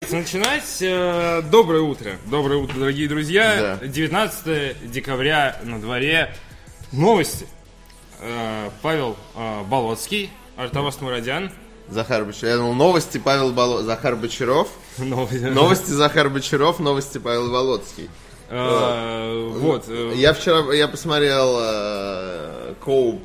Начинать. Доброе утро, дорогие друзья. 19 декабря на дворе. Новости. Павел Болоцкий, Артавас Мурадян. Захар Бочаров. Я думал, новости Захар Бочаров. Новости Захар Бочаров, новости Павел Болоцкий. Вот. Я посмотрел Коуп.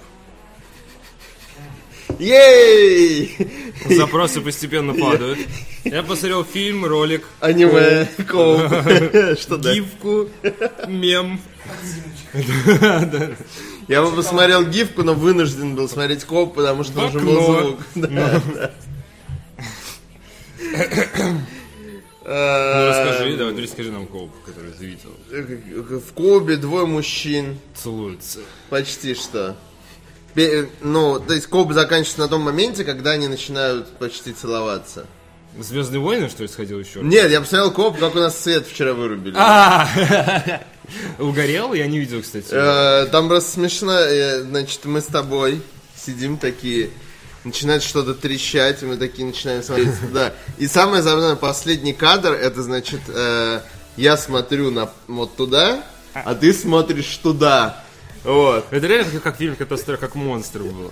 Ей! Запросы постепенно падают. Я посмотрел фильм, ролик. Аниме, Коуп. Что да? Гифку, мем. Я бы посмотрел гифку, но вынужден был смотреть Коуп, потому что уже был звук. Расскажи нам Коуп, который ты видел. В Коубе двое мужчин целуются. Почти что. Ну, то есть Коуп заканчивается на том моменте, когда они начинают почти целоваться. «Звездные войны», что ли, сходил еще? Нет, я посмотрел Коуп, как у нас свет вчера вырубили. Угорел? Я не видел, кстати. Там просто смешно. Значит, мы с тобой сидим такие, начинает что-то трещать, и мы такие начинаем смотреть. Да. И самое забавное, последний кадр, это значит, я смотрю вот туда, а ты смотришь туда. Вот. Это реально как фильм «Катастрофа», как монстр был.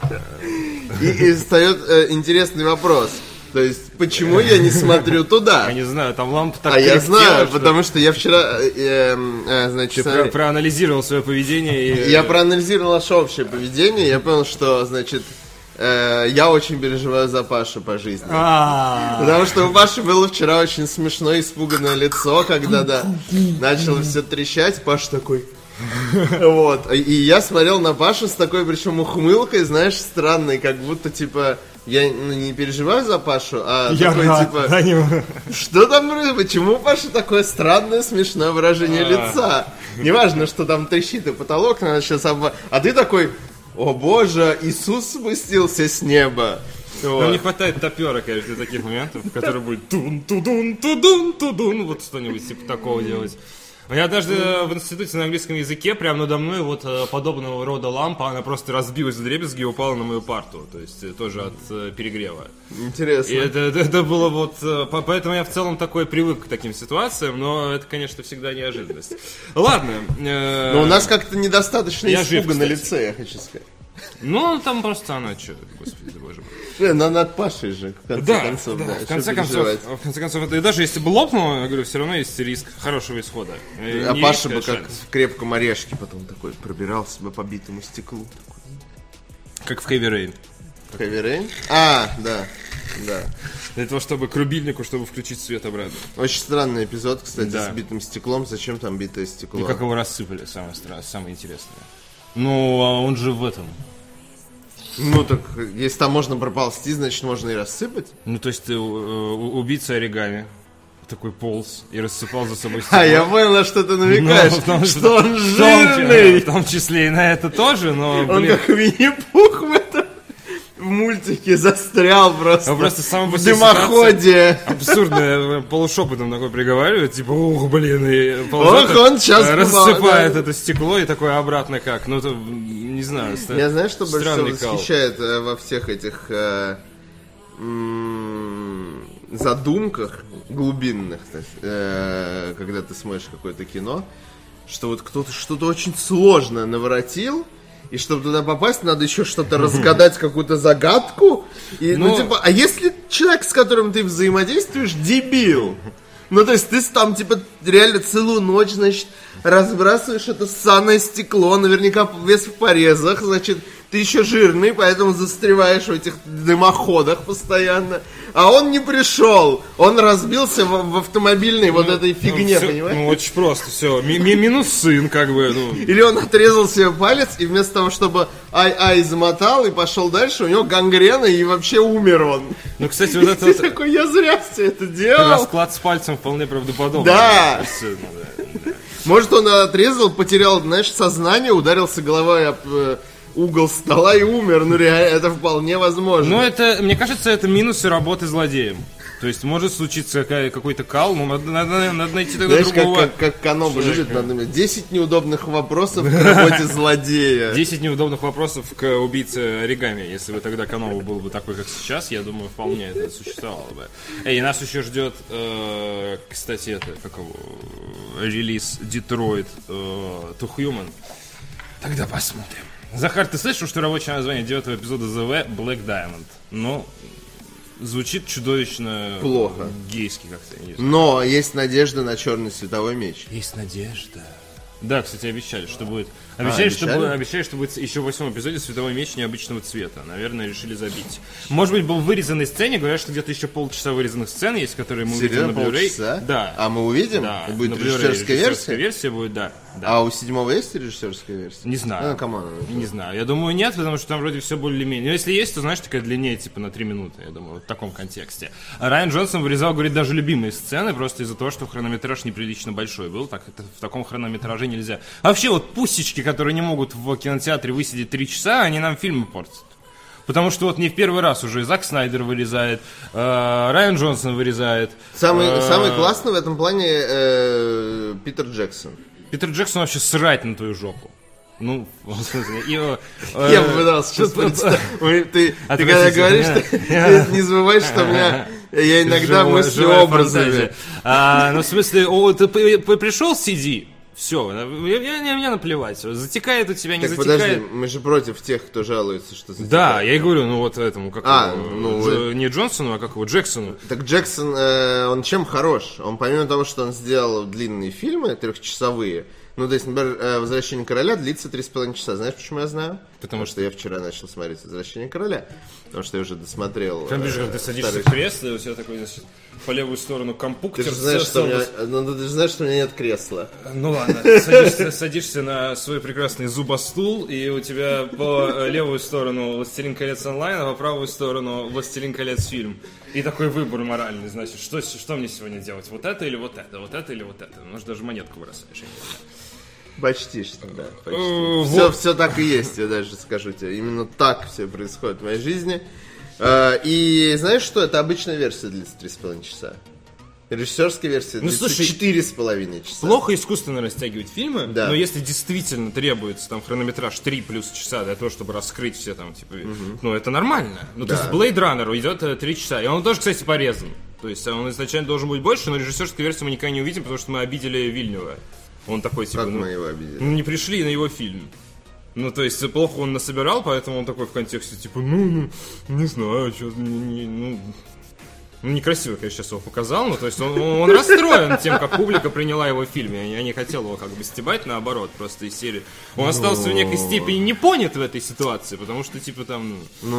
И встает интересный вопрос. То есть, почему я не смотрю туда? Я не знаю, там лампа так я знаю, потому что я вчера, значит... Ты проанализировал свое поведение и... Я проанализировал наше общее поведение, я понял, что, значит, я очень переживаю за Пашу по жизни. Потому что у Паши было вчера очень смешное, испуганное лицо, когда, начало все трещать, Паша такой... Вот, и я смотрел на Пашу с такой, причем ухмылкой, знаешь, странной, как будто, типа, я не переживаю за Пашу, а я такой, типа, что там происходит, почему у Паши такое странное, смешное выражение лица? Неважно, что там трещит и потолок, надо сейчас а ты такой, о боже, Иисус спустился с неба. Вот. Нам не хватает топера, конечно, для таких моментов, которые будет тун-тудун-тудун-тудун, вот что-нибудь типа такого делать. У меня однажды в институте на английском языке прямо надо мной вот подобного рода лампа, она просто разбилась вдребезги и упала на мою парту, то есть тоже от перегрева. Интересно. И это было вот... Поэтому я в целом такой привык к таким ситуациям, но это, конечно, всегда неожиданность. Ладно. Но у нас как-то недостаточно испуга на лице, я хочу сказать. Ну, там просто она, что, господи, боже мой. Над Пашей же, в конце концов. Да, в конце концов, и даже если бы лопнуло, я говорю, все равно есть риск хорошего исхода. А Паша бы как в крепком орешке потом такой пробирался бы по битому стеклу. Как в Heavy Rain. В Heavy Rain? Да. Для того, чтобы к рубильнику, чтобы включить свет обратно. Очень странный эпизод, кстати, с битым стеклом. Зачем там битое стекло? И как его рассыпали, самое интересное. Ну, а он же в этом. Ну, так, если там можно проползти, значит, можно и рассыпать. Ну, то есть, убийца оригами такой полз и рассыпал за собой стекло. Я понял, на что ты намекаешь, что он жирный. В том числе и на это тоже, но, он как Винни-Пух в мультике застрял просто в дымоходе. Абсурдно, полушепотом такой приговаривает, типа, и он сейчас рассыпает это стекло и такое обратно как. Ну, это, не знаю, я знаю, что больше всего восхищает во всех этих задумках глубинных, когда ты смотришь какое-то кино, что вот кто-то что-то очень сложное наворотил, и чтобы туда попасть, надо еще что-то разгадать, какую-то загадку. И, а если человек, с которым ты взаимодействуешь, дебил? Ну, то есть ты там, реально целую ночь, значит, разбрасываешь это ссаное стекло, наверняка весь в порезах, значит, ты еще жирный, поэтому застреваешь в этих дымоходах постоянно. А он не пришел, он разбился в автомобильной вот этой фигне, все, понимаешь? Ну, очень просто, все, минус сын, как бы, ну. Или он отрезал себе палец, и вместо того, чтобы ай-ай замотал и пошел дальше, у него гангрена, и вообще умер он. Ну, кстати, вот это... Ты такой, я зря все это делал. Расклад с пальцем вполне правдоподобный. Да. Может, он отрезал, потерял, знаешь, сознание, ударился головой об угол стола и умер. Ну, реально, это вполне возможно. Ну, это, мне кажется, это минусы работы злодеем. То есть может случиться какой-то кал, но надо найти тогда другого. Знаешь, как Каноба любит, надо 10 неудобных вопросов к работе злодея. 10 неудобных вопросов к убийце оригами. Если бы тогда Каноба был бы такой, как сейчас, я думаю, вполне это существовало бы. И нас еще ждет, кстати, релиз Detroit to Human. Тогда посмотрим. Захар, ты слышал, что рабочее название 9-го эпизода ЗВ Black Diamond? Ну, звучит чудовищно плохо. Гейски как-то. Но есть надежда на черный световой меч. Есть надежда. Да, кстати, обещали, что будет. Обещали, что будет еще в 8-м эпизоде световой меч необычного цвета. Наверное, решили забить. Может быть, был в вырезанной сцене. Говорят, что где-то еще полчаса вырезанных сцен есть, которые мы увидим на Blu-ray. Полчаса? Да. А мы увидим? Да. И будет на режиссерская версия? Версия будет, да. А у 7-го есть режиссерская версия? Не знаю. Не знаю. Я думаю, нет, потому что там вроде все более-менее. Но если есть, то, знаешь, такая длиннее, типа на 3 минуты. Я думаю, вот в таком контексте. А Райан Джонсон вырезал, говорит, даже любимые сцены, просто из-за того, что хронометраж неприлично большой был. Так это в таком хронометраже нельзя. А вообще, вот пусечки, которые не могут в кинотеатре высидеть 3 часа, они нам фильмы портят. Потому что вот не в первый раз уже Зак Снайдер вырезает, Райан Джонсон вырезает. Самый классный в этом плане Питер Джексон. Питер Джексон вообще срать на твою жопу. Ну, в смысле, я попытался сейчас представить. Ты когда говоришь, ты не забывай, что у меня я иногда мыслю образами. Ну, в смысле, ты пришел, сиди. Все, мне наплевать. Затекает у тебя, не так затекает. Подожди, мы же против тех, кто жалуется, что затекает. Да, я и говорю, ну вот этому, как не Джонсону, а как его, Джексону. Так Джексон, он чем хорош? Он помимо того, что он сделал длинные фильмы, 3-часовые, ну, то есть, например, «Возвращение короля» длится 3,5 часа. Знаешь, почему я знаю? Потому что я вчера начал смотреть «Возвращение короля», потому что я уже досмотрел. Там вижу, как ты садишься в кресло, и у тебя такой, значит, по левую сторону компьютер. Ты же знаешь, что у меня нет кресла. Ну ладно, садишься на свой прекрасный зубостул, и у тебя по левую сторону «Властелин колец онлайн», а по правую сторону «Властелин колец фильм». И такой выбор моральный, значит, что мне сегодня делать? Вот это или вот это? Вот это или вот это? Может, даже монетку бросаешь. Почти что, да. Почти. Все так и есть, я даже скажу тебе. Именно так все происходит в моей жизни. И знаешь что? Это обычная версия длится 3,5 часа. Режиссерская версия длится 4,5 часа. Плохо искусственно растягивать фильмы, да. Но если действительно требуется там хронометраж 3 плюс часа для того, чтобы раскрыть все там, типа, ну это нормально. Ну, да. То есть Blade Runner идет 3 часа. И он тоже, кстати, порезан. То есть он изначально должен быть больше, но режиссерскую версию мы никогда не увидим, потому что мы обидели Вильнюва. Он такой, типа, как мы его обидели? Ну, не пришли на его фильм. Ну, то есть, плохо он насобирал, поэтому он такой в контексте, типа, не знаю, что, некрасиво, конечно, сейчас его показал, но то есть он расстроен тем, как публика приняла его фильм. Я не хотел его как бы стебать, наоборот, просто из серии. Он остался в некой степени не понят в этой ситуации, потому что, типа, там...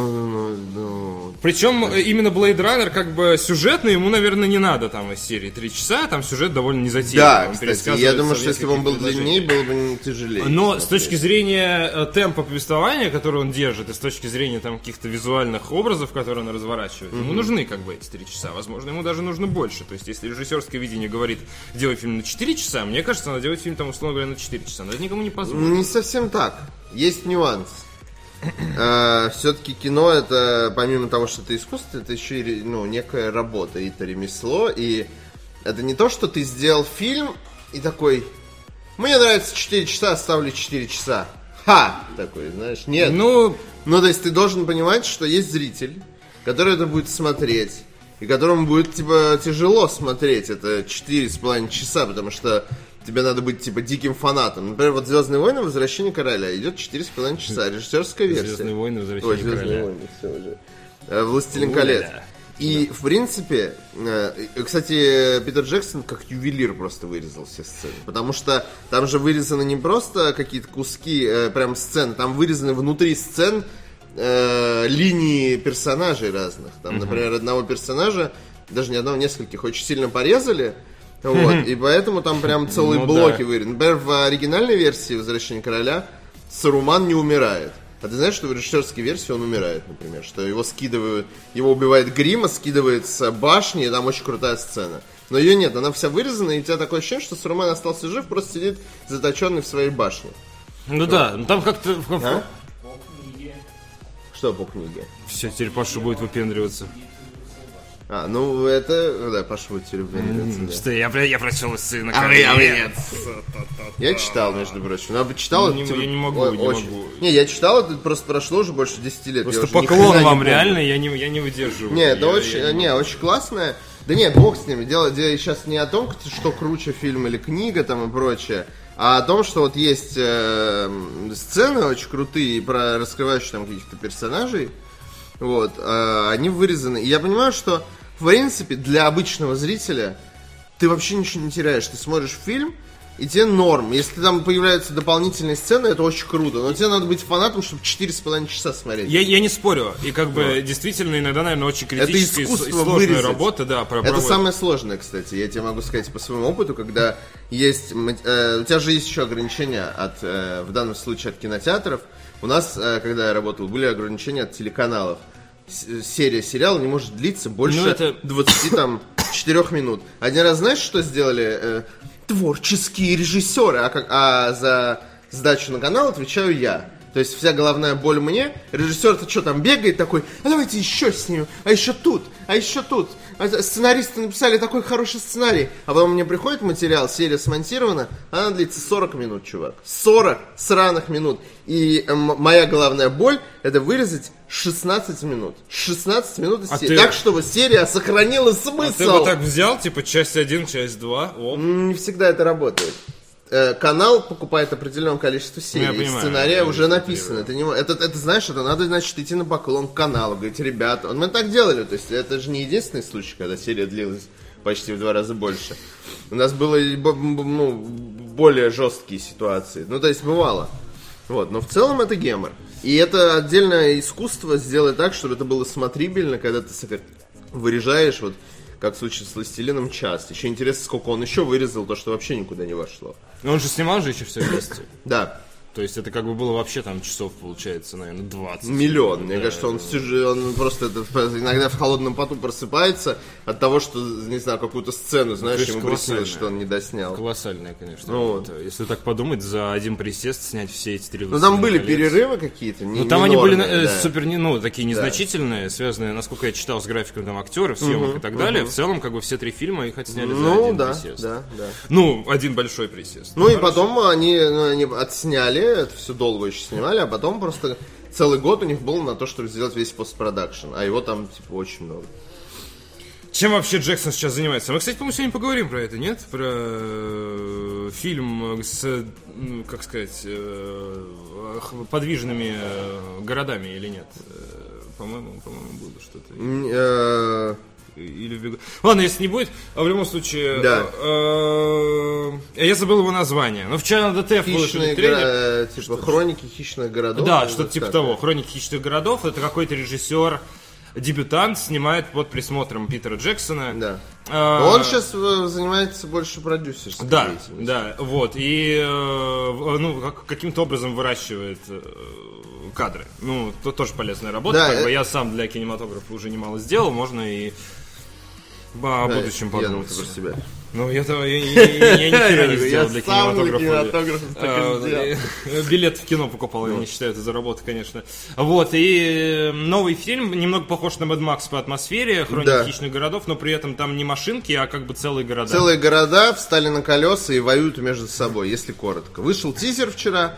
Причем именно Blade Runner, как бы, сюжетный, ему, наверное, не надо там из серии 3 часа, там сюжет довольно незатейливый. Да, кстати, я думаю, что если бы он был длиннее, было бы тяжелее. Но с точки зрения темпа повествования, который он держит, и с точки зрения там каких-то визуальных образов, которые он разворачивает, ему нужны, как бы, эти 3 часа. Возможно, ему даже нужно больше. То есть, если режиссерское видение говорит, делай фильм на 4 часа, мне кажется, надо делать фильм, там, условно говоря, на 4 часа. Но это никому не позволит. Не совсем так. Есть нюанс. Все-таки кино, это, помимо того, что это искусство, это еще и некая работа, и это ремесло. И это не то, что ты сделал фильм и такой, мне нравится 4 часа, ставлю 4 часа. Ха! Такой, знаешь, нет. Ну, то есть, ты должен понимать, что есть зритель, который это будет смотреть, и которому будет, типа, тяжело смотреть это 4,5 часа, потому что тебе надо быть, типа, диким фанатом. Например, вот «Звездные войны. Возвращение короля» идет 4,5 часа, режиссерская версия. «Звездные войны. Возвращение короля». «Звездные войны», все уже. «Властелин колец». И, в принципе, кстати, Питер Джексон как ювелир просто вырезал все сцены. Потому что там же вырезаны не просто какие-то куски, прям сцен, там вырезаны внутри сцен линии персонажей разных. Там, например, одного персонажа, даже не одного, нескольких, очень сильно порезали. Вот, и поэтому там прям целые блоки вырезаны. Например, в оригинальной версии «Возвращение короля» Саруман не умирает. А ты знаешь, что в режиссерской версии он умирает, например? Что его скидывают, его убивает Грима, скидывает с башни, и там очень крутая сцена. Но ее нет, она вся вырезана, и у тебя такое ощущение, что Саруман остался жив, просто сидит заточенный в своей башне. Ну да, ну там как-то... Что по книге? Все, теперь Паша будет выпендриваться. Ну это, да, Паша будет влюбленный. Что, я прочел «Сына нет. Я читал, между прочим. Я бы читал... Я не могу. Не, я читал, это просто прошло уже больше 10 лет. Просто поклон вам, реально, я не выдерживаю. Не, это очень классное. Да нет, бог с ними. Дело сейчас не о том, что круче фильм или книга там и прочее, а о том, что вот есть сцены очень крутые, раскрывающие там каких-то персонажей. Вот, они вырезаны. И я понимаю, что, в принципе, для обычного зрителя ты вообще ничего не теряешь. Ты смотришь фильм, и тебе норм. Если там появляются дополнительные сцены, это очень круто. Но тебе надо быть фанатом, чтобы 4,5 часа смотреть. Я не спорю. И как бы действительно иногда, наверное, очень критическая и сложная вырезать. Работа. Да, это самое сложное, кстати. Я тебе могу сказать по своему опыту, когда есть... у тебя же есть еще ограничения в данном случае от кинотеатров. У нас, когда я работал, были ограничения от телеканалов. Серия сериала не может длиться больше 24 минут. Один раз знаешь, что сделали творческие режиссеры, а за сдачу на канал отвечаю я. То есть вся головная боль мне. Режиссер-то что там бегает такой, а давайте еще снимем, а еще тут. Сценаристы написали такой хороший сценарий. А потом мне приходит материал, серия смонтирована, она длится 40 минут, чувак. 40 сраных минут. И моя головная боль это вырезать 16 минут. 16 минут из серии. Так, чтобы серия сохранила смысл. А ты бы так взял, типа, часть 1, часть 2? Не всегда это работает. Канал покупает определенное количество серий, сценария уже написано. Это знаешь, это надо, значит, идти на поклон к каналу, говорить, ребята, мы так делали, то есть это же не единственный случай, когда серия длилась почти в 2 раза больше. У нас было более жесткие ситуации, то есть бывало. Вот, но в целом это гемор. И это отдельное искусство сделать так, чтобы это было смотрибельно, когда ты вырежаешь, вот, как в случае с «Властелином», час. Еще интересно, сколько он еще вырезал, то, что вообще никуда не вошло. Но он же снимал же еще все вместе. Да. То есть это как бы было вообще там часов, получается, наверное, 20. Миллион. Мне кажется, он просто иногда в холодном поту просыпается от того, что, не знаю, какую-то сцену, знаешь, ему приснилось, что он не доснял. Колоссальная, конечно. Если так подумать, за один присест снять все эти 3 там были перерывы какие-то. Там они были супер, такие незначительные, связанные, насколько я читал, с графиком там актеров, съемок и так далее. В целом, как бы все 3 фильма их отсняли за один присест. Да. Один большой присест. И потом они отсняли. Это все долго еще снимали, а потом просто целый год у них был на то, чтобы сделать весь постпродакшн, а его там, очень много. Чем вообще Джексон сейчас занимается? Мы, кстати, по-моему, сегодня поговорим про это, нет? Про фильм с, как сказать, подвижными городами или нет? По-моему, было что-то. Или в Ладно, если не будет, в любом случае... Да. Я забыл его название. Но вчера на ДТФ выложили трейлер. Типа «Хроники хищных городов». Да, что-то типа того. «Хроники хищных городов». Это какой-то режиссер, дебютант, снимает под присмотром Питера Джексона. Да. Он сейчас занимается больше продюсерской деятельностью. Да, вот. И каким-то образом выращивает кадры. Это тоже полезная работа. Да, я сам для кинематографа уже немало сделал, можно и о будущем подумать. Я про себя. Я нихера не сделал для кинематографа. Билет в кино покупал, я не считаю это за работу, конечно. Вот, и новый фильм немного похож на Mad Max по атмосфере, «Хроники хищных городов», но при этом там не машинки, а как бы целые города. Целые города встали на колеса и воюют между собой, если коротко. Вышел тизер вчера.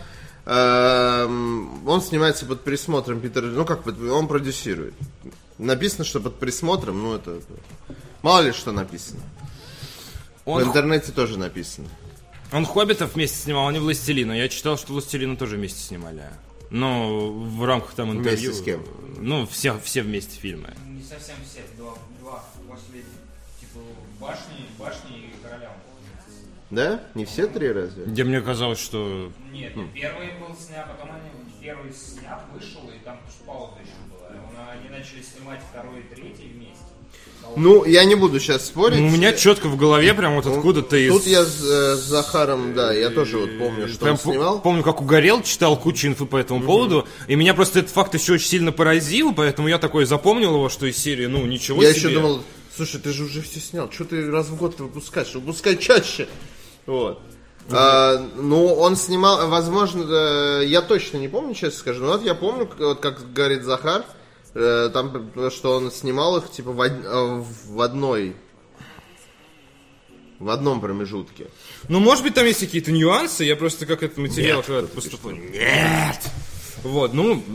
Он снимается под присмотром Питера, он продюсирует. Написано, что под присмотром, это мало ли что написано. В интернете тоже написано. Он «Хоббитов» вместе снимал, а не «Властелина». Я читал, что «Властелина» тоже вместе снимали. Но в рамках там интервью... Вместе с кем? Все вместе фильмы. Не совсем все, два последних. Типа башни и короля. Да? Не все 3 разве? Где мне казалось, что... Нет, первый был снят, потом первый снят, вышел, и там пауза еще была. Они начали снимать 2 и 3 вместе. Я не буду сейчас спорить. У меня четко в голове прям вот откуда-то из... Тут я с Захаром, я тоже помню, что он снимал. Помню, как угорел, читал кучу инфы по этому поводу, и меня просто этот факт еще очень сильно поразил, поэтому я такой запомнил его, что из серии, ничего себе. Я еще думал, слушай, ты же уже все снял, что ты раз в год выпускаешь? Выпускай чаще. Вот. Он снимал, возможно, я точно не помню, честно скажу, но я помню, как говорит Захар, Там, что он снимал их, типа, в одном промежутке. Ну, может быть, там есть какие-то нюансы, я просто как этот материал когда-то поступал. Нет! Вот,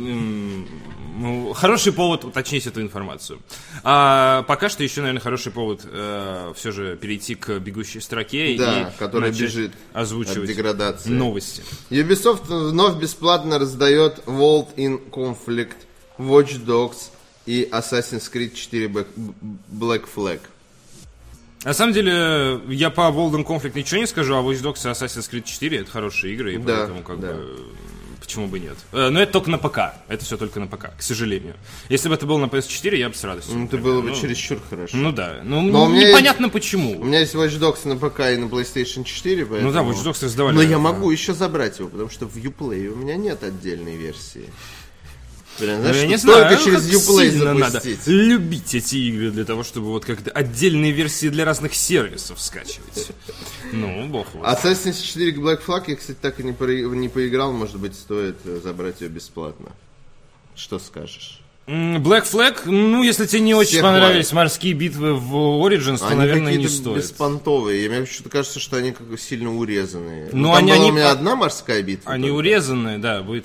хороший повод уточнить эту информацию. А пока что еще, наверное, хороший повод все же перейти к бегущей строке, да, и которая бежит озвучивать от деградации. Новости. Ubisoft вновь бесплатно раздает World in Conflict, Watch Dogs и Assassin's Creed 4 Black Flag. На самом деле, я по World in Conflict ничего не скажу, а Watch Dogs и Assassin's Creed 4 это хорошие игры, и поэтому почему бы нет. Но это только на ПК. Это все только на ПК, к сожалению. Если бы это было на PS4, я бы с радостью. Это было бы чересчур хорошо. Ну да. Но непонятно почему. У меня есть Watch Dogs на ПК и на PlayStation 4, поэтому... Ну да, Watch Dogs раздавали. Но я могу еще забрать его, потому что в Uplay у меня нет отдельной версии. Блин, знаешь, я не только знаю, через Uplay надо запустить. любить эти игры для того, чтобы вот как-то отдельные версии для разных сервисов скачивать. Ну, бог его. Assassin's 4 Black Flag я, кстати, так и не поиграл. Может быть, стоит забрать ее бесплатно. Что скажешь? Black Flag, ну, если тебе не очень понравились морские битвы в Origins, то, наверное, не стоит. Они беспонтовые. Мне почему-то кажется, что они как-то сильно урезанные. Ну, там была у меня одна морская битва. Они урезанные, да, будет...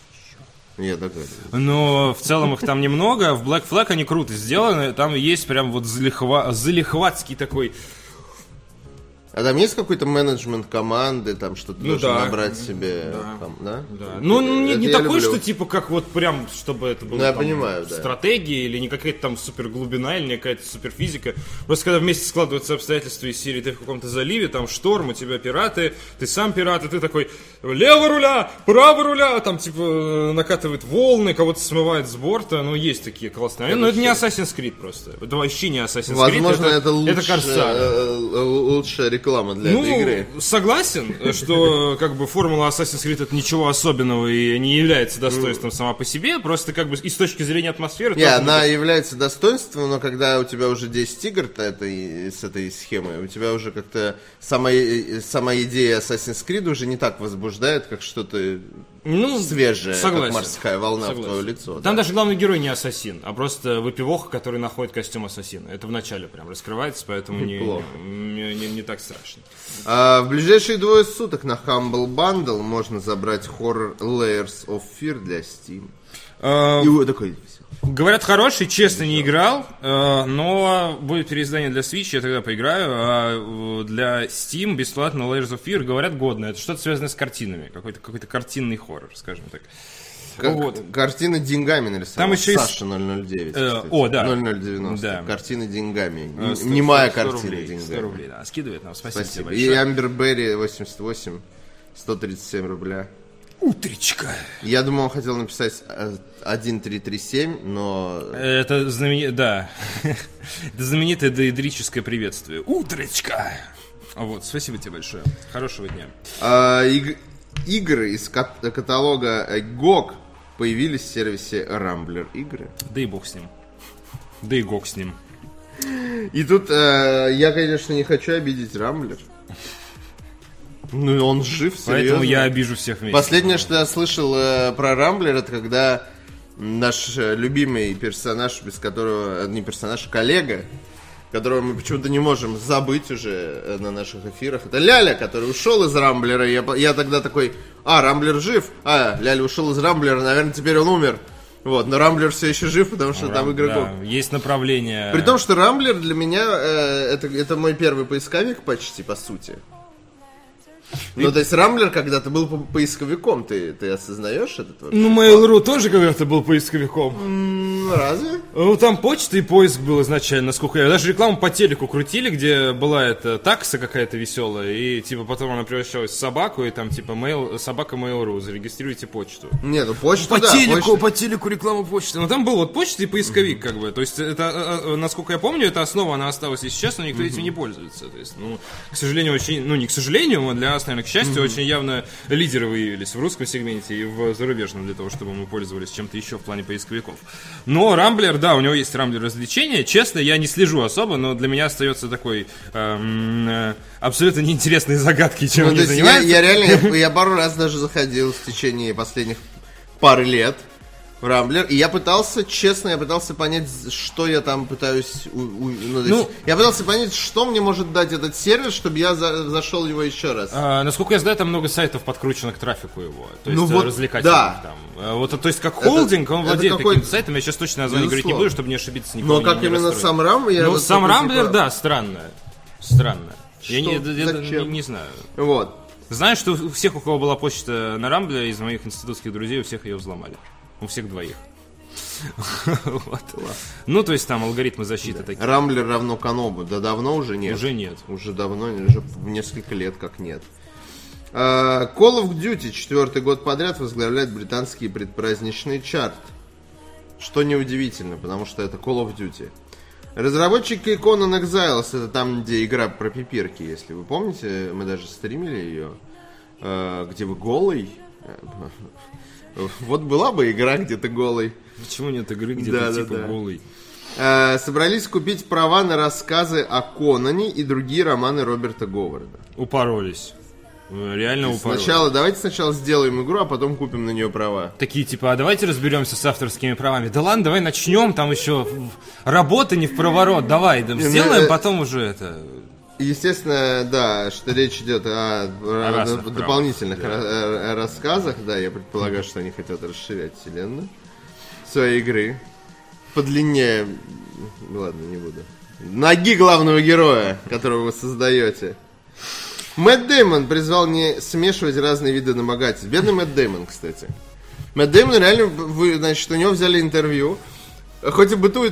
Я догадываюсь. Но в целом их там немного. В Black Flag они круто сделаны. Там есть прям вот залихватский такой... А там есть какой-то менеджмент команды, там что-то должен набрать себе, да? Ну, не такой, что типа как вот прям, чтобы это было стратегия или не какая-то там супер глубина, или не какая-то супер физика. Просто когда вместе складываются обстоятельства из серии, ты в каком-то заливе, там шторм, у тебя пираты, ты сам пират, и ты такой лево руля, право руля, там типа накатывает волны, кого-то смывает с борта. Ну, есть такие классные. Но это не Assassin's Creed просто. Это вообще не Assassin's Creed. Возможно, это лучшая реклама для этой игры. Согласен, что как бы формула Assassin's Creed это ничего особенного и не является достоинством сама по себе, просто как бы и с точки зрения атмосферы... она является достоинством, но когда у тебя уже 10 игр с этой схемой, у тебя уже как-то сама идея Assassin's Creed уже не так возбуждает, как что-то свежее, как морская волна в твое лицо. Там даже главный герой не ассасин, а просто выпивоха, который находит костюм ассасина. Это вначале прям раскрывается, поэтому не так страшно. В ближайшие 2 суток на Humble Bundle можно забрать Horror Layers of Fear для Steam. И вот такой... Говорят, хороший, честно не играл, но будет переиздание для Switch, я тогда поиграю, а для Steam бесплатно Layers of Fear, говорят, годно. Это что-то связанное с картинами, какой-то картинный хоррор, скажем так. Картины деньгами нарисовал. Там еще Саша 009. Да. 0090. Да. Картины деньгами. Немая картина деньгами. 100 рублей, да. Скидывает нам. Спасибо тебе И большое. Amber Berry 88. 137 рубля. Утречка. Я думал, он хотел написать 1337, но... Это знаменитое доэдрическое приветствие. Утречка. Вот, спасибо тебе большое. Хорошего дня. Игры из каталога GOG появились в сервисе Rambler игры. Да и бог с ним. Да и GOG с ним. И тут я, конечно, не хочу обидеть Rambler. Ну, он жив, серьезно. Поэтому я обижу всех вместе. Последнее, что я слышал про Rambler, это когда наш любимый персонаж, без которого... Не персонаж, а коллега, которого мы почему-то не можем забыть уже на наших эфирах. Это Ляля, который ушел из Рамблера. Я тогда такой, Рамблер жив. Ляля ушел из Рамблера, наверное, теперь он умер. Вот, но Рамблер все еще жив, потому что там игроков. Да, есть направление. При том, что Рамблер для меня это мой первый поисковик почти, по сути. Ну, то есть Рамблер когда-то был поисковиком, ты осознаешь этот вообще? Ну, Mail.ru тоже когда-то был поисковиком. Разве? Ну, там почта и поиск был изначально, насколько я... Даже рекламу по телеку крутили, где была эта такса какая-то веселая, и, типа, потом она превращалась в собаку, и там, типа, собака Mail.ru, зарегистрируйте почту. Не, ну почта, по телеку реклама почты. Но там был вот почта и поисковик, как бы. То есть, это, насколько я помню, эта основа, она осталась и сейчас, но никто этим не пользуется. То есть, ну, к сожалению, очень... Ну, не к сожалению, а для нас, наверное, к счастью, очень явно лидеры выявились в русском сегменте и в зарубежном для того, чтобы мы пользовались чем-то еще в плане поисковиков. Но Рамблер, да, у него есть Рамблер развлечения. Честно, я не слежу особо, но для меня остается такой абсолютно неинтересной загадкой, чем они занимаются. Я реально, я пару раз даже заходил в течение последних пары лет. в Рамблер, и я пытался понять, что я там пытаюсь... я пытался понять, что мне может дать этот сервис, чтобы я зашел его еще раз. Насколько я знаю, там много сайтов подкрученных к трафику его, то есть развлекательных. Да. Там. То есть как холдинг, он владеет каким-то сайтом, я сейчас точно название говорить не буду, чтобы не ошибиться никого. Но как именно сам Рамблер... сам Рамблер, да, странно. Я не знаю. Вот. Знаю, что у всех, у кого была почта на Рамбле, из моих институтских друзей, у всех ее взломали. У всех двоих. Ну, то есть там алгоритмы защиты такие. Рамблер равно Канобу. Да давно уже нет. Уже нет. Уже давно, уже несколько лет как нет. Call of Duty 4-й год подряд возглавляет британский предпраздничный чарт. Что неудивительно, потому что это Call of Duty. Разработчики Conan Exiles, это там, где игра про пипирки, если вы помните, мы даже стримили ее, где вы голый. Вот была бы игра, где ты голый. Почему нет игры, где ты голый? Собрались купить права на рассказы о Конане и другие романы Роберта Говарда. Упоролись. Реально упоролись. Давайте сначала сделаем игру, а потом купим на нее права. Такие типа, а давайте разберемся с авторскими правами. Да ладно, давай начнем, там еще работа не в проворот. Давай, сделаем, потом уже это... Естественно, да, что речь идет о дополнительных рассказах. Да, я предполагаю, что они хотят расширять вселенную своей игры. Подлиннее... Ладно, не буду. Ноги главного героя, которого вы создаете. Мэтт Дэймон призвал не смешивать разные виды домогательств. Бедный Мэтт Дэймон, кстати. Мэтт Дэймон реально, значит, у него взяли интервью. Хоть и бытует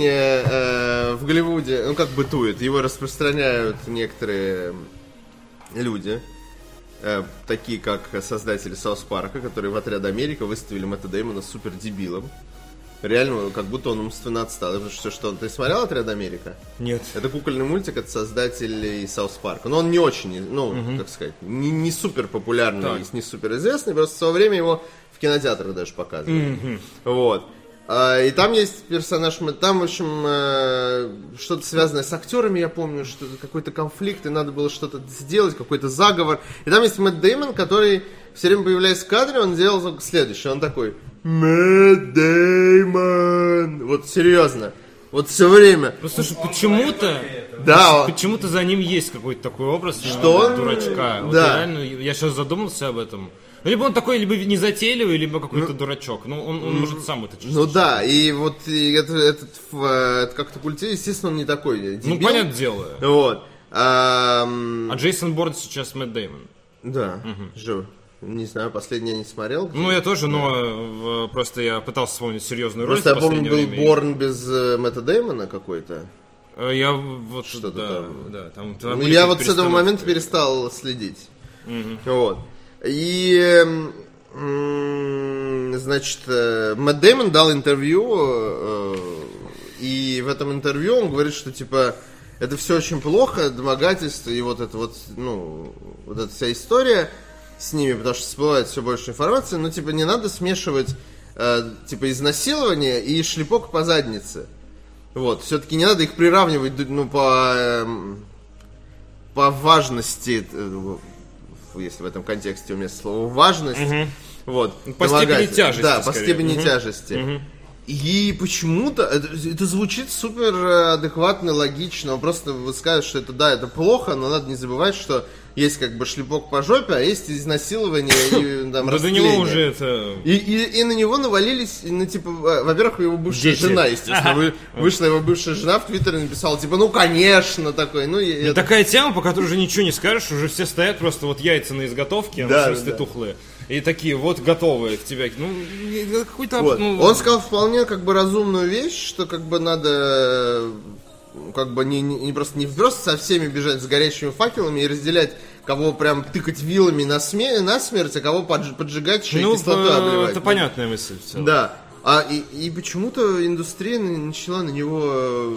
мнение в Голливуде, ну как бытует, его распространяют некоторые люди, такие как создатели Саус Парка, которые в «Отряд Америка» выставили Мэтта Дэймона супер дебилом. Реально, как будто он умственно отстал. Потому что, ты смотрел «Отряд Америка»? Нет. Это кукольный мультик от создателей Саус Парка. Но он не очень, как сказать, не супер популярный, не супер известный, просто в свое время его в кинотеатрах даже показывали. Вот. И там есть персонаж, там, в общем, что-то связанное с актерами, я помню, что какой-то конфликт, и надо было что-то сделать, какой-то заговор. И там есть Мэтт Дэймон, который все время появляясь в кадре, он делал следующее, он такой: Мэтт Дэймон. Вот серьезно. Вот все время. Ну слушай, почему-то. Да. Почему-то за ним есть какой-то такой образ, что он дурачка. Вот да. Реально, я сейчас задумался об этом. Ну, либо он такой, либо незатейливый, либо какой-то дурачок. Ну, он может сам это чувствовать. Ну да, и вот этот как-то культе, естественно, он не такой дебил. Ну, понятное дело. Вот. А Джейсон Борн сейчас Мэтт Дэймон. Да, жив. Не знаю, последний я не смотрел. Ну, я тоже, но просто я пытался вспомнить серьезную роль. Просто я помню, был Борн без Мэтта Дэймона какой-то. Я вот... Что-то там. Ну, я вот с этого момента перестал следить. Вот. И, значит, Мэтт Дэймон дал интервью, и в этом интервью он говорит, что, типа, это все очень плохо, домогательство, и вот это вот, ну, вот эта вся история с ними, потому что всплывает все больше информации, но, типа, не надо смешивать, типа, изнасилование и шлепок по заднице. Вот, все-таки не надо их приравнивать, ну, по важности, если в этом контексте уместно слово важность, вот, по степени тяжести. Да, по степени тяжести. И почему-то это звучит супер адекватно, логично. Он просто высказывает, что это плохо, но надо не забывать, что есть как бы шлепок по жопе, а есть изнасилование и там растление. Да до него уже это... И на него навалились, ну, типа, во-первых, его бывшая жена, естественно. Вышла его бывшая жена в Твиттере и написала, типа, ну, конечно, такой. Ну, такая тема, по которой уже ничего не скажешь, уже все стоят просто вот яйца на изготовке, да, в смысле тухлые. И такие вот готовые к тебе. Ну, какой-то... Вот. Ну... Он сказал вполне как бы разумную вещь, что как бы надо как бы не просто со всеми бежать с горящими факелами и разделять, кого прям тыкать вилами на смерть, а кого поджигать, еще и кислотой обливать. Это понятная мысль в целом. Да. И почему-то индустрия начала на него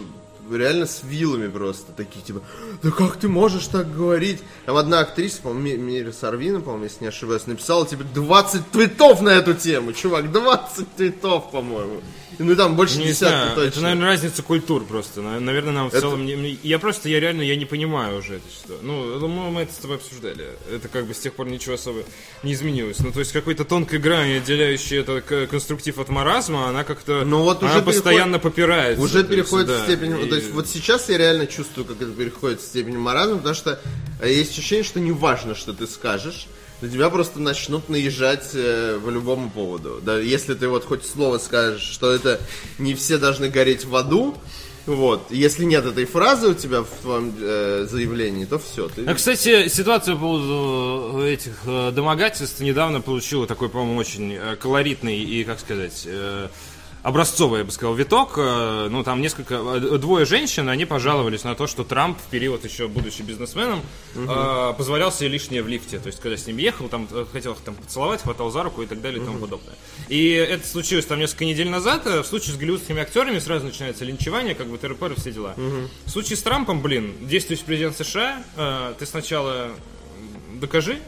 реально с вилами просто. Такие, типа, да как ты можешь так говорить? Там одна актриса, по-моему, Мира Сорвина, по-моему, если не ошибаюсь, написала, типа, 20 твитов на эту тему. Чувак, 20 твитов, по-моему. Ну, там больше десятка точно. Это, наверное, разница культур просто. Наверное, нам в целом... Я реально, я не понимаю уже это что. Ну, мы это с тобой обсуждали. Это как бы с тех пор ничего особо не изменилось. Ну, то есть, какой-то тонкой грани, отделяющей это конструктив от маразма, она как-то... Ну, вот она постоянно попирается. Уже переходит в степень... То есть, вот сейчас я реально чувствую, как это переходит в степень маразма, потому что есть ощущение, что не важно, что ты скажешь. На тебя просто начнут наезжать по любому поводу. Да, если ты вот хоть слово скажешь, что это не все должны гореть в аду, вот, если нет этой фразы у тебя в твоем заявлении, то все. Ты... Кстати, ситуация по поводу этих домогательств недавно получила такой, по-моему, очень колоритный и, как сказать... образцовый, я бы сказал, виток. Ну, там двое женщин, они пожаловались на то, что Трамп в период еще будучи бизнесменом позволял себе лишнее в лифте. То есть, когда с ним ехал, там хотел их там поцеловать, хватал за руку и так далее и тому подобное. И это случилось там несколько недель назад. В случае с голливудскими актерами сразу начинается линчевание, как бы ТРП и все дела. В случае с Трампом, действующий президент США, ты сначала докажи.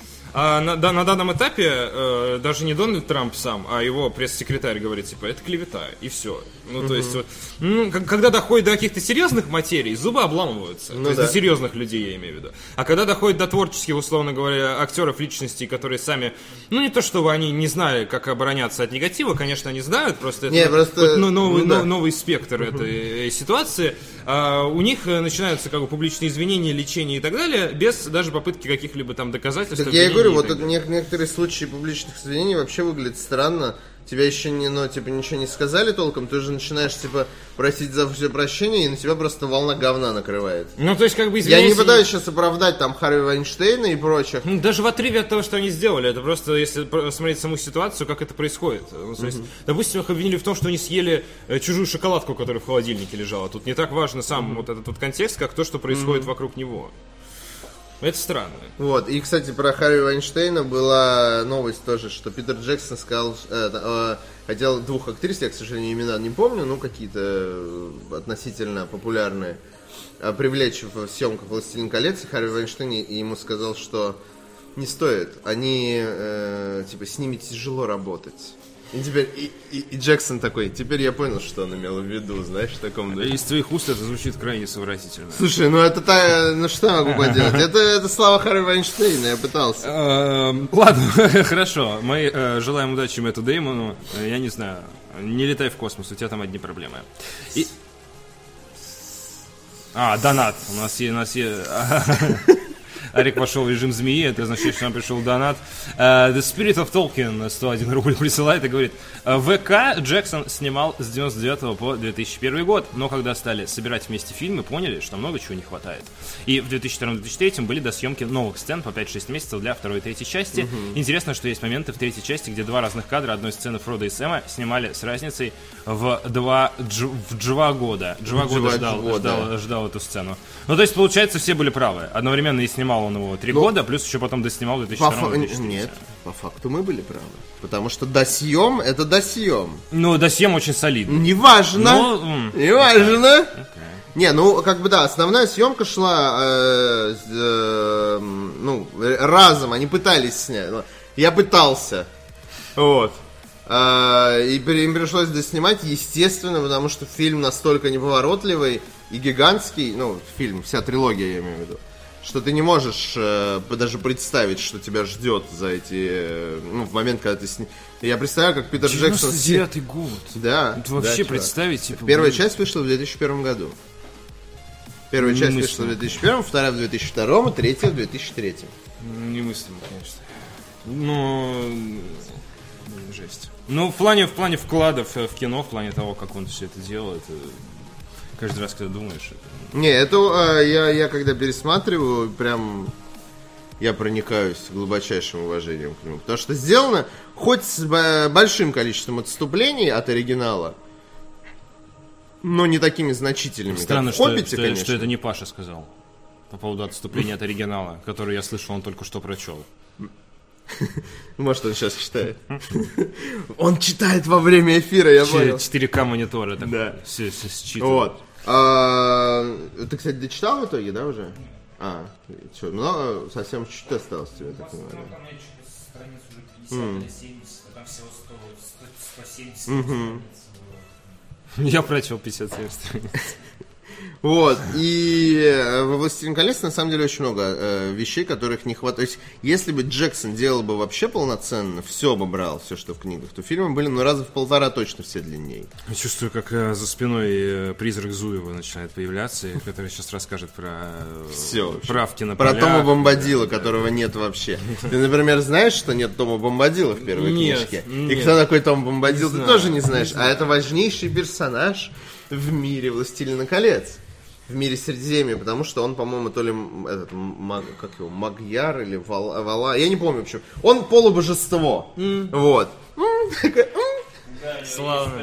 А на данном этапе даже не Дональд Трамп сам, а его пресс-секретарь говорит, типа, это клевета, и все. Ну, то есть, вот, когда доходит до каких-то серьезных материй, зубы обламываются. То есть, до серьезных людей, я имею в виду. А когда доходит до творческих, условно говоря, актеров, личностей, которые сами, ну, не то, чтобы они не знали, как обороняться от негатива, конечно, они знают, просто это новый спектр этой ситуации. У них начинаются как бы публичные извинения, лечение и так далее, без даже попытки каких-либо там доказательств. Так я и говорю, вот некоторые случаи публичных извинений вообще выглядят странно. Тебя еще ничего не сказали толком, ты уже начинаешь, просить за все прощения, и на тебя просто волна говна накрывает. Ну, то есть, как бы, извиняюсь... Я не пытаюсь сейчас оправдать там Харви Вайнштейна и прочих. Ну, даже в отрыве от того, что они сделали, это просто, если смотреть саму ситуацию, как это происходит. Ну, то есть, допустим, их обвинили в том, что они съели чужую шоколадку, которая в холодильнике лежала. Тут не так важно сам вот этот вот контекст, как то, что происходит вокруг него. Это странно. Вот, и, кстати, про Харви Вайнштейна была новость тоже, что Питер Джексон сказал, хотел двух актрис, я, к сожалению, имена не помню, ну, какие-то относительно популярные, привлечь в съемках «Властелин колец» Харви Вайнштейн, и ему сказал, что не стоит, они, с ними тяжело работать. И теперь и Джексон такой, теперь я понял, что он имел в виду, знаешь, в таком духе. Из твоих уст это звучит крайне совратительно. Слушай, что я могу поделать? Это слава Харви Вайнштейна, я пытался. Ладно, хорошо. Мы желаем удачи Мэтту Деймону. Я не знаю, не летай в космос, у тебя там одни проблемы. Донат. У нас есть... Арик вошел в режим змеи, это означает, что нам пришел донат. The Spirit of Tolkien 101 рубль присылает и говорит: ВК Джексон снимал с 99 по 2001 год, но когда стали собирать вместе фильмы, поняли, что много чего не хватает. И в 2002-2003 были досъемки новых сцен по 5-6 месяцев для второй и третьей части. Интересно, что есть моменты в третьей части, где два разных кадра одной сцены Фродо и Сэма снимали с разницей в 2 года. 2 года ждал эту сцену. Ну, то есть, получается, все были правы. Одновременно и снимал он его 3 года, плюс еще потом доснимал в 2002-2003. Нет, по факту мы были правы. Потому что досъем — это досъем. Ну, досъем очень солидный. Неважно. Неважно. Не, основная съемка шла, разом, они пытались снять. Я пытался. Вот. И им пришлось доснимать, естественно, потому что фильм настолько неповоротливый и гигантский, фильм, вся трилогия, я имею в виду, что ты не можешь даже представить, что тебя ждет за эти... в момент, когда ты Я представляю, как Питер Джексон... 99-й год. Да. Это вообще представить... Первая часть вышла в 2001 году. Первая часть вышла в 2001, вторая в 2002, третья в 2003. Немыслимо, конечно. Жесть. В плане вкладов в кино, в плане того, как он все это делает... Каждый раз, когда думаешь... Не, это я когда пересматриваю, прям я проникаюсь глубочайшим уважением к нему. Потому что сделано хоть с большим количеством отступлений от оригинала, но не такими значительными, странно, как в «Хоббите», конечно. Что это не Паша сказал по поводу отступления от оригинала, который я слышал, он только что прочел. Может, он сейчас читает. Он читает во время эфира, я понял. 4К монитора. Да. Все считывает. Вот. Ты, кстати, дочитал в итоге, да, уже? Что, много, совсем чуть-чуть осталось тебе, так понимаю. Ну, там я что-то страниц уже 50 или 70, а там всего 170 страниц. Я прочел 57 страниц. Вот, и во «Властелин колец» на самом деле очень много вещей, которых не хватает. То есть, если бы Джексон делал бы вообще полноценно, все бы брал, все, что в книгах, то фильмы были, раза в 1,5 точно все длиннее. Я чувствую, как за спиной призрак Зуева начинает появляться, который сейчас расскажет про правки на поля. Про Тома Бомбадила, которого нет вообще. Ты, например, знаешь, что нет Тома Бомбадила в первой книжке? И кто такой Том Бомбадил, ты тоже не знаешь. А это важнейший персонаж в мире «Властелина колец», в мире Средиземья, потому что он, по-моему, то ли Magyar или Вала, я не помню, почему. Он полубожество. Вот. Славно.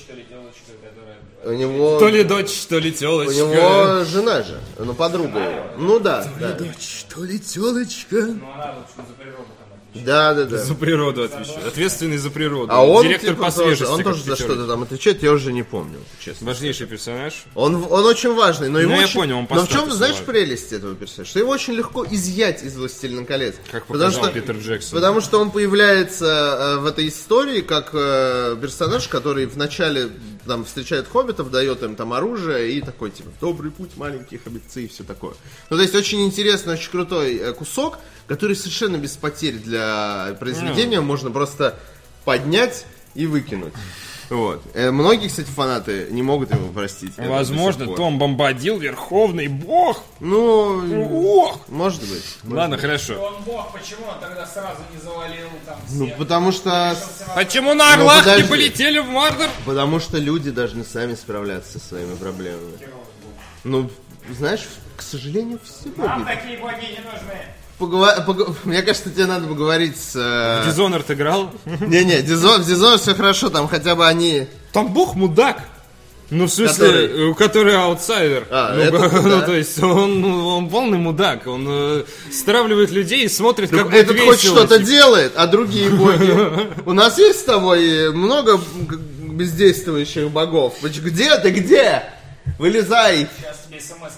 У него... То ли дочь, то ли телочка. У него жена же, подруга его. Ну да. То ли дочь, то ли телочка. Ну, она вот за природу там. Да. За природу отвечает. Ответственный за природу. А он, директор по свежести. Он тоже за что-то там отвечает, я уже не помню, честно. Важнейший персонаж. Он очень важный, но его я очень... понял, он по Но в чем, статусу знаешь, важен. прелесть этого персонажа? Что его очень легко изъять из «Властелина колец». Как показал Питер Джексон. Потому что он появляется в этой истории как персонаж, который вначале там встречает хоббитов, дает им там оружие и такой, типа, добрый путь, маленькие хоббитцы и все такое. Ну, то есть, очень интересный, очень крутой кусок, который совершенно без потерь для произведения можно просто поднять и выкинуть. Вот. Многие, кстати, фанаты не могут его простить. Возможно, Том Бомбадил верховный бог. Ну, может быть. Ладно, хорошо. Он бог, почему он тогда сразу не завалил там всех? Потому что... Почему на орлах не подожди. полетели в Мордор? Потому что люди должны сами справляться со своими проблемами. Ну, знаешь, к сожалению, все Нам боги. такие боги не нужны. Мне кажется, тебе надо поговорить с... Dishonored играл? Не-не, в Dishonored все хорошо, там хотя бы они... Там бог мудак. Ну, в смысле, который аутсайдер. То есть, он полный мудак. Он стравливает людей и смотрит, как будет Этот весело. хоть что-то делает, а другие боги... У нас есть с тобой много бездействующих богов. Где ты, где? Вылезай! Сейчас тебе смс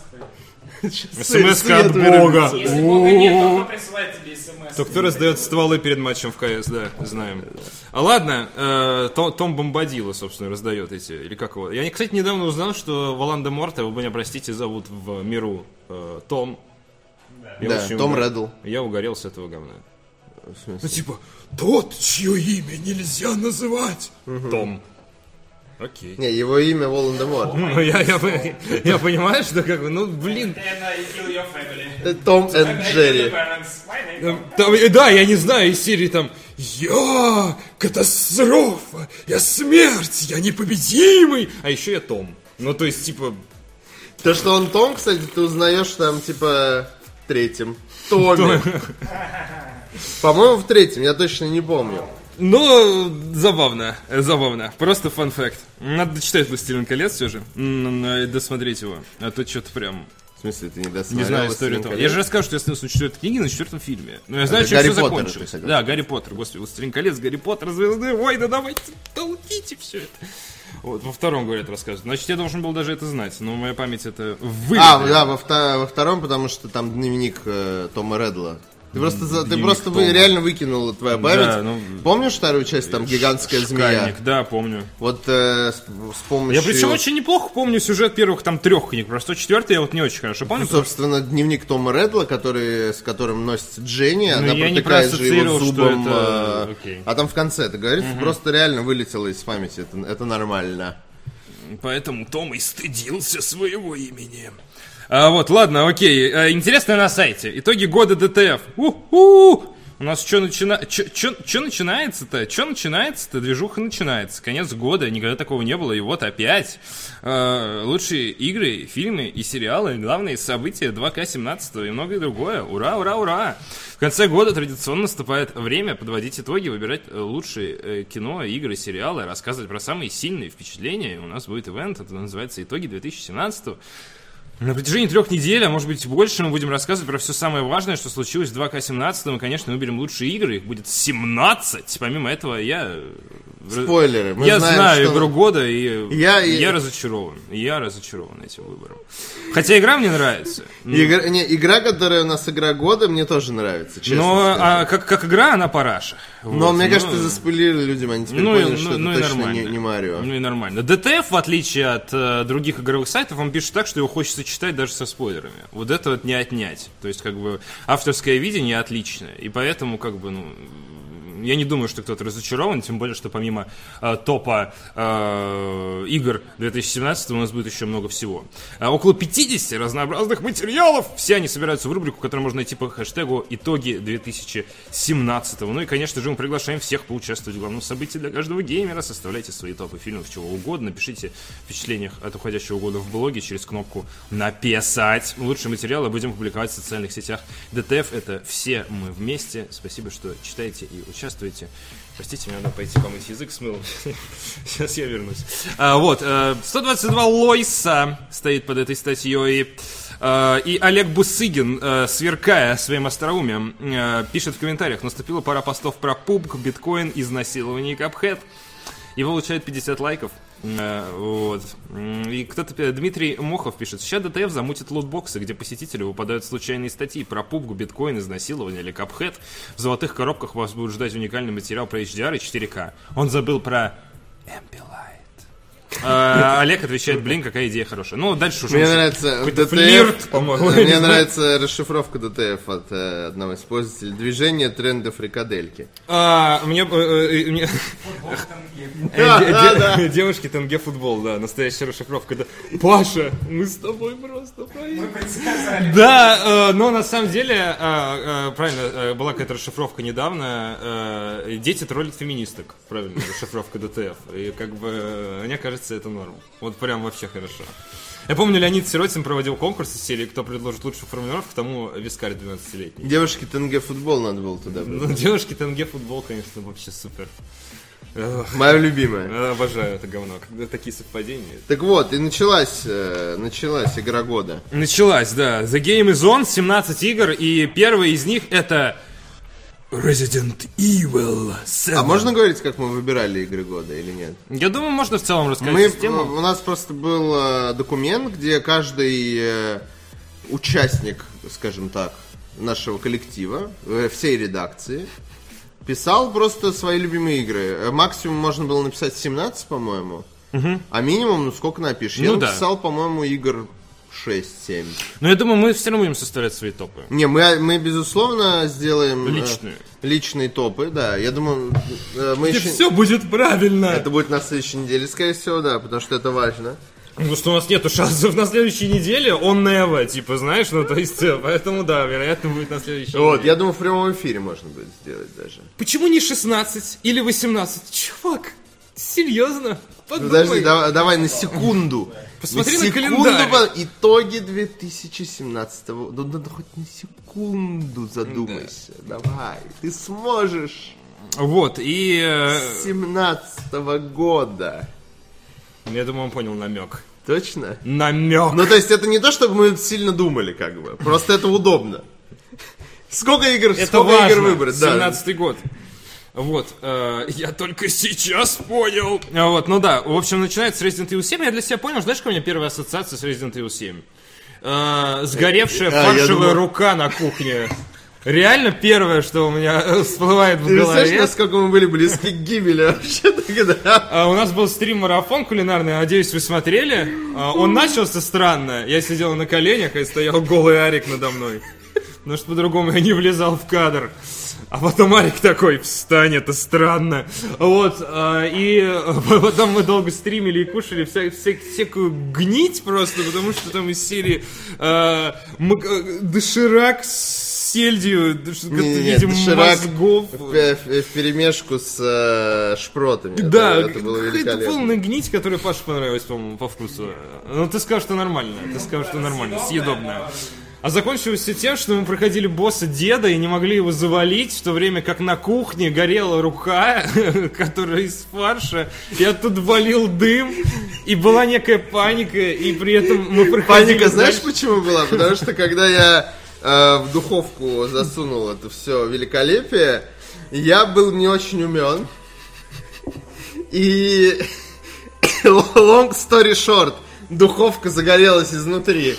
СМС-ка от бога. Если бога нет, то кто присылает тебе смс? То кто раздает стволы перед матчем в КС, да, знаем. А ладно, Том Бомбадило, собственно, раздает эти, или как его. Я, кстати, недавно узнал, что Волан-де-Морта, вы меня простите, зовут в миру Том. Да, Том Реддл. Я угорел с этого говна. Ну, типа, тот, чье имя нельзя называть. Том. Окей. Не, его имя Волан-де-Морт. Ну, я понимаю, что как бы, ну, блин. Том и Джерри. Да, я не знаю, из серии там «Я катастрофа, я смерть, я непобедимый». А еще я Том. Ну, то есть, типа... То, что он Том, кстати, ты узнаешь там, типа, в третьем. Томе. По-моему, в третьем, я точно не помню. Ну, забавно. Просто фан-факт. Надо дочитать «Властелин колец» все же. Досмотреть его. А то что-то прям... В смысле, ты не досмотрел? Не знаю историю того. Я же рассказывал, что я снялся на 4-й книге, на 4-м фильме. Но я знаю, чем все закончилось. Да, Гарри Поттер. Господи, «Властелин колец», Гарри Поттер, «Звездные войны», давайте толките все это. Вот, во втором, говорят, рассказывают. Значит, я должен был даже это знать, но моя память это вылетела. Да, во втором, потому что там дневник Тома Реддла. Ты просто реально выкинул твою память. Да, помнишь вторую часть, там гигантская змея? Да, помню. Вот с помощью... Я причем очень неплохо помню сюжет первых там 3 книг. Просто 4-й я вот не очень хорошо помню. Собственно, дневник Тома Реддла, с которым носится Дженни, она протыкает же его зубом. А там в конце это говорится, просто реально вылетело из памяти. Это нормально. Поэтому Том и стыдился своего имени. Вот, ладно, окей. Интересно на сайте. Итоги года ДТФ. У нас что начинается-то? Что начинается-то? Движуха начинается. Конец года, никогда такого не было. И вот опять. Лучшие игры, фильмы и сериалы. Главные события 2К17 и многое другое. Ура, ура, ура! В конце года традиционно наступает время подводить итоги, выбирать лучшие кино, игры, сериалы, рассказывать про самые сильные впечатления. У нас будет ивент, это называется «Итоги 2017». На протяжении 3 недель, а может быть больше, мы будем рассказывать про все самое важное, что случилось в 2К17. Мы, конечно, выберем лучшие игры, их будет 17. Помимо этого, Спойлеры. Я знаю игру года, и я разочарован. Я разочарован этим выбором. Хотя игра мне нравится. Игра, которая у нас игра года, мне тоже нравится, честно. Но как игра, она параша. Но мне кажется, заспойлерили людям, они теперь поняли, что это точно не Марио. Ну и нормально. ДТФ, в отличие от других игровых сайтов, он пишет так, что его хочется читать даже со спойлерами. Вот это вот не отнять. То есть, как бы, авторское видение отличное. И поэтому, как бы, я не думаю, что кто-то разочарован, тем более, что помимо топа игр 2017 у нас будет еще много всего. Около 50 разнообразных материалов. Все они собираются в рубрику, которую можно найти по хэштегу «Итоги 2017». Ну и, конечно же, мы приглашаем всех поучаствовать в главном событии для каждого геймера. Составляйте свои топы фильмов, чего угодно. Пишите в впечатлениях от уходящего года в блоге через кнопку «Написать». Лучшие материалы будем публиковать в социальных сетях ДТФ. Это все мы вместе. Спасибо, что читаете и участвуете. Простите, мне надо пойти помыть язык с мылом. Сейчас я вернусь. 122 Лойса стоит под этой статьей. И Олег Бусыгин, сверкая своим остроумием, пишет в комментариях: наступила пора постов про PUBG, биткоин, изнасилование и Cuphead. И получает 50 лайков. Вот. И кто-то, Дмитрий Мохов пишет: сейчас ДТФ замутит лутбоксы, где посетителю выпадают случайные статьи про PUBG, биткоин, изнасилование или Cuphead. В золотых коробках вас будет ждать уникальный материал про HDR и 4К. Он забыл про Ambilight. Олег отвечает: блин, какая идея хорошая. Ну, дальше уже мне нравится флирт, по-моему. Мне нравится расшифровка ДТФ от одного из пользователей. Движение тренда фрикадельки. Девушки, тенге, футбол, да, настоящая расшифровка. Паша, мы с тобой просто поедем. Да, но на самом деле, правильно, была какая-то расшифровка недавно. Дети троллят феминисток. Правильно, расшифровка ДТФ. И как бы, мне кажется, это норм. Вот прям вообще хорошо. Я помню, Леонид Сиротин проводил конкурс из серии «Кто предложит лучшую формулировку, тому вискарь 12-летний». Девушки тенге футбол надо было туда. Девушки тенге футбол, конечно, вообще супер. Моя любимая. Обожаю это говно. Такие совпадения. Так вот, и началась игра года. Началась, да. The Game is on, 17 игр, и первая из них это Resident Evil 7. А можно говорить, как мы выбирали игры года или нет? Я думаю, можно в целом рассказать систему. У нас просто был документ, где каждый участник, скажем так, нашего коллектива, всей редакции, писал просто свои любимые игры. Максимум можно было написать 17, по-моему. А минимум, сколько напишешь? Я написал, по-моему, игр 6-7. Но я думаю, мы все равно будем составлять свои топы. Не, мы безусловно, сделаем личные топы, да. Я думаю, мы еще... все будет правильно. Это будет на следующей неделе, скорее всего, да, потому что это важно. Потому что у нас нету шансов на следующей неделе, он never, типа, знаешь, ну, то есть, поэтому, да, вероятно, будет на следующей неделе. Я думаю, в прямом эфире можно будет сделать даже. Почему не 16 или 18? Чувак, серьезно? Подожди, давай на секунду. Посмотри на календарь. Итоги 2017-го. Да хоть на секунду задумайся. Да. Давай, ты сможешь. Вот, и... 17-го года. Я думаю, он понял намек. Точно? Намек. Ну, то есть, это не то, чтобы мы сильно думали, как бы. Просто это удобно. Сколько игр выбрать? 17-й год. Вот, я только сейчас понял. Вот, ну да, в общем, начинается Resident Evil 7. Я для себя понял, знаешь, какая у меня первая ассоциация с Resident Evil 7? Сгоревшая фаршевая рука на кухне. Реально первое, что у меня всплывает в голове. Ты знаешь, насколько мы были близки к гибели вообще тогда? У нас был стрим-марафон кулинарный, надеюсь, вы смотрели. Он начался странно. Я сидел на коленях, и стоял голый Арик надо мной. Потому что по-другому я не влезал в кадр. А потом Арик такой: встань, это странно. Вот, и потом мы долго стримили и кушали всякую гнить просто, потому что там из серии доширак с сельдью, видимо, мозгов. Вперемешку с шпротами. Да, какая-то полная гнить, которая Паше понравилась, по-моему, по вкусу. Ну, ты сказал, что нормально, съедобная. А закончилось все тем, что мы проходили босса деда и не могли его завалить, в то время как на кухне горела рука, которая из фарша, и оттуда валил дым. И была некая паника, и при этом мы проходили... Паника, знаешь, почему была? Потому что когда я в духовку засунул это все великолепие, я был не очень умен. И long story short, духовка загорелась изнутри.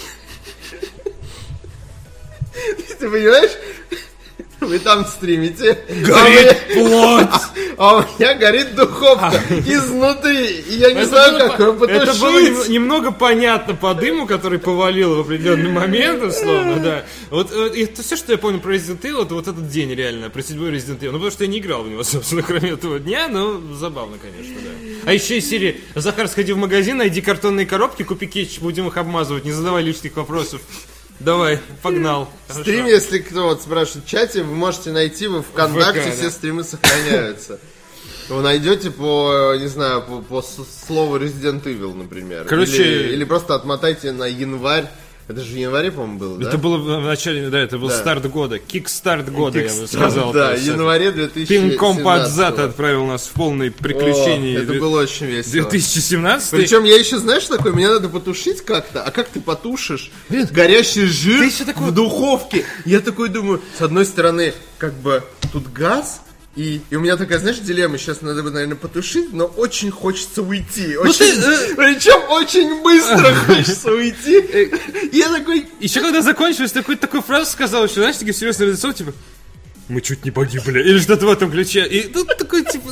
Ты понимаешь? Вы там стримите. Горит плоть! А у меня горит духовка изнутри. И я не знаю, как ее потушить. Это было немного понятно по дыму, который повалил в определенный момент, условно, да. Вот это все, что я помню про Resident Evil, это вот этот день реально, про 7-й Resident Evil. Ну, потому что я не играл в него, собственно, кроме этого дня, но забавно, конечно, да. А еще из серии «Захар, сходи в магазин, найди картонные коробки, купи кетчуп, будем их обмазывать, не задавай лишних вопросов». Давай, погнал. Стрим, если кто вот спрашивает в чате, вы можете найти, вы ВКонтакте, все стримы сохраняются. Вы найдете по, не знаю, по слову Resident Evil, например. Короче... Или просто отмотайте на январь. Это же в январе, по-моему, было, да? Это было в начале, да, это был старт года. Кик-старт года, я бы сказал. Да, в январе 2017. Пинком под зад отправил нас в полное приключение. Это было очень весело. 2017. Причем я еще, знаешь, такой, мне надо потушить как-то. А как ты потушишь? Горящий жир в духовке. Я такой думаю, с одной стороны, как бы тут газ. И у меня такая, знаешь, дилемма, сейчас надо бы, наверное, потушить, но очень хочется уйти. Причем очень быстро хочется уйти. И я такой... Еще когда закончилось, такую фразу сказал, что, знаешь, такие серьезные лицо, типа, мы чуть не погибли, или что-то в этом ключе. И тут такой, типа,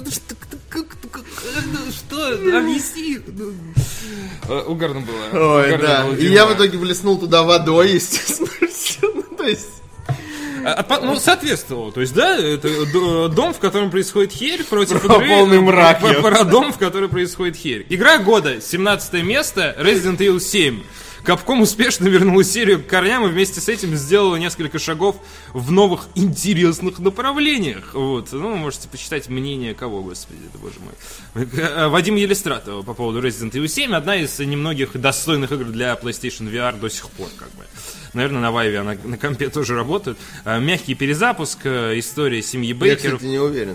что, объясни. Угарно было. Ой, да. И я в итоге блеснул туда водой, естественно, все. Ну, то есть... Ну, соответствовало. То есть, да, это дом, в котором происходит херь против игры. Полный мрак. Про дом, в котором происходит херь. Игра года, 17 место, Resident Evil 7. Capcom успешно вернула серию к корням и вместе с этим сделала несколько шагов в новых интересных направлениях. Вот. Ну, вы можете почитать мнение кого, господи, это боже мой. Вадима Елистратова по поводу Resident Evil 7. Одна из немногих достойных игр для PlayStation VR до сих пор, как бы. Наверное, на Вайве она на компе тоже работает. Мягкий перезапуск, история семьи Бейкеров. Я, кстати, не уверен.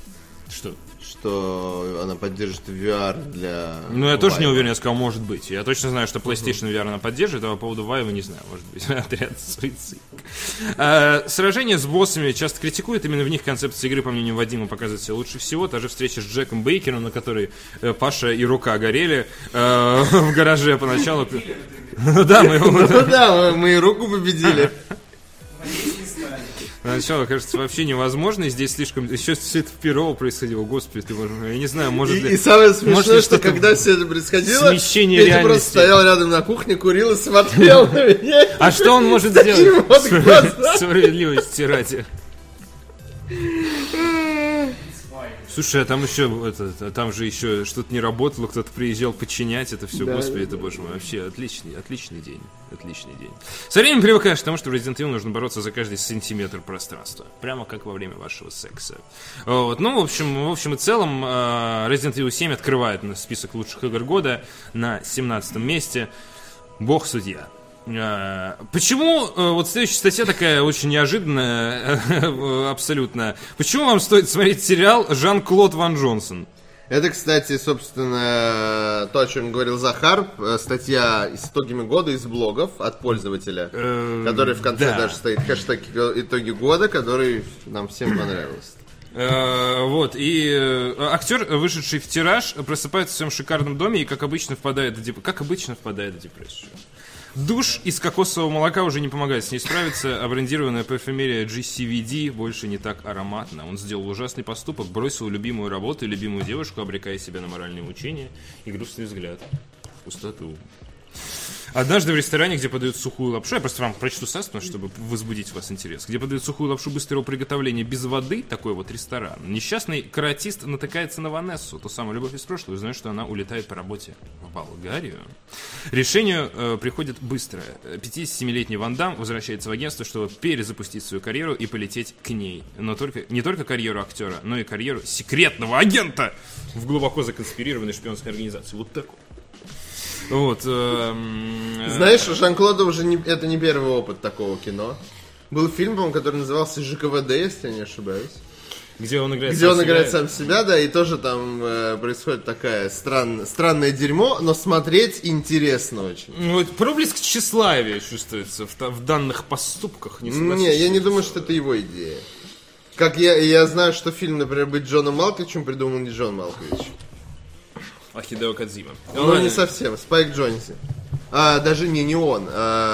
Что она поддержит VR для... Ну, я тоже не уверен, я сказал, может быть. Я точно знаю, что PlayStation VR она поддержит, а по поводу Vive не знаю, может быть. Отряд суицид. Сражения с боссами часто критикуют, именно в них концепция игры, по мнению Вадима, показывает себя лучше всего. Та же встреча с Джеком Бейкером, на которой Паша и рука горели в гараже поначалу. Да, мы и руку победили. Начало, кажется, вообще невозможно, и здесь слишком... Еще все это впервые происходило, господи, ты можешь... Я не знаю, может ли... И самое смешное, что когда все это происходило, смещение реальности. Петя просто стоял рядом на кухне, курил и смотрел на меня. А что он может сделать? Справедливости ради. Слушай, а там еще там же еще что-то не работало, кто-то приезжал починять это все, да, господи, это боже мой, вообще отличный день. Со временем привыкаешь к тому, что в Resident Evil нужно бороться за каждый сантиметр пространства, прямо как во время вашего секса. Вот. Ну, в общем и целом, Resident Evil 7 открывает список лучших игр года на 17-м месте. Бог судья. Почему, вот следующая статья такая очень неожиданная, абсолютно. Почему вам стоит смотреть сериал «Жан-Клод Ван Джонсон»? Это, кстати, собственно, то, о чем говорил Захар, статья с итогами года из блогов от пользователя, который в конце даже стоит хэштег «Итоги года», который нам всем понравился. Вот, и актер, вышедший в тираж, просыпается в своем шикарном доме и, как обычно, впадает в депрессию. Душ из кокосового молока уже не помогает с ней справиться, а брендированная парфюмерия GCVD больше не так ароматна. Он сделал ужасный поступок, бросил любимую работу и любимую девушку, обрекая себя на моральные мучения и грустный взгляд в пустоту. Однажды в ресторане, где подают сухую лапшу, я просто вам прочту состав, чтобы возбудить в вас интерес, где подают сухую лапшу быстрого приготовления без воды, такой вот ресторан, несчастный каратист натыкается на Ванессу, ту самую любовь из прошлого, и узнает, что она улетает по работе в Болгарию. Решению приходит быстро. 57-летний Ван Дам возвращается в агентство, чтобы перезапустить свою карьеру и полететь к ней. Но не только карьеру актера, но и карьеру секретного агента в глубоко законспирированной шпионской организации. Вот так вот. Вот, знаешь, у Жан-Клода уже это не первый опыт такого кино. Был фильм, по-моему, который назывался ЖКВД, если я не ошибаюсь. Где он играет сам себя, да, и тоже там происходит такая странное дерьмо, но смотреть интересно очень. Вот проблеск тщеславия чувствуется в данных поступках. Не, я не думаю, что это его идея. Как я знаю, что фильм, например, «Быть Джоном Малковичем» придумал не Джон Малкович. А Хидео Кодзима. Ну, не совсем, Спайк Джонси. Даже не он,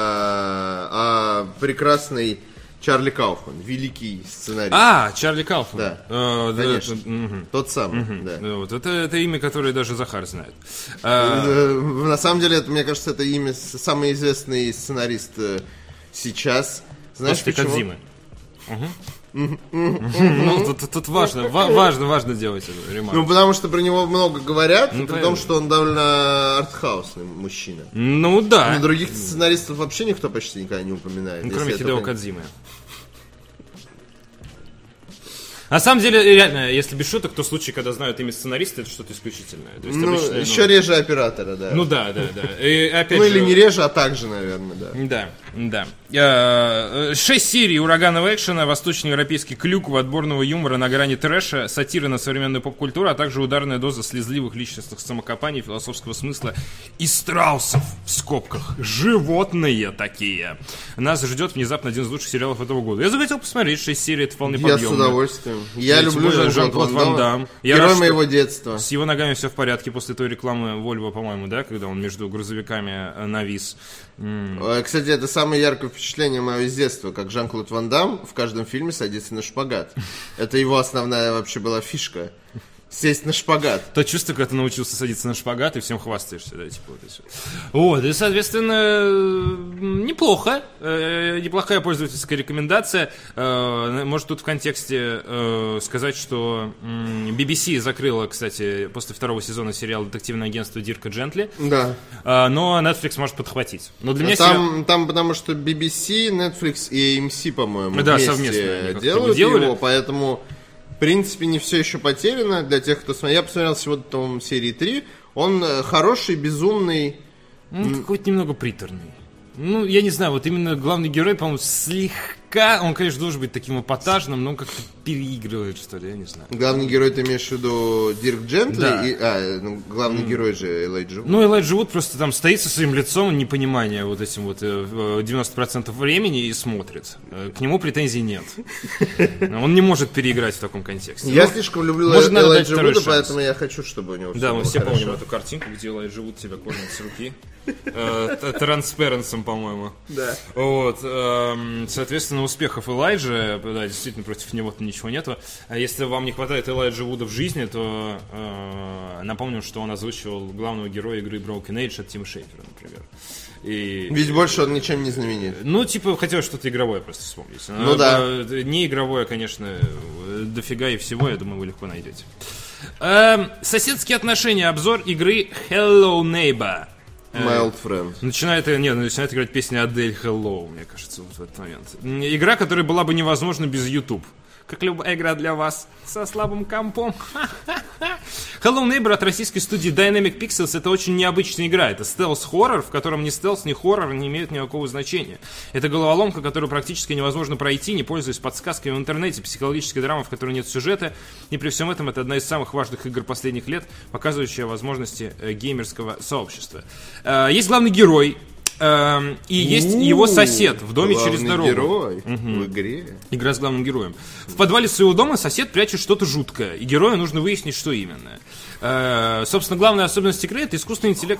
а прекрасный Чарли Кауфман, великий сценарист. Чарли Кауфман. Да, конечно. Тот самый, да. Вот, это имя, которое даже Захар знает. На самом деле, мне кажется, это имя самый известный сценарист сейчас. Знаешь почему? Кодзимы. Ну, тут важно делать эту ремарку. Ну, потому что про него много говорят, при том, что он довольно артхаусный мужчина. Ну, да. Но других сценаристов вообще никто почти никогда не упоминает. Кроме Хидео Кодзимы. На самом деле, реально, если без шуток, то случай, когда знают имя сценариста, это что-то исключительное. То есть, обычно, еще реже оператора, да. Ну да. И, опять или не реже, а также, наверное, да. Да. 6 серий ураганного экшена, восточноевропейский клюква, отборного юмора на грани трэша, сатиры на современную поп-культуру, а также ударная доза слезливых личностных самокопаний, философского смысла и страусов, в скобках, животные такие. Нас ждет внезапно один из лучших сериалов этого года. Я захотел посмотреть 6 серий, это вполне подъемно. Я с удовольствием. Я люблю Жан-Клод Ван Дамм. Герой моего детства. С его ногами все в порядке после той рекламы Volvo, по-моему, да, когда он между грузовиками навис. Кстати, это самое яркое впечатление мое из детства, как Жан-Клод Ван Дамм в каждом фильме садится на шпагат. Это его основная вообще была фишка. Сесть на шпагат. То чувство, когда ты научился садиться на шпагат и всем хвастаешься, да, типа вот и все. Вот, и, соответственно, неплохо. Неплохая пользовательская рекомендация. Может, тут в контексте сказать, что BBC закрыла, кстати, после второго сезона сериал «Детективное агентство Дирка Джентли». Да. Но Netflix может подхватить. Но для меня там потому что BBC, Netflix и AMC, по-моему, да, вместе совместно делают его, поэтому... В принципе, не все еще потеряно для тех, кто смотрел. Я посмотрел сегодня, по-моему, серии 3. Он хороший, безумный. Какой-то немного приторный. Ну, я не знаю, вот именно главный герой, по-моему, слегка... Он, конечно, должен быть таким эпатажным, но он как-то переигрывает, что ли, я не знаю. Главный герой, ты имеешь в виду Дирк Джентли? Да. Главный герой же Элайджа Вуд. Ну, Элайджа Вуд просто там стоит со своим лицом, непонимание вот этим вот 90% времени и смотрит. К нему претензий нет. Он не может переиграть в таком контексте. Я слишком люблю Элайджа Вуда, поэтому я хочу, чтобы у него все было Да, мы все хорошо. помним эту картинку, где Элайджа Вуд тебя кормит с руки. Транспаренсом, по-моему. Да. Вот. Соответственно, успехов Элайджа, да, действительно, против него-то ничего нету. Если вам не хватает Элайджа Вуда в жизни, то напомним, что он озвучивал главного героя игры Broken Age от Тима Шейфера, например. И... Ведь больше он ничем не знаменит. Ну, типа, хотелось что-то игровое просто вспомнить. Ну да. Не игровое, конечно, дофига и всего, я думаю, вы легко найдете. Соседские отношения. Обзор игры Hello Neighbor. My Old Friend. Начинает играть песня Адель Hello, мне кажется, вот в этот момент. Игра, которая была бы невозможна без YouTube. Как любая игра для вас со слабым компом. Hello Neighbor от российской студии Dynamic Pixels — это очень необычная игра. Это стелс-хоррор, в котором ни стелс, ни хоррор не имеют никакого значения. Это головоломка, которую практически невозможно пройти, не пользуясь подсказками в интернете, психологическая драма, в которой нет сюжета. И при всем этом это одна из самых важных игр последних лет, показывающая возможности геймерского сообщества. Есть главный герой, и есть его сосед в доме через дорогу. Герой в игре. Игра с главным героем. В подвале своего дома сосед прячет что-то жуткое, и герою нужно выяснить, что именно. Собственно, главная особенность игры — это искусственный интеллект.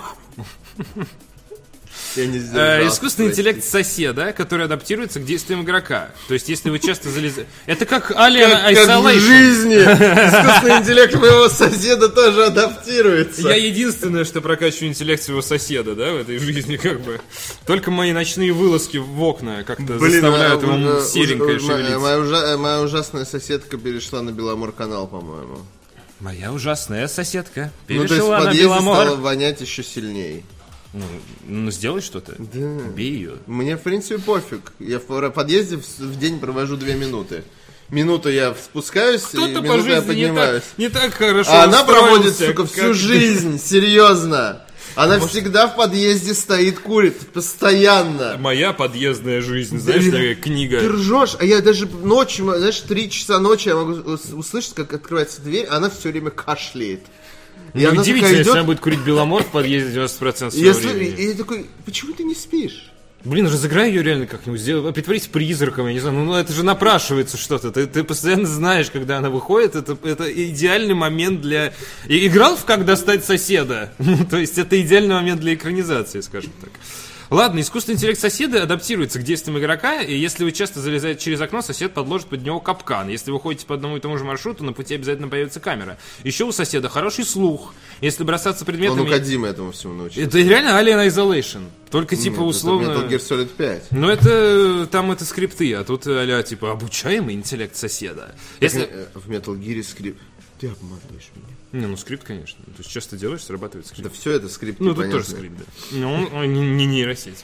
Искусственный интеллект соседа, который адаптируется к действиям игрока. То есть, если вы часто залезаете... Это как Alien Isolation. Как в жизни. Искусственный интеллект моего соседа тоже адаптируется. Я единственное, что прокачиваю интеллект своего соседа, да, в этой жизни, как бы. Только мои ночные вылазки в окна как-то заставляют ему серенькое шевелиться. Моя ужасная соседка перешла на Беломор-канал, по-моему. Моя ужасная соседка перешла на Беломор. Ну, то есть в подъезде стало вонять еще сильнее. Ну, сделай что-то. Да. Бей ее. Мне, в принципе, пофиг. Я в подъезде в день провожу 2 минуты. Минуту я спускаюсь, кто-то и минуту я поднимаюсь. Не так хорошо. А она проводит, сука, всю жизнь, серьезно. Она всегда в подъезде стоит, курит, постоянно. Моя подъездная жизнь, знаешь, такая книга. Ты ржешь, а я даже ночью, знаешь, 3 часа ночи я могу услышать, как открывается дверь, а она все время кашляет. И она Неудивительно, такая если идет, она будет курить Беломор в подъезде 90% своего времени. и я такой, почему ты не спишь? Блин, разыграй ее реально как-нибудь, притворись призраком, я не знаю, ну это же напрашивается что-то, ты постоянно знаешь, когда она выходит, это идеальный момент для... И играл в «Как достать соседа», то есть это идеальный момент для экранизации, скажем так. Ладно, искусственный интеллект соседа адаптируется к действиям игрока, и если вы часто залезаете через окно, сосед подложит под него капкан. Если вы ходите по одному и тому же маршруту, на пути обязательно появится камера. Еще у соседа хороший слух. Если бросаться предметами... Он у Кодзимы этому всему научился. Это реально Alien Isolation. Только типа условно... Это Metal Gear Solid 5. Ну это... Там это скрипты, а тут а-ля типа обучаемый интеллект соседа. Если... В Metal Gear скрипт... Ты обманываешь меня. Не, ну скрипт, конечно. То есть часто делаешь, срабатывает скрипт. Да все это скрипты, Ну, тут понятно. тоже скрипт, да. Но он не нейросеть.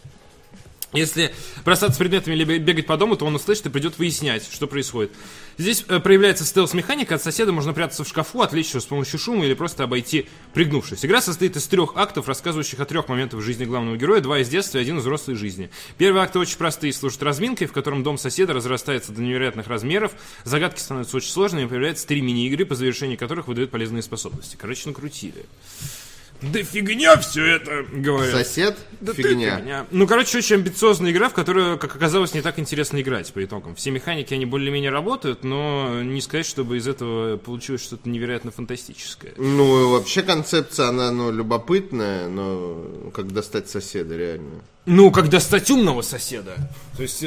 Если бросаться предметами или бегать по дому, то он услышит и придет выяснять, что происходит. Здесь проявляется стелс-механика. От соседа можно прятаться в шкафу, отвлечь его с помощью шума или просто обойти, пригнувшись. Игра состоит из 3 актов, рассказывающих о 3 моментах в жизни главного героя, 2 из детства и 1 из взрослой жизни. Первые акты очень простые, служат разминкой, в котором дом соседа разрастается до невероятных размеров, загадки становятся очень сложными, и появляются 3 мини-игры, по завершении которых выдают полезные способности. Короче, накрутили. Да фигня все это, говорят. Сосед? Да Фигня. Ну, короче, очень амбициозная игра, в которую, как оказалось, не так интересно играть по итогам. Все механики, они более-менее работают, но не сказать, чтобы из этого получилось что-то невероятно фантастическое. Ну, вообще концепция, она, любопытная, но как достать соседа, реально. Ну, как достать умного соседа. То есть,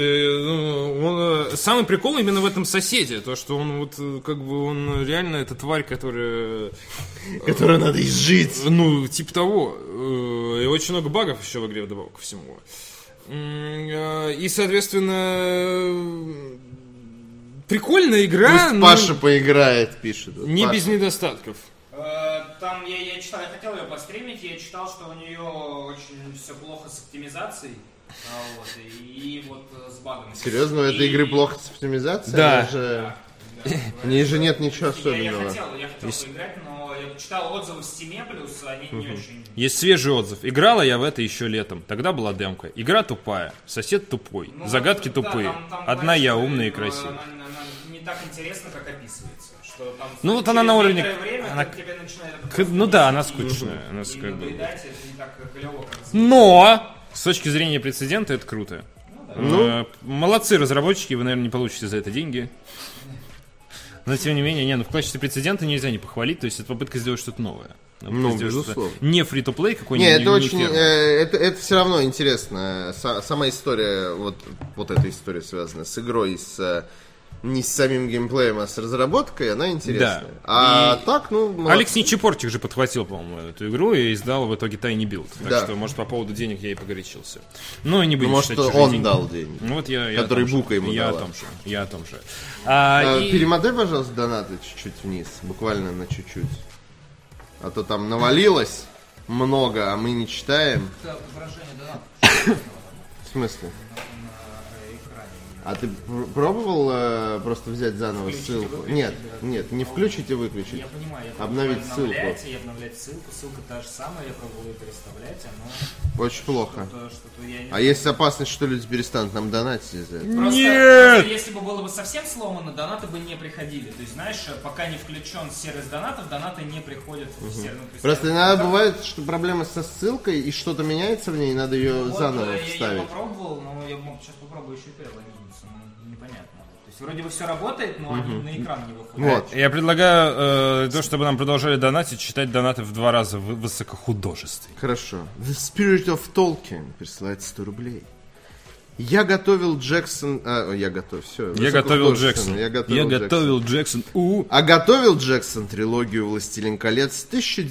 самый прикол именно в этом соседе. То, что он он реально эта тварь, которая... Которую надо изжить. Ну, типа того. И очень много багов еще в игре вдобавок ко всему. И, соответственно, прикольная игра. Пусть Паша поиграет, пишет. Не Паша. без недостатков. Там я читал, я хотел ее постримить, я читал, что у нее очень все плохо с оптимизацией. И вот с багами. Серьезно, у этой игры плохо с оптимизацией? Да. В ней же нет ничего Я особенного. хотел поиграть, но я читал отзывы в Steam, плюс они не очень... Есть свежий отзыв. Играла я в это еще летом. Тогда была демка. Игра тупая. Сосед тупой. Загадки тупые. Одна я умная и красивая. Она не так интересна, как описывается. Что там Ну вот она на уровне... время Она... тебе начинает... Ну да, она скучная. Она И как бы... надоедать, это не так клево, как... Но! С точки зрения прецедента это круто. Молодцы разработчики, вы, наверное, не получите за это деньги. Но тем не менее, в качестве прецедента нельзя не похвалить, то есть это попытка сделать что-то новое. Безусловно. Не фри-то-плей какой-нибудь. Не, это очень, это все равно интересно. Сама история, вот эта история связана с игрой, не с самим геймплеем, а с разработкой, она интересная. Да. А так, Алекс Нечепортик же подхватил, по-моему, эту игру и издал в итоге Tiny Build. Так да. что, может, по поводу денег я и погорячился. Но не будем может, считать он деньги. дал деньги. Ну, вот я который Бука ему я дала. Я о том же. Перемотай, пожалуйста, донаты чуть-чуть вниз, буквально на чуть-чуть. А то там навалилось много, а мы не читаем. Это выражение доната. В смысле? А ты пробовал просто взять заново ссылку? Нет, не включить и выключить. Я понимаю, я обновить ссылку. И обновлять ссылку. Ссылка та же самая, я пробовал ее переставлять, но... Очень плохо. Что-то я не А есть опасность, что люди перестанут нам донатить из-за этого? Просто если бы было бы совсем сломано, донаты бы не приходили. То есть, знаешь, пока не включен сервис донатов, донаты не приходят в сервис. Просто иногда бывает, что проблема со ссылкой, и что-то меняется в ней, и надо ее заново вставить. Я попробовал, но я сейчас попробую еще и переломиться. Непонятно. То есть вроде бы все работает, но они на экран не выходят. Вот. Я предлагаю, чтобы нам продолжали донатить, читать донаты в 2 раза высокохудожественнее. Хорошо. The Spirit of Tolkien присылает 100 рублей. Я готовил Джексон... Я готовил Джексон. А готовил Джексон трилогию «Властелин колец»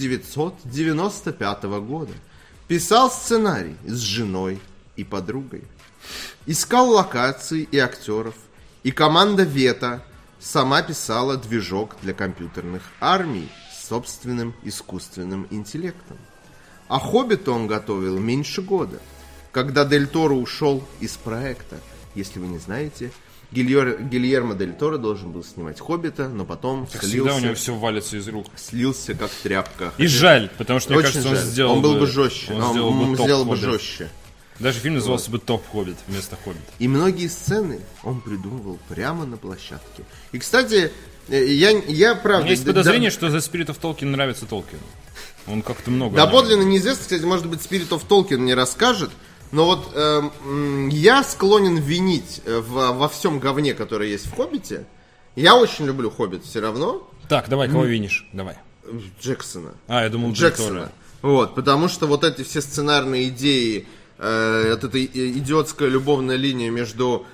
1995 года. Писал сценарий с женой и подругой. Искал локации и актеров. И команда Вета сама писала движок для компьютерных армий с собственным искусственным интеллектом. А «Хоббита» он готовил меньше года, когда Дель Торо ушел из проекта. Если вы не знаете, Гильермо Дель Торо должен был снимать «Хоббита», но потом Всегда у него все валится из рук. слился как тряпка. И жаль, потому что, мне Очень кажется, он жаль. сделал Он был бы жестче. Он сделал бы «Хоббит». жестче. Даже фильм назывался бы «Топ Хоббит» вместо «Хоббит». И многие сцены он придумывал прямо на площадке. И, кстати, я правда... У меня есть подозрение, что The Spirit of Tolkien нравится Толкину. Он как-то много... Доподлинно неизвестно, кстати, может быть, Spirit of Tolkien не расскажет, но вот я склонен винить во всем говне, которое есть в «Хоббите». Я очень люблю «Хоббит» все равно. Так, давай, кого винишь? Давай. Джексона. Я думал, Джексона. Вот, потому что вот эти все сценарные идеи, вот эта идиотская любовная линия между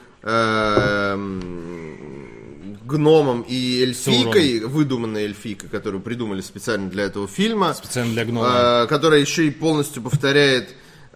гномом и эльфийкой, выдуманная эльфийка, которую придумали специально для этого фильма. Специально для гнома. Которая еще и полностью повторяет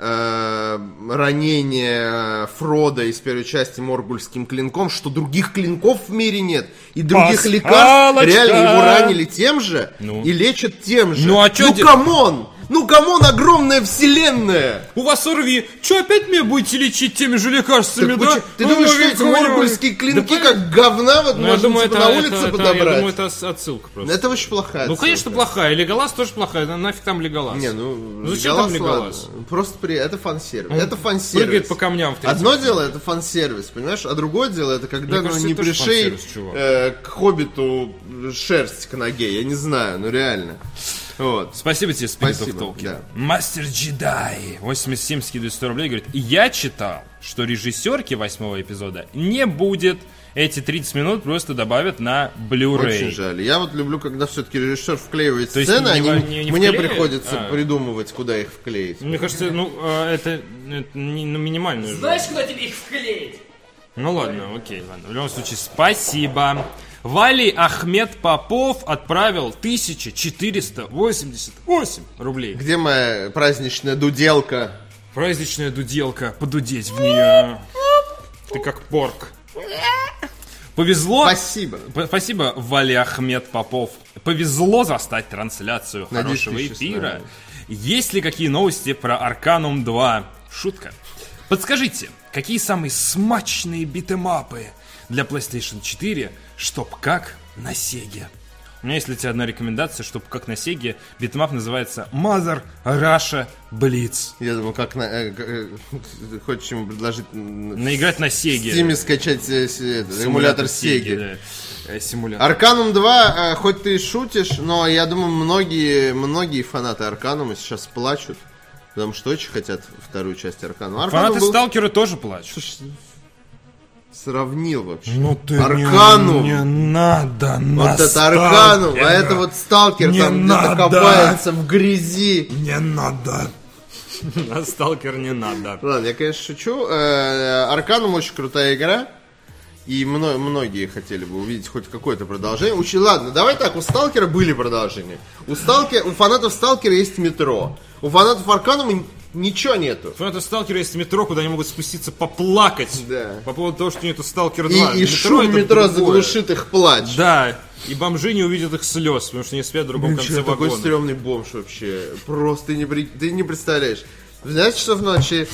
ранение Фрода из первой части моргульским клинком, что других клинков в мире нет, и других лекарств реально его ранили тем же и лечат тем же. Камон, огромная вселенная! У вас ОРВИ, что опять меня будете лечить теми же лекарствами, да? Ты думаешь, что эти моргульские клинки как говна вот можно на улице подобрать? Я думаю, это отсылка просто. Это очень плохая отсылка. Конечно, плохая. Леголас тоже плохая. Нафиг там Леголас? Зачем там Леголас? Просто это фан-сервис. Это фан-сервис. Прыгает по камням в третьем. Одно дело это фан-сервис, понимаешь? А другое дело это когда не пришей к Хоббиту шерсть к ноге. Я не знаю, реально. Вот. Спасибо тебе, Spirit of Tolkien. Да. Мастер Джедай 87 скидывает 100 рублей, говорит: я читал, что режиссерки 8-го эпизода не будет. Эти 30 минут просто добавят на Blu-ray. Очень жаль. Я вот люблю, когда все-таки режиссер вклеивает сцены, мне приходится придумывать, куда их вклеить. Мне кажется, это минимально. Знаешь, куда тебе их вклеить? Ну ладно, окей, ладно. В любом случае, спасибо. Вали Ахмед Попов отправил 1488 рублей. Где моя праздничная дуделка? Праздничная дуделка, подудеть в нее. Ты как порк. Повезло. Спасибо. Спасибо, Вали Ахмед Попов. Повезло застать трансляцию хорошего эфира. Есть ли какие новости про Arcanum 2? Шутка. Подскажите, какие самые смачные битэмапы для PlayStation 4, чтоб как на Сеге? У меня есть для тебя одна рекомендация, чтоб как на Сеге. Битэмап называется Mother Russia Blitz. Я думаю, как хочешь ему предложить наиграть на Сеге. В Steam скачать эмулятор Сеги. Да. Симулятор. Arcanum 2, хоть ты и шутишь, но я думаю, многие фанаты Arcanum сейчас плачут. Потому что очень хотят вторую часть Arcanum. Фанаты Сталкера тоже плачут. Слушай, сравнил вообще. Ну ты Арканум. Не надо на вот это Арканум, а это вот Сталкер не там где-то копается в грязи. Не надо. На Сталкер не надо. Ладно, я, конечно, шучу. Арканум очень крутая игра. И многие хотели бы увидеть хоть какое-то продолжение. Ладно, давай так, у Сталкера были продолжения. У фанатов Сталкера есть метро. У фанатов Арканума ничего нету. У фанатов Сталкера есть метро, куда они могут спуститься поплакать. Да. По поводу того, что нету Сталкер 2. И шум метро заглушит их плач. Да. И бомжи не увидят их слез, потому что они спят в другом конце вагона. Такой стрёмный бомж вообще. Просто ты не представляешь. В 12 часов ночи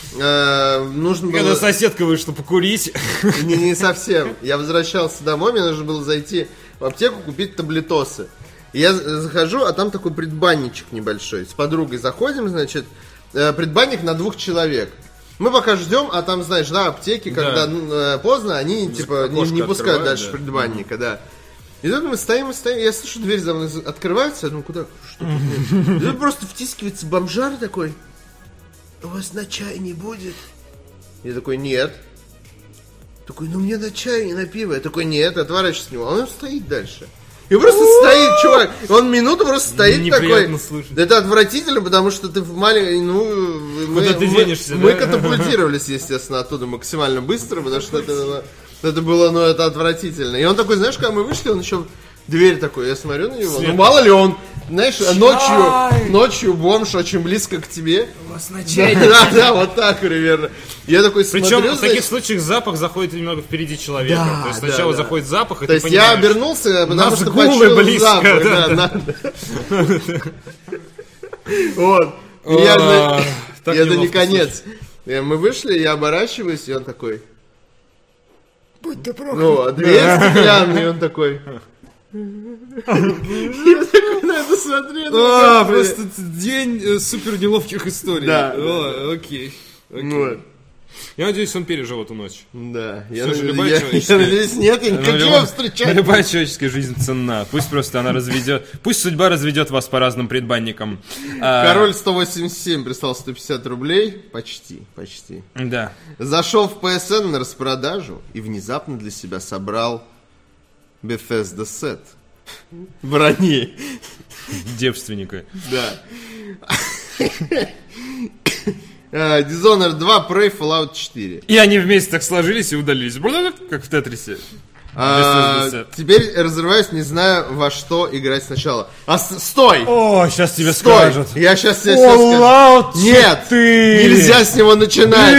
нужно было... Когда соседка вышла покурить. Не совсем. Я возвращался домой, мне нужно было зайти в аптеку, купить таблетосы. И я захожу, а там такой предбанничек небольшой. С подругой заходим, значит, предбанник на 2 человек. Мы пока ждем, а там, знаешь, да, аптеки, когда поздно, они типа не пускают дальше предбанника, да. И тут мы стоим, я слышу, дверь за мной открывается, я думаю, куда, что тут? И тут просто втискивается бомжар такой: у вас на чай не будет? Я такой: нет. Такой: ну мне на чай и на пиво. Я такой: нет, отворачиваюсь с него. А он стоит дальше. И просто стоит, чувак. Он минуту просто стоит такой. Слышать. Это отвратительно, потому что ты в маленькой... Мы катапультировались, естественно, оттуда максимально быстро, потому что это было, это отвратительно. И он такой, знаешь, когда мы вышли, он еще... Дверь такой, я смотрю на него. Ну мало ли он, знаешь, ночью бомж очень близко к тебе. У вас на чай. Да, вот так примерно. Я такой смотрю. Причем в таких случаях запах заходит немного впереди человека. То есть сначала заходит запах, и ты понимаешь. То есть я обернулся, потому что почуял запах. Вот. Это не конец. Мы вышли, я оборачиваюсь, и он такой: будь ты проклят. Ну, а дверь стеклянная, и он такой... Я такой на это смотрю. Просто день супер неловких историй. Да. Окей. Вот. Я надеюсь, он пережил эту ночь. Да. Я надеюсь, нет, я никакого встречать. Любая человеческая жизнь ценна. Пусть просто она разведет. Пусть судьба разведет вас по разным предбанникам. Король 187 прислал 150 рублей. Почти. Да. Зашел в PSN на распродажу и внезапно для себя собрал Bethesda Set. Брони. Девственника. Да. Dishonored 2, Prey, Fallout 4. И они вместе так сложились и удалились. Как в Тетрисе. Теперь разрываюсь, не знаю, во что играть сначала. Стой! О, сейчас тебе Стой! скажут. Я сейчас тебе все скажу. Fallout 4. Нет! Нельзя с него начинать!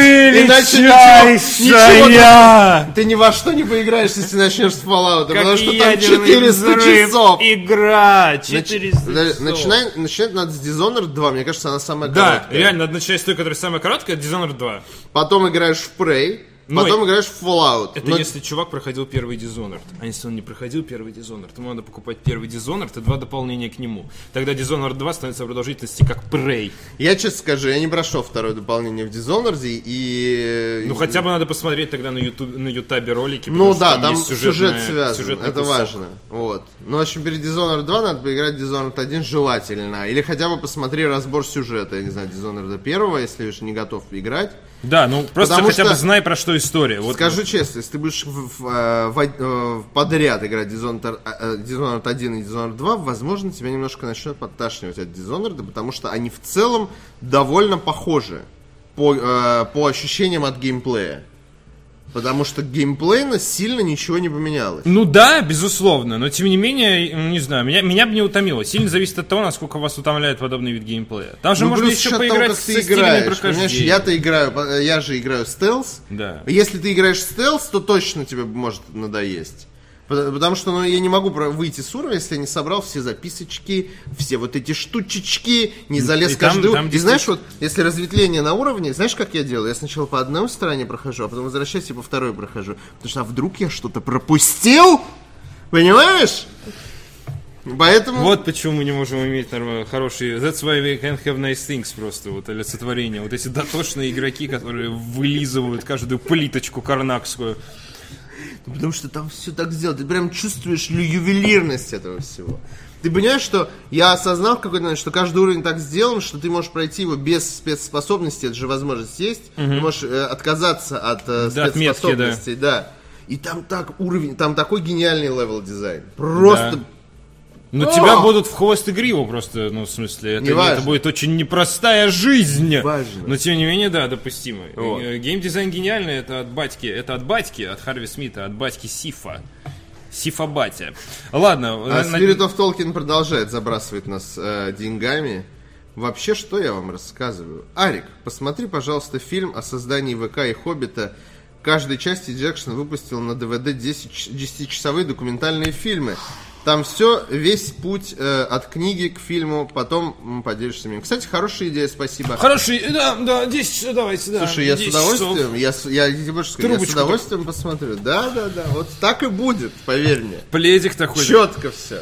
Величайшая! Ты ни во что не поиграешь, если начнешь с Fallout, потому что там ядерный 400 взрыв. часов! Игра! 400 часов. Начинать надо с Dishonored 2, мне кажется, она самая Да, короткая. реально, надо начать с той, которая самая короткая, это Dishonored 2. Потом играешь в Prey, потом играешь в Fallout. Это если чувак проходил первый Dishonored. А если он не проходил первый Dishonored, то ему надо покупать первый Dishonored и 2 дополнения к нему. Тогда Dishonored 2 становится в продолжительности как Prey. Я честно скажу, я не прошел второе дополнение в Dishonored и... Ну хотя бы надо посмотреть тогда на Ютубе ролики. Ну да, там там есть сюжет связан, сюжетный это кусок. важно. Вот. Ну, в общем, перед Dishonored 2 надо поиграть в Dishonored 1 желательно. Или хотя бы посмотри разбор сюжета, я не знаю, Dishonored 1, если уж не готов играть. Да, ну просто Потому хотя что- бы знай, про что история. Вот. Скажу честно, если ты будешь подряд играть Dishonored 1 и Dishonored 2, возможно, тебя немножко начнет подташнивать от Dishonored, потому что они в целом довольно похожи по ощущениям от геймплея. Потому что геймплейно сильно ничего не поменялось. Ну да, безусловно, но тем не менее, не знаю, меня бы не утомило. Сильно зависит от того, насколько вас утомляет подобный вид геймплея. Там же Ну, можно плюс еще от того, поиграть как со ты стилями играешь. Понимаешь, прохождения. я же играю стелс. Да. Если ты играешь в стелс, то точно тебе может надоесть. Потому что я не могу выйти с уровня, если я не собрал все записочки, все вот эти штучечки, не залез И там- каждый там И знаешь, вот, если разветвление на уровне, знаешь, как я делаю? Я сначала по одной стороне прохожу, а потом возвращаюсь и по второй прохожу. Потому что, а вдруг я что-то пропустил? Понимаешь? Поэтому... Вот почему мы не можем иметь хорошие... That's why we can't have nice things просто, вот олицетворение. Вот эти дотошные игроки, которые вылизывают каждую плиточку карнакскую. Потому что там все так сделано. Ты прям чувствуешь ювелирность этого всего. Ты понимаешь, что я осознал в какой-то момент, что каждый уровень так сделан, что ты можешь пройти его без спецспособностей, это же возможность есть. Ты можешь отказаться от спецспособностей, да. И там так уровень, там такой гениальный левел-дизайн. Просто... Да. Ну, тебя будут в хвост и гриву просто, ну, в смысле, это будет очень непростая жизнь. Важно. Но, тем не менее, да, допустимо. Вот. Геймдизайн батьки, от Харви Смита, от батьки Сифа. Сифа батя. Ладно. Spirit of Tolkien продолжает забрасывать нас деньгами. Вообще, что я вам рассказываю? Арик, посмотри, пожалуйста, фильм о создании ВК и Хоббита. Каждой части Джексон выпустил на ДВД 10-часовые документальные фильмы. Там все, весь путь от книги к фильму, потом поделишься им. Кстати, хорошая идея, спасибо. Хороший, да, 10 часов давайте, да. Слушай, я с удовольствием, я тебе больше скажу, я с Трубочку удовольствием посмотрю. Да, вот так и будет, поверь мне. Пледик такой. Четко все.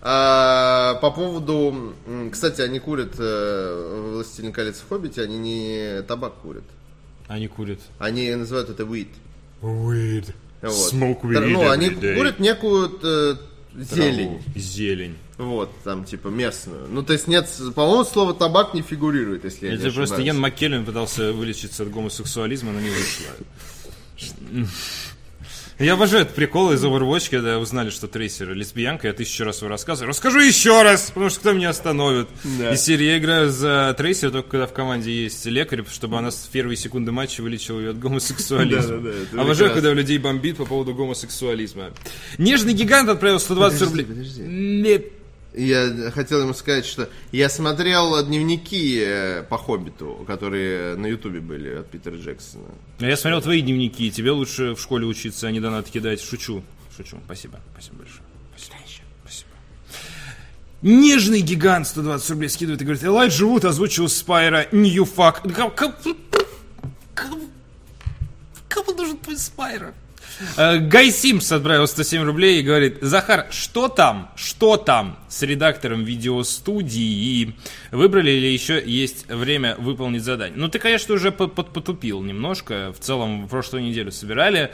По поводу... Кстати, они курят «Властелин колец» в «Хоббите», они не табак курят. Они курят. Они называют это weed. Weed. Вот. Smoke weed Ну, они every day. курят некую зелень. Зелень. Вот, там, типа, местную. Ну, то есть, нет, по-моему, слово табак не фигурирует, если я не Это просто ошибаюсь. Ян МакКеллен пытался вылечиться от гомосексуализма, но не вышло. Я обожаю этот прикол из Overwatch, когда узнали, что Трейсер лесбиянка, я 1000 раз его рассказываю. Расскажу еще раз, потому что кто меня остановит. Да. Из серии я играю за Трейсер, только когда в команде есть лекарь, чтобы она с первой секунды матча вылечила ее от гомосексуализма. Да, это Обожаю, прекрасно. когда людей бомбит по поводу гомосексуализма. Нежный гигант отправил 120 рублей. Подожди. Нет. Я хотел ему сказать, что я смотрел дневники по «Хоббиту», которые на Ютубе были от Питера Джексона. Я смотрел твои дневники, тебе лучше в школе учиться, а не донат кидать. Шучу. Спасибо большое. Спасибо. Нежный гигант 120 рублей скидывает и говорит: Элайджа Вуд озвучил Спайра New Fuck. Кому нужен твой Спайра? Гай Симпс отправил 107 рублей и говорит: Захар, что там с редактором видеостудии? Выбрали ли еще есть время выполнить задание? Ну, ты, конечно, уже потупил немножко. В целом, в прошлую неделю собирали.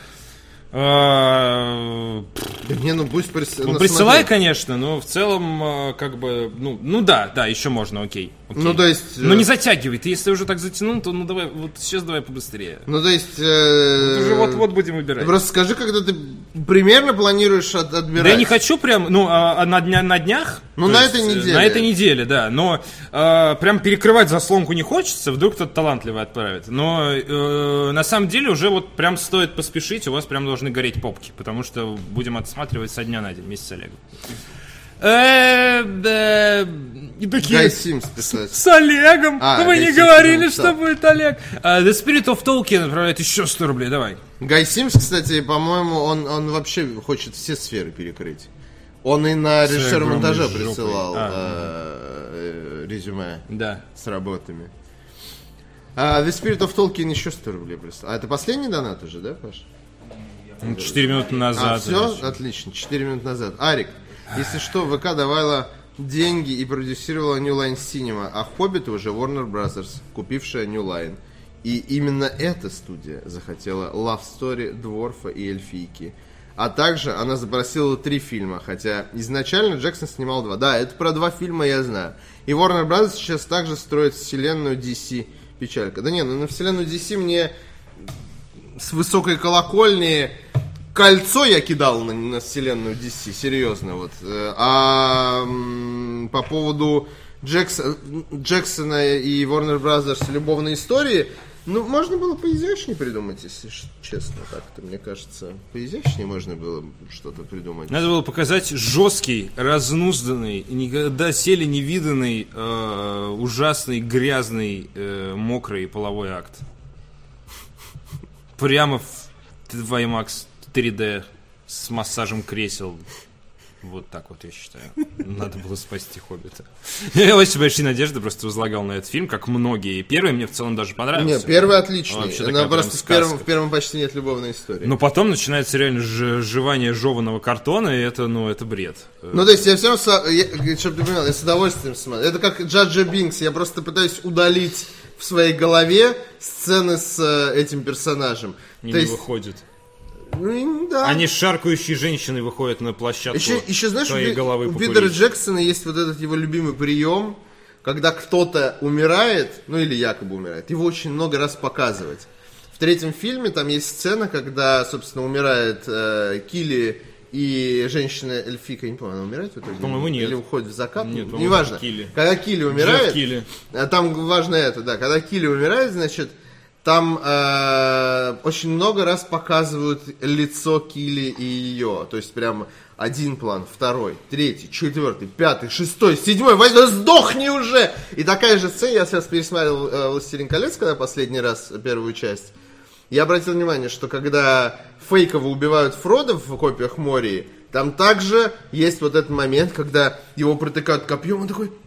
Да не, ну пусть присылай, конечно, но в целом, как бы, ну да, еще можно, окей. Ну, то есть... Но не затягивай, ты если уже так затянул, то давай, вот сейчас давай побыстрее. Ну, то есть... уже вот будем выбирать. Просто скажи, когда ты примерно планируешь отбирать. Да я не хочу прям, на днях. Ну, на этой неделе. На этой неделе, да, но прям перекрывать заслонку не хочется, вдруг кто-то талантливый отправит. Но на самом деле уже вот прям стоит поспешить, у вас прям должны гореть попки, потому что будем отсматривать со дня на день вместе с Олегом. И такие, Гай Симс писать. С Олегом? Вы не говорили, что будет Олег. The Spirit of Tolkien отправляет еще 100 рублей, давай. Гай Симс, кстати, по-моему, он вообще хочет все сферы перекрыть. Он и на режиссера монтажа присылал резюме с работами. The Spirit of Tolkien еще 100 рублей прислал. А это последний донат уже, да, Паш? 4 минуты назад. Все? Отлично, 4 минуты назад. Арик, если что, ВК давала деньги и продюсировала New Line Cinema, а Хоббит уже Warner Brothers, купившая New Line. И именно эта студия захотела Love Story, Дворфа и Эльфийки. А также она запросила 3 фильма, хотя изначально Джексон снимал 2. Да, это про 2 фильма я знаю. И Warner Brothers сейчас также строит вселенную DC. Печалька. Да не, ну на вселенную DC мне с высокой колокольни кольцо я кидал на вселенную DC, серьезно. Вот. А по поводу Джексона и Warner Brothers любовной истории, ну, можно было поизящнее придумать, если честно, так-то, мне кажется. Поизящнее можно было что-то придумать. Надо было показать жесткий, разнузданный, никогда доселе не виданный, ужасный, грязный, мокрый половой акт. Прямо в IMAX 3D с массажем кресел. Вот так вот, я считаю. Надо было спасти Хоббита. Я очень большие надежды просто возлагал на этот фильм, как многие. Первый мне в целом даже понравился. Нет, первый отличный. Но просто в первом почти нет любовной истории. Но потом начинается реально жевание жеваного картона, и это бред. Ну, то есть я все равно, чтобы ты понимал, я с удовольствием смотрю. Это как Джаджа Бинкс. Я просто пытаюсь удалить в своей голове сцены с этим персонажем. И не выходит. Ну, да. Они с шаркающей женщиной выходят на площадку. Еще знаешь, твоей головы у Питера Джексона есть вот этот его любимый прием, когда кто-то умирает, ну или якобы умирает, его очень много раз показывать. В 3-м фильме там есть сцена, когда, собственно, умирает Килли и женщина-эльфика, я не помню, она умирает в итоге? По-моему, нет. Или уходит в закат? Нет, неважно. Когда Килли умирает, Килли. Там важно это, да, когда Килли умирает, значит, там очень много раз показывают лицо Килли и ее. То есть прям 1 план, 2, 3, 4, 5, 6, 7, 8, сдохни уже! И такая же сцена, я сейчас пересмотрел «Властелин колец», когда последний раз первую часть. Я обратил внимание, что когда фейково убивают Фродо в «Копьях Мории», там также есть вот этот момент, когда его протыкают копьем, он такой...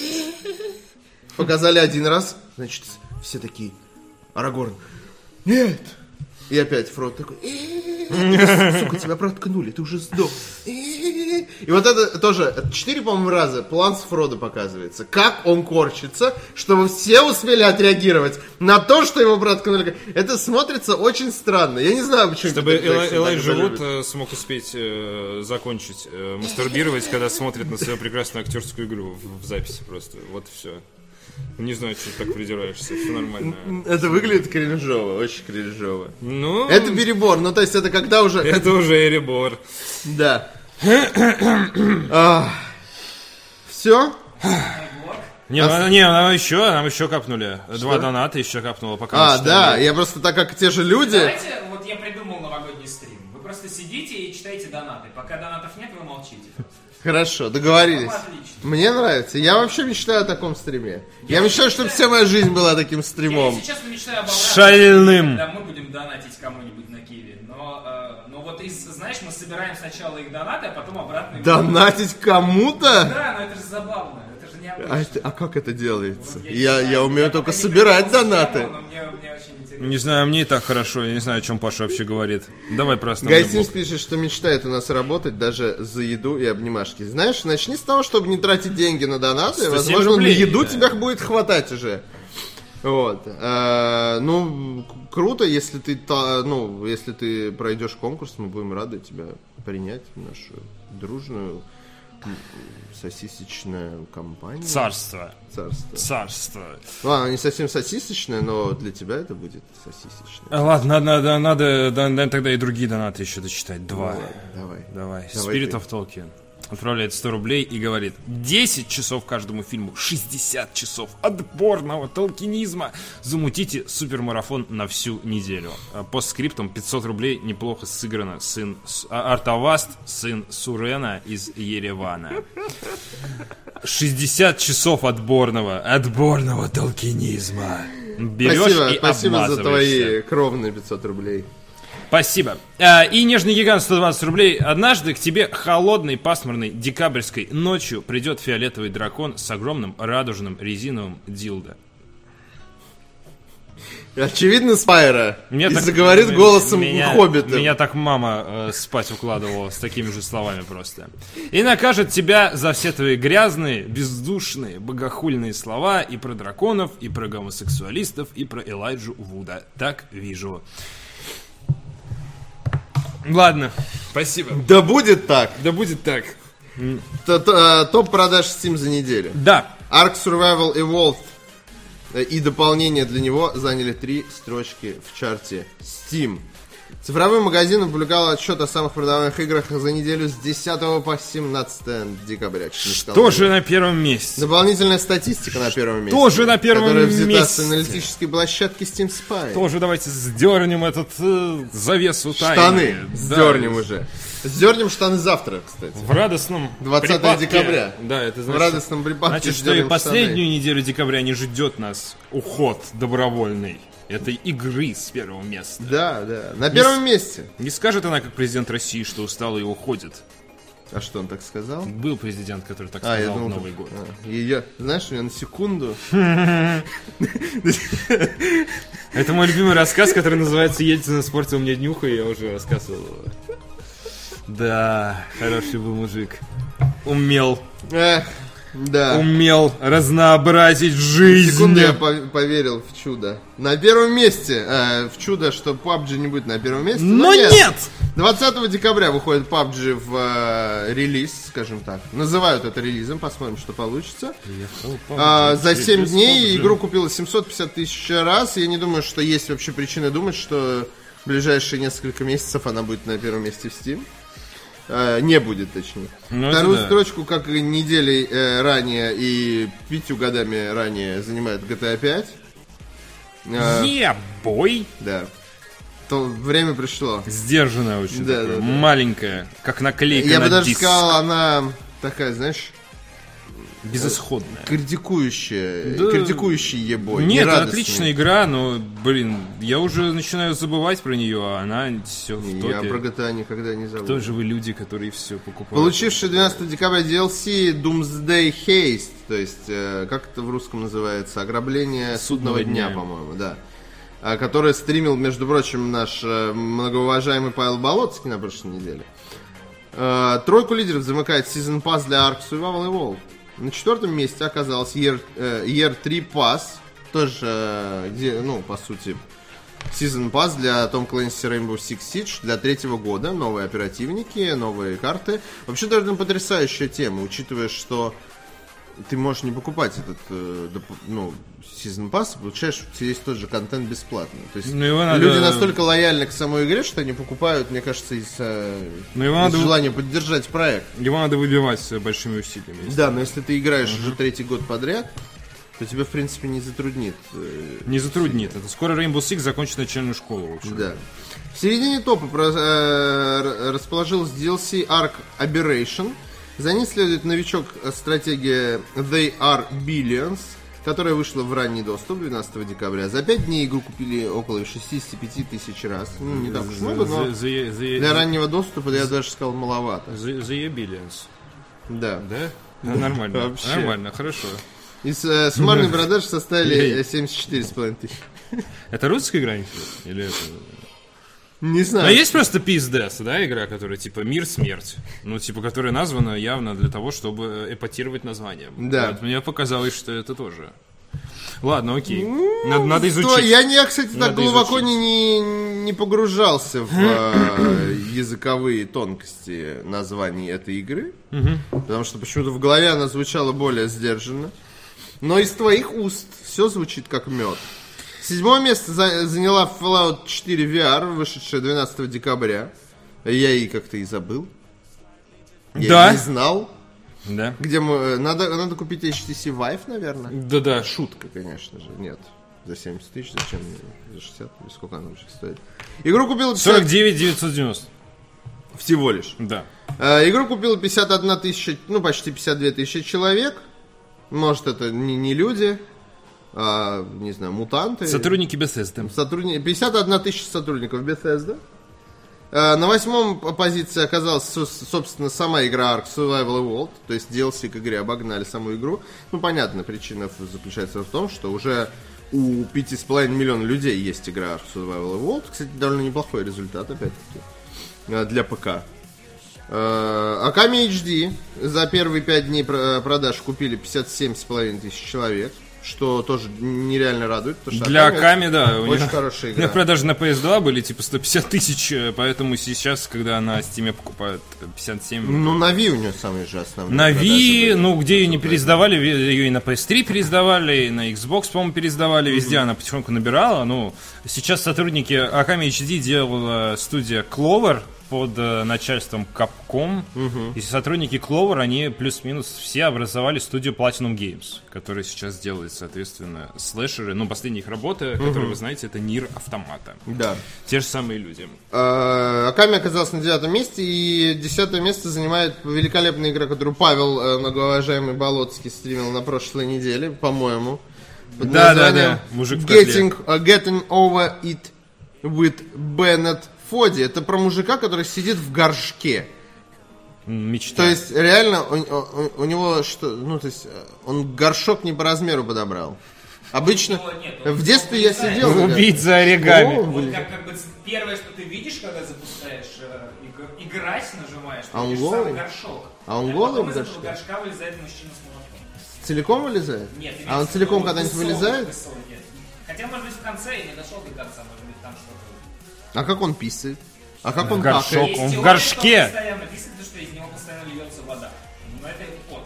Показали 1 раз, значит, все такие... Арагорн, нет! И опять Фродо такой, сука, тебя проткнули, ты уже сдох. И вот это тоже 4, по-моему, раза план с Фродо показывается. Как он корчится, чтобы все успели отреагировать на то, что его проткнули. Это смотрится очень странно. Я не знаю, почему. Чтобы Элайджа Вуд смог успеть закончить мастурбировать, когда смотрит на свою прекрасную актерскую игру в записи просто. Вот и все. Не знаю, что ты так придираешься, все нормально. Это выглядит кринжово, очень кринжово. Ну... Это перебор, ну то есть это когда уже... Это уже перебор. Да. Все? Нам еще капнули. 2 доната еще капнуло, пока да, я просто так как те же люди... Давайте, вот я придумал новогодний стрим. Вы просто сидите и читаете донаты. Пока донатов нет, вы молчите. Хорошо, договорились. Мне нравится. Я вообще мечтаю о таком стриме. Я мечтаю, чтобы вся моя жизнь была таким стримом. Я сейчас мечтаю об обратном. Шальным. Да, мы будем донатить кому-нибудь на Киеве. Но вот, знаешь, мы собираем сначала их донаты, а потом обратно... Донатить кому-то? Да, но это же забавно. Это же необычно. А как это делается? Вот я умею только собирать донаты. Схему, но мне очень интересно. Не знаю, мне и так хорошо, я не знаю, о чем Паша вообще говорит. Давай про основной Гайсимс блок. пишет, что мечтает у нас работать даже за еду и обнимашки. Знаешь, начни с того, чтобы не тратить деньги на донаты. 107 Возможно, рублей, на еду да. тебя будет хватать уже. Вот. Ну, круто, если ты пройдешь конкурс, мы будем рады тебя принять в нашу дружную сосисочную компанию. Царство. Царство. Ладно, не совсем сосисочная, но для тебя это будет сосисочная. Ладно, надо тогда и другие донаты еще дочитать. Два. Ну, Давай. Давай Spirit ты. of Tolkien отправляет 100 рублей и говорит: 10 часов каждому фильму, 60 часов отборного толкинизма. Замутите супермарафон на всю неделю. Постскриптум 500 рублей, неплохо сыграно. Сын Артаваст, сын Сурена из Еревана. 60 часов отборного толкинизма. Берешь и Спасибо за обмазываешься. твои кровные 500 рублей. Спасибо. И нежный гигант 120 рублей. Однажды к тебе холодной, пасмурной, декабрьской ночью придет фиолетовый дракон с огромным радужным резиновым дилдо. Очевидно, Спайра. Меня И так- заговорит голосом Хоббита. Меня так мама спать укладывала с такими же словами просто. И накажет тебя за все твои грязные, бездушные, богохульные слова и про драконов, и про гомосексуалистов, и про Элайджу Вуда. Так вижу. Ладно, спасибо. Да будет так. Да будет так. Топ продаж Steam за неделю. Да. Ark Survival Evolved и дополнение для него заняли 3 строчки в чарте Steam. Цифровой магазин опубликовал отчет о самых продаваемых играх за неделю с 10 по 17 декабря. Тоже на первом месте. Дополнительная статистика на первом месте. Тоже на первом которая взята месте. с аналитической площадки Steam Spy. Тоже давайте сдернем этот завесу тайны. Штаны Да. сдернем уже. Сдернем штаны завтра, кстати. В радостном 20 припадке. декабря. Да, это В значит, радостном припадке значит, что и сдернем последнюю штаны. неделю декабря не ждет нас уход добровольный этой игры с первого места. Да. На первом месте. Не скажет она, как президент России, что устала и уходит. А что он так сказал? Был президент, который так Я сказал в думал, Новый год. Знаешь, у меня на секунду. Это мой любимый рассказ, который называется «Ельцин испортил мне днюху», и я уже рассказывал его. Да, хороший был мужик. Умел разнообразить жизнь. Секунду я поверил в чудо. На первом месте. В чудо, что PUBG не будет на первом месте. Но нет! 20 декабря выходит PUBG в релиз, скажем так. Называют это релизом, посмотрим, что получится. За 7 дней игру купило 750 тысяч раз. Я не думаю, что есть вообще причина думать, что в ближайшие несколько месяцев она будет на первом месте в Steam. Не будет, точнее. Вторую строчку, как и недели ранее и 5 годами ранее, занимает GTA 5. Бой! Да. То время пришло. Сдержанная очень, Да, такое, да. маленькая, как наклейка Я на бы даже диск. сказал, она такая, знаешь, Безысходная. критикующий ебой. Нет, это нерадостный. отличная игра, но, я уже начинаю забывать про нее, а она все в Я топе. про GTA никогда не забуду. Кто же вы люди, которые все покупают? Получивший 12 декабря DLC Doomsday Haste, то есть, как это в русском называется, ограбление судного дня, по-моему, да. Который стримил, между прочим, наш многоуважаемый Павел Болоцкий на прошлой неделе. Тройку лидеров замыкает Season Pass для Ark Survival Evolved. На 4 месте оказался Year 3 Pass, тоже, где, по сути, Season Pass для Tom Clancy Rainbow Six Siege для 3-го года. Новые оперативники, новые карты. Вообще, даже потрясающая тема, учитывая, что ты можешь не покупать этот, Season Pass, получаешь, у тебя есть тот же контент бесплатно. То есть люди настолько лояльны к самой игре, что они покупают, мне кажется, из желания поддержать проект. Его надо выбивать большими усилиями. Да, но если ты играешь уже 3-й год подряд, то тебя, в принципе, не затруднит. Не затруднит. Это скоро Rainbow Six закончит начальную школу, в общем. Да. В середине топа расположилась DLC Ark Aberration. За ней следует новичок стратегия They Are Billions, которая вышла в ранний доступ 12 декабря. За 5 дней игру купили около 65 тысяч раз. Не так уж много, но для раннего доступа я даже сказал маловато. The Billions. Да. Да? Нормально. Вообще. Нормально, хорошо. И суммарные продажи составили 74,5 тысяч. Это русская игра? Или это... Не знаю. Но есть просто Peace Death, да, игра, которая типа мир-смерть. Ну, типа, которая названа явно для того, чтобы эпатировать название. Да. Вот, мне показалось, что это тоже. Ладно, окей. Надо изучить. Я, кстати, так Надо глубоко изучить. не погружался в языковые тонкости названий этой игры. Потому что почему-то в голове она звучала более сдержанно. Но из твоих уст все звучит как мед. 7 место заняла Fallout 4 VR, вышедшая 12 декабря. Я и как-то и забыл. Я не знал. Да. Где надо купить HTC Vive, наверное. Да-да. Шутка, конечно же. Нет. За 70 тысяч, зачем мне? За 60? Или сколько она вообще стоит? Игру купил 49 990. Всего лишь. Да. Игру купила 51 тысяча, ну почти 52 тысячи человек. Может, это не люди, а, не знаю, мутанты. Сотрудники Bethesda. 51 тысяча сотрудников Bethesda. На 8-м позиции оказалась, собственно, сама игра Ark Survival Evolved. То есть DLC к игре обогнали саму игру. Ну, понятно, причина заключается в том, что уже у 5,5 миллионов людей есть игра Ark Survival Evolved. Кстати, довольно неплохой результат, опять-таки, для ПК. Akami HD за первые 5 дней продаж купили 57,5 тысяч человек. Что тоже нереально радует. Потому что для Аками, да. Очень хорошая игра. У них продажи на PS2 были типа 150 тысяч, поэтому сейчас, когда на Steam покупают 57... Ну, на Wii у нее самые же основные на продажи Wii, были. ну, где ее не переиздавали, ее и на PS3 переиздавали, и на Xbox, по-моему, переиздавали, везде она потихоньку набирала. Ну, сейчас сотрудники Akami HD делала студия Clover под начальством Capcom. И сотрудники Clover, они плюс-минус все образовали студию Platinum Games, которая сейчас делает, соответственно, слэшеры. Ну, последняя их работа, которую вы знаете, это Нир Автомата. Да. Те же самые люди. Akami оказалась на 9 месте, и 10 место занимает великолепная игра, которую Павел, многоуважаемый Болотский, стримил на прошлой неделе, по-моему. Да. Мужик в котле. Getting Over It with Bennett Фоди. Это про мужика, который сидит в горшке. Мечта. То есть, реально, у него что... Ну, то есть, он горшок не по размеру подобрал. Обычно... В детстве я сидел... Убить за оригами. Вот как бы первое, что ты видишь, когда запускаешь играть, нажимаешь, А он видишь голый? самый горшок. А он голый в потом из этого горшке? горшка вылезает мужчина с молотком. Целиком вылезает? Нет. А он целиком когда-нибудь вылезает? Нет. Хотя, может быть, в конце я не дошел до конца, может быть, там что-то... А как он писает? А как он горшок. какает? Он в Теория, горшке. что он постоянно писает, что из него постоянно льется вода. Но это пот.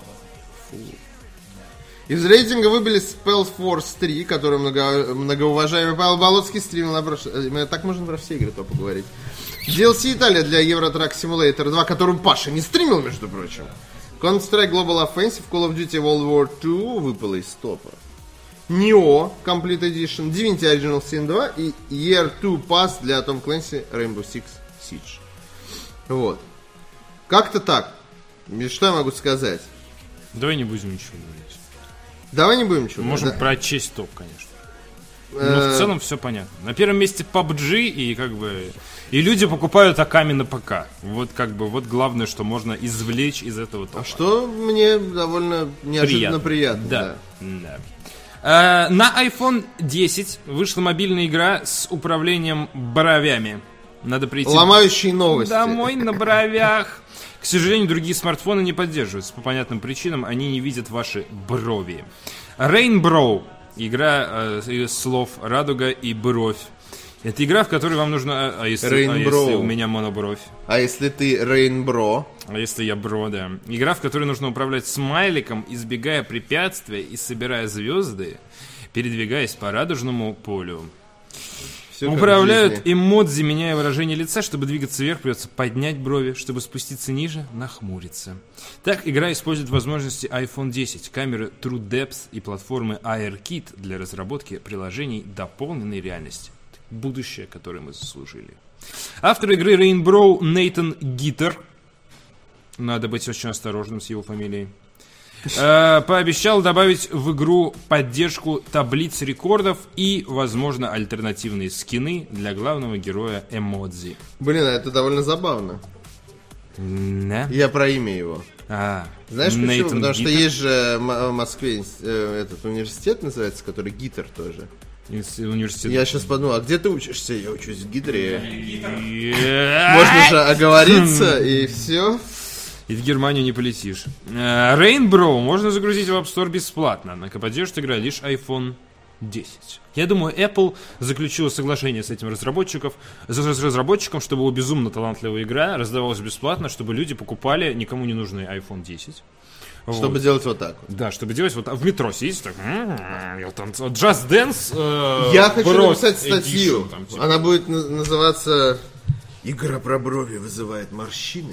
Из рейтинга выбили Spellforce 3, который многоуважаемый Павел Болотский стримил на прошлой... Так можно про все игры то поговорить. DLC Италия для Euro Truck Simulator 2, которую Паша не стримил, между прочим. Counter-Strike Global Offensive, Call of Duty World War 2 выпало из топа. Nioh Complete Edition, Divinity Original Sin 2 и Year 2 Pass для Tom Clancy Rainbow Six Siege. Вот. Как-то так. И что я могу сказать? Давай не будем ничего говорить. Давай не будем ничего. Можем прочесть топ, конечно. Но в целом все понятно. На первом месте PUBG и как бы... И люди покупают Аками на ПК. Вот как бы вот главное, что можно извлечь из этого топа. А что мне довольно неожиданно приятно. Да. На iPhone 10 вышла мобильная игра с управлением бровями. Надо прийти... Ломающие новости. Домой на бровях. К сожалению, другие смартфоны не поддерживаются. По понятным причинам они не видят ваши брови. Rainbow. Игра из слов радуга и бровь. Это игра, в которой вам нужно... А если у меня монобровь? А если ты Rainbow? А если я бро, да. Игра, в которой нужно управлять смайликом, избегая препятствия и собирая звезды, передвигаясь по радужному полю. Все Управляют эмодзи, меняя выражение лица. Чтобы двигаться вверх, придется поднять брови. Чтобы спуститься ниже, нахмуриться. Так, игра использует возможности iPhone 10, камеры True Depth и платформы AirKit для разработки приложений дополненной реальности. Будущее, которое мы заслужили. Автор игры Rainbow Нейтан Гиттер. Надо быть очень осторожным с его фамилией. Пообещал добавить в игру поддержку таблиц рекордов и, возможно, альтернативные скины для главного героя эмодзи. Блин, а это довольно забавно. Да? Я про имя его. Знаешь почему? Нейтан Потому что Гиттер? есть же в Москве этот университет называется, который Гиттер тоже. университет. Я сейчас подумал, а где ты учишься? Я учусь в Гидре. Можно же оговориться, и все. И в Германию не полетишь. Rainbow можно загрузить в App Store бесплатно. Однако поддержит игра лишь iPhone 10. Я думаю, Apple заключила соглашение с этим разработчиком, чтобы его безумно талантливая игра раздавалась бесплатно, чтобы люди покупали никому не нужный iPhone 10. Чтобы Вот. делать вот так вот. Да, чтобы делать вот в метро сидеть так. Just Dance. Я хочу Bros написать статью. Edition, там, типа. Она будет называться «Игра про брови вызывает морщины».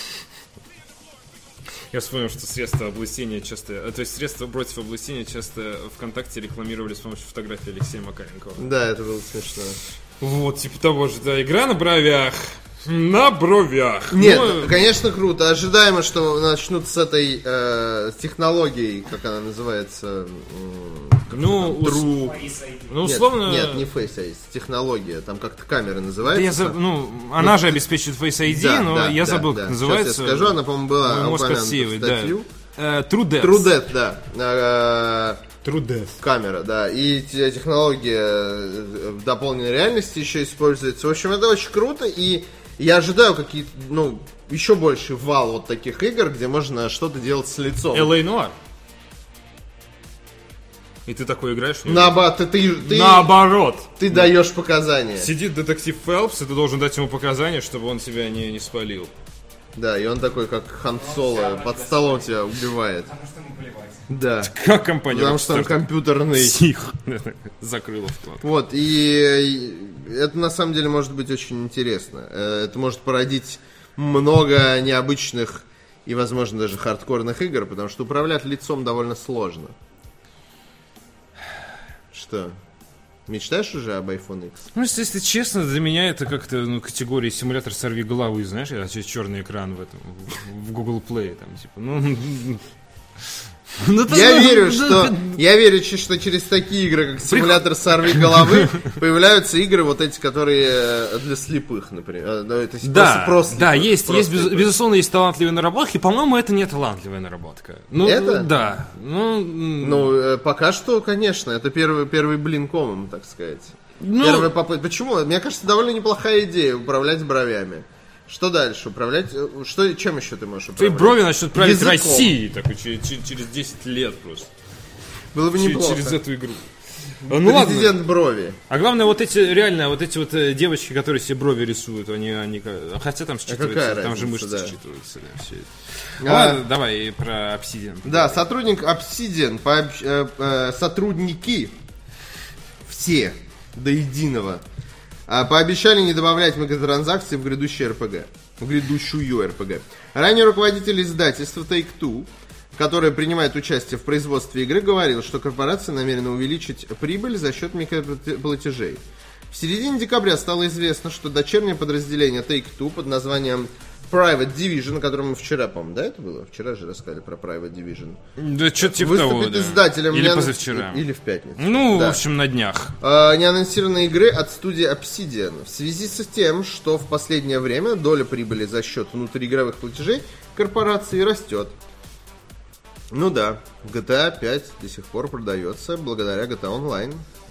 Я вспомнил, что средства облысения часто... То есть средства против облысения часто ВКонтакте рекламировали с помощью фотографии Алексея Макаренкова. Да, это было смешно. Вот, типа того же, да, игра на бровях. На бровях. Нет, Ну, конечно, круто. Ожидаемо, что начнут с этой технологией, как она называется, ну, True. ну, условно... Нет, не Face ID, технология. Там как-то камера Да называется. она же обеспечивает Face ID, Да, но да, я да, забыл, да. как называется. Сейчас я скажу, она, по-моему, была Мозг упомянута в отсеивает, статью. да. True Death. True Death, да. True Death. Камера, да. И технология в дополненной реальности еще используется. В общем, это очень круто, и я ожидаю какие-то, еще больше вал вот таких игр, где можно что-то делать с лицом. LA Noir. И ты такой играешь? Наоборот, ты даешь показания. Сидит детектив Фелпс, и ты должен дать ему показания, чтобы он тебя не спалил. Да, и он такой, как Хан Соло, под столом тебя убивает. Потому что ему плевать. Да. Как компания? Потому что он компьютерный. Псих. Закрыла вклад. Вот, и это на самом деле может быть очень интересно. Это может породить много необычных и, возможно, даже хардкорных игр, потому что управлять лицом довольно сложно. Что? Мечтаешь уже об iPhone X? Ну, если честно, для меня это как-то категория симулятор сорви головы, знаешь, через черный экран в этом, в Google Play, там, типа, Я верю, что через такие игры, как симулятор сорви головы, появляются игры вот эти, которые для слепых, например. Да, есть, безусловно, есть талантливые наработки. По-моему, это не талантливая наработка. Это? Да. Пока что, конечно, это первый блин комом, так сказать. Первая попытка. Почему? Мне кажется, довольно неплохая идея управлять бровями. Что дальше? Управлять? Чем еще ты можешь управлять? Твои брови начнут править Языком. Россией такой, через 10 лет просто. Было бы неплохо. Через эту игру. Ну ладно. Президент брови. А главное, вот эти девочки, которые себе брови рисуют, они хотя там считываются, там же мышцы считываются, да, все это. Ладно, давай про Obsidian. Да, сотрудник Obsidian, сотрудники все до единого пообещали не добавлять микротранзакции в грядущую РПГ. Ранее руководитель издательства Take-Two, которое принимает участие в производстве игры, говорил, что корпорация намерена увеличить прибыль за счет микроплатежей. В середине декабря стало известно, что дочернее подразделение Take-Two под названием Private Division, о котором мы вчера, по-моему, да, это было? Вчера же рассказали про Private Division. Да, что-то типа того, выступит издателем. Или позавчера. Или в пятницу. Ну, да. В общем, на днях. Неанонсированные игры от студии Obsidian. В связи с тем, что в последнее время доля прибыли за счет внутриигровых платежей корпорации растет. Ну да, GTA 5 до сих пор продается благодаря GTA Online.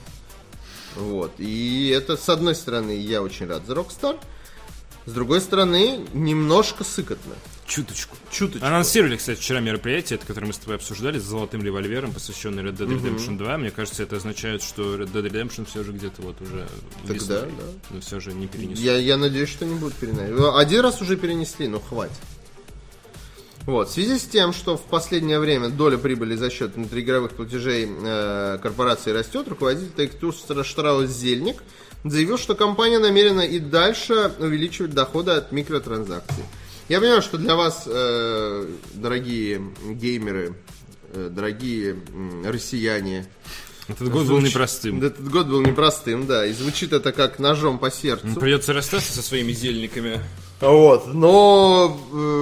Вот. И это, с одной стороны, я очень рад за Rockstar. С другой стороны, немножко сыкотно. Чуточку. Анонсировали, кстати, вчера мероприятие, это, которое мы с тобой обсуждали, с золотым револьвером, посвященное Red Dead Redemption 2. Мне кажется, это означает, что Red Dead Redemption все же где-то вот уже весной. Да. Но все же не перенесут. Я надеюсь, что не будут переносить. Один раз уже перенесли, но хватит. Вот. В связи с тем, что в последнее время доля прибыли за счет внутриигровых платежей корпорации растет, руководитель Take-Two Штраус Зельник заявил, что компания намерена и дальше увеличивать доходы от микротранзакций. Я понимаю, что для вас, дорогие геймеры, дорогие россияне, этот год был непростым. Этот год был непростым, да, и звучит это как ножом по сердцу. Придется расстаться со своими зельниками. Вот, но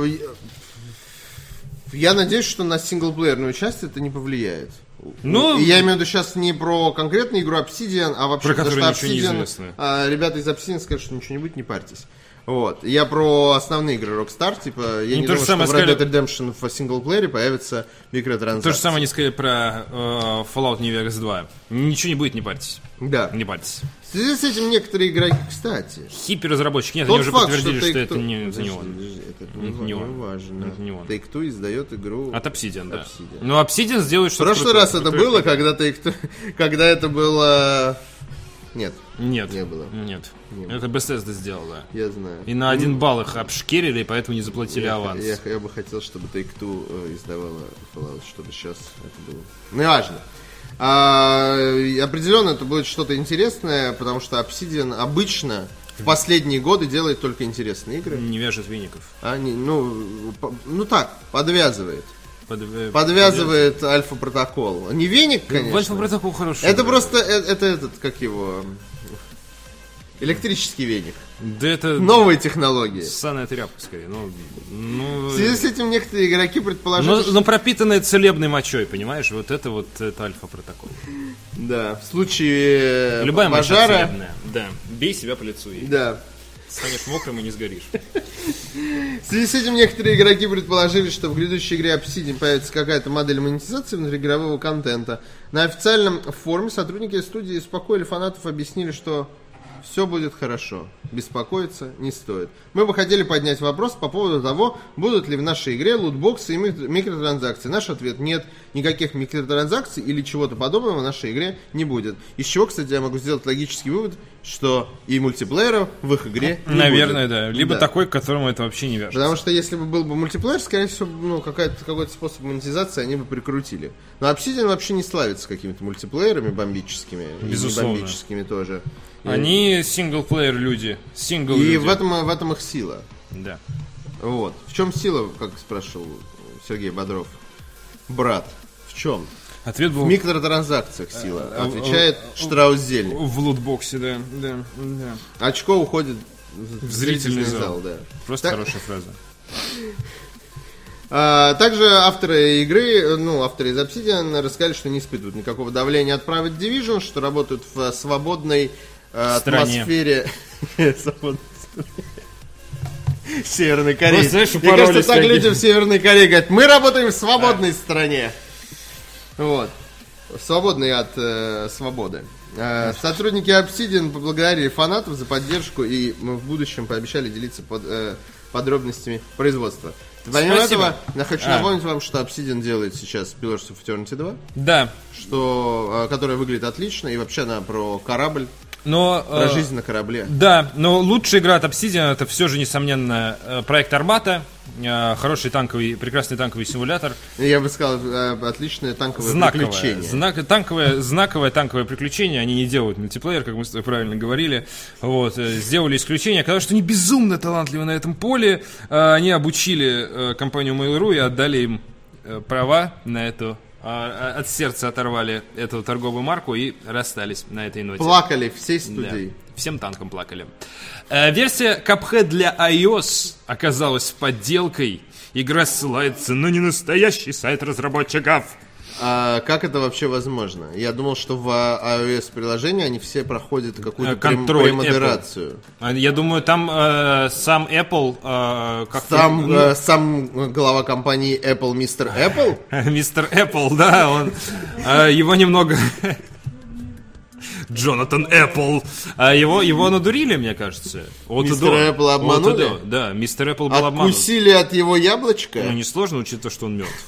я надеюсь, что на синглплеерную часть это не повлияет. Ну, и я имею в виду сейчас не про конкретную игру Obsidian, а вообще про которую ничего Obsidian, не известно. Ребята из Obsidian скажут, что ничего не будет, не парьтесь. Вот. Я про основные игры Rockstar, типа, я не думаю, что в Red Dead Redemption в синглплеере появятся микротранзакции. То же самое они сказали про Fallout New Vegas 2. Ничего не будет, не парьтесь. Да. Не парьтесь. В связи с этим некоторые игроки, кстати... Хиппи-разработчики, нет, они уже подтвердили, что это не за него. Это не важно. Take-Two издает игру... От Obsidian, да. Ну, Obsidian сделает что-то... В прошлый раз это было, когда Take-Two... Когда это было... Нет. Не было. Нет. Это Bethesda сделала. Я знаю. И на 1 балл их обшкерили, и поэтому не заплатили аванс. Я бы хотел, чтобы Take-Two издавала Fallout, чтобы сейчас это было. Ну, не важно. Определенно это будет что-то интересное, потому что Obsidian обычно в последние годы делает только интересные игры. Не вяжет веников. Подвязывает. Подвязывает Альфа-протокол. Не веник, конечно. Альфа-протокол хороший. Это просто, как его... Электрический веник. Да это... Новые технологии. Ссаная тряпка, скорее. В связи с этим некоторые игроки предположили... Но пропитанная целебной мочой, понимаешь? Это альфа-протокол. Да, в случае любая пожара... моча целебная. Да, бей себя по лицу. Да. Станешь мокрым и не сгоришь. В связи с этим некоторые игроки предположили, что в грядущей игре Obsidian появится какая-то модель монетизации внутриигрового контента. На официальном форуме сотрудники студии успокоили фанатов, объяснили, что все будет хорошо. Беспокоиться не стоит. Мы бы хотели поднять вопрос по поводу того, будут ли в нашей игре лутбоксы и микротранзакции. Наш ответ – нет. Никаких микротранзакций или чего-то подобного в нашей игре не будет. Из чего, кстати, я могу сделать логический вывод, что и мультиплеера в их игре не наверное, будет. да. Либо такой, к которому это вообще не вяжется. Потому что если бы был бы мультиплеер, скорее всего, какой-то способ монетизации они бы прикрутили. Но Obsidian вообще не славится какими-то мультиплеерами бомбическими. Безусловно. И не бомбическими тоже. Они синглплеер люди. И в этом их сила. Да. Вот. В чем сила, как спрашивал Сергей Бодров? Брат, в чем? Ответ был... В микротранзакциях сила. Отвечает Штраус-Зельник. В лутбоксе, да. Очко уходит в зрительный зал. Да. Просто хорошая фраза. Также авторы игры, авторы из Obsidian рассказали, что не испытывают никакого давления от Private Division, что работают в свободной атмосфере Северной Кореи. Мне кажется, так люди в Северной Корее говорят: мы работаем в свободной стране. Вот. Свободной от свободы. Сотрудники Obsidian поблагодарили фанатов за поддержку и в будущем пообещали делиться подробностями производства. Помимо этого, я хочу напомнить вам, что Obsidian делает сейчас Pillars of Eternity 2. Да. Которая выглядит отлично, и вообще она про корабль. Про жизнь на корабле. Да, но лучшая игра от Obsidian — это все же, несомненно, проект Армата. Хороший прекрасный танковый симулятор. Я бы сказал, отличное танковое приключение. Знаковое танковое приключение. Они не делают мультиплеер, как мы с тобой правильно говорили. Вот, сделали исключение. Оказалось, что они безумно талантливы на этом поле. Они обучили компанию Mail.ru и отдали им права на эту. От сердца оторвали эту торговую марку и расстались на этой ноте. Плакали всей студией. Да, всем танком плакали. Версия Cuphead для iOS оказалась подделкой. Игра ссылается на ненастоящий сайт разработчиков. Как это вообще возможно? Я думал, что в iOS-приложении они все проходят какую-то премодерацию. Я думаю, там сам Apple... Сам глава компании Apple, мистер Apple? Мистер Apple, да, его немного... Джонатан Эппл. Его надурили, мне кажется. Мистера Эппла обманули? Да, мистер Эппл был обманут. Откусили от его яблочка? Несложно, учитывая, что он мертв.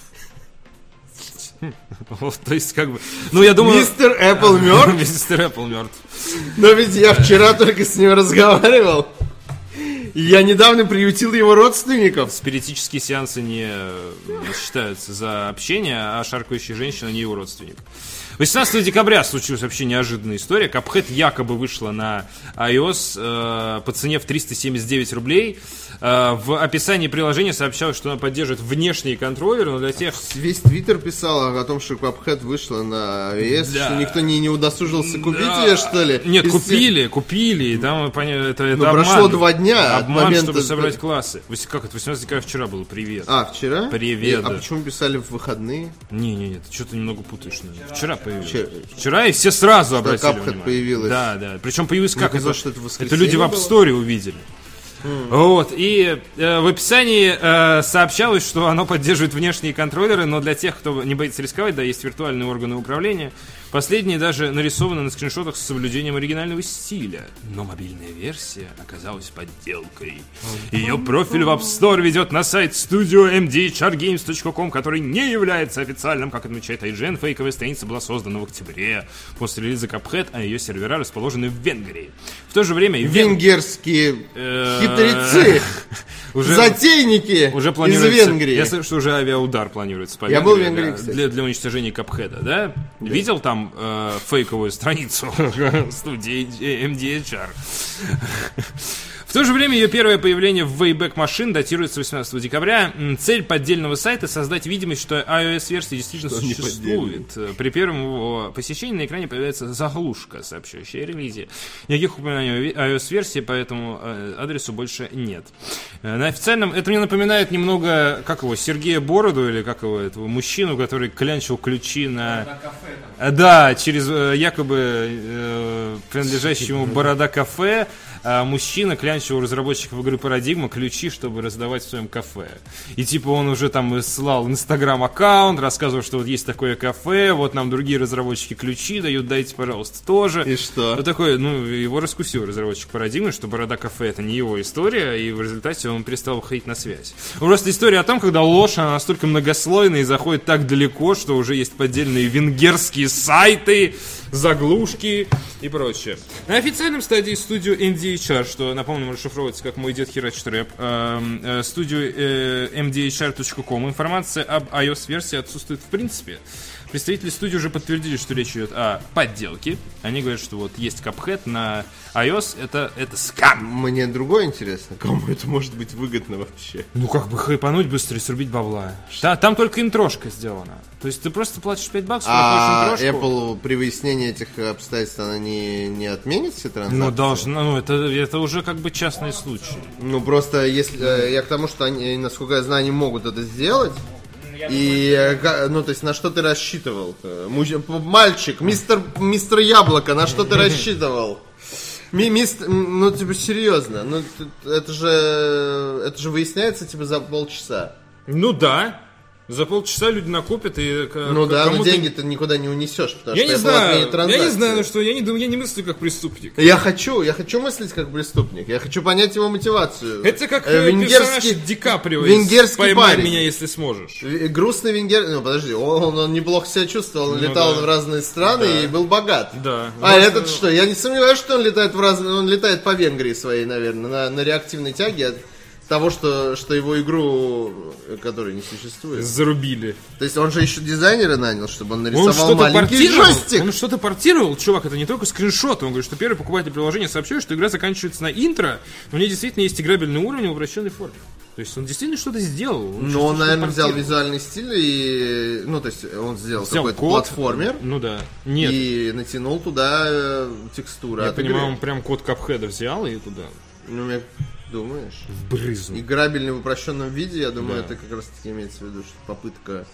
То есть, как бы... я думаю... Мистер Эппл мертв? Мистер Эппл мертв. Но ведь я вчера только с ним разговаривал. И я недавно приютил его родственников. Спиритические сеансы не считаются за общение, а шаркающая женщина не его родственник. 18 декабря случилась вообще неожиданная история. Cuphead якобы вышла на iOS по цене в 379 рублей. В описании приложения сообщалось, что она поддерживает внешний контроллер, но для тех... Весь Твиттер писал о том, что Cuphead вышла на iOS, да. Что никто не удосужился купить ее, что ли? Нет, купили. Там, это обман. Прошло 2 дня обман, от момента... чтобы собрать классы. Как это? 18 декабря вчера было. Привет. Вчера? Привет. А почему писали в выходные? Не, ты что-то немного путаешь. Вчера появилось. Вчера и все сразу обратили внимание. Появилась. Да. Причем появилась как? Казалось, что это люди в App Store увидели. Вот, и в описании сообщалось, что оно поддерживает внешние контроллеры, но для тех, кто не боится рисковать, да, есть виртуальные органы управления. Последние даже нарисованы на скриншотах с соблюдением оригинального стиля. Но мобильная версия оказалась подделкой. Ее профиль в App Store ведет на сайт studio.mdhrgames.com, который не является официальным, как отмечает IGN. Фейковая страница была создана в октябре после релиза Cuphead, а ее сервера расположены в Венгрии. В то же время... Венгерские хитрецы, затейники уже из Венгрии. Я слышу, что уже авиаудар планируется по Я был в Венгрии, кстати. Для уничтожения Cuphead, да? Видел там фейковую страницу студии MDHR? В то же время ее первое появление в Wayback Machine датируется 18 декабря. Цель поддельного сайта — создать видимость, что iOS-версия действительно существует. При первом его посещении на экране появляется заглушка, сообщающая о релизе. Никаких упоминаний iOS-версии по этому адресу больше нет. На официальном... Это мне напоминает немного, как его, Сергея Бороду, или как его, этого мужчину, который клянчил ключи на... Да, через якобы принадлежащему Борода кафе. Мужчина клянчил у разработчиков игры Парадигма ключи, чтобы раздавать в своем кафе. И типа он уже там ссылал инстаграм-аккаунт, рассказывал, что вот есть такое кафе, вот нам другие разработчики ключи дают, дайте, пожалуйста, тоже. И что? Вот такой, его раскусил разработчик Парадигмы, что Борода кафе — это не его история, и в результате он перестал выходить на связь. Просто история о том, когда ложь, она настолько многослойная и заходит так далеко, что уже есть поддельные венгерские сайты, заглушки и прочее. На официальном стадии студию MDHR, что, напомним, расшифровывается как «Мой дед херачит рэп», студию mdhr.com, информация об iOS-версии отсутствует в принципе. Представители студии уже подтвердили, что речь идет о подделке. Они говорят, что вот есть Cuphead на iOS, это скам. Мне другое интересно, кому это может быть выгодно вообще? Ну как бы хайпануть быстро и срубить бабла. Там только интрошка сделана. То есть ты просто платишь $5, а интрошку. Apple при выяснении этих обстоятельств она не отменит все транзакции? Ну должна, это уже как бы частный случай. Ну просто если я к тому, что они, насколько я знаю, они могут это сделать. И, ну, то есть, на что ты рассчитывал? Мальчик, мистер Яблоко, на что ты рассчитывал? Ну, типа, серьезно, ну, это же выясняется, типа, за полчаса. Ну, да. За полчаса люди накопят и... Ну да, но деньги ты никуда не унесешь, потому я что не это знаю, транзакции. Я не знаю, что я не мыслю как преступник. Я хочу мыслить как преступник. Я хочу понять его мотивацию. Это как персонаж Ди Каприо из «Поймай парень. меня, если сможешь». Грустный венгерский... Ну, подожди, он неплохо себя чувствовал. Он летал в разные страны и был богат. Да. Этот что? Я не сомневаюсь, что он летает Он летает по Венгрии своей, наверное, на реактивной тяге от того, что его игру, которая не существует, зарубили. То есть он же еще дизайнера нанял, чтобы он нарисовал маленький джойстик. Он что-то портировал, чувак, это не только скриншот. Он говорит, что первый покупатель приложения сообщил, что игра заканчивается на интро, но у нее действительно есть играбельный уровень в упрощенной форме. То есть он действительно что-то сделал. Но он, наверное, взял визуальный стиль и... Ну, то есть он сделал какой-то платформер. Ну да. Нет. И натянул туда текстуры. Я понимаю, он прям код Cuphead взял и туда. Ну, я... Думаешь? В брызну. Играбельный в упрощенном виде, я думаю, это как раз таки имеется в виду, что попытка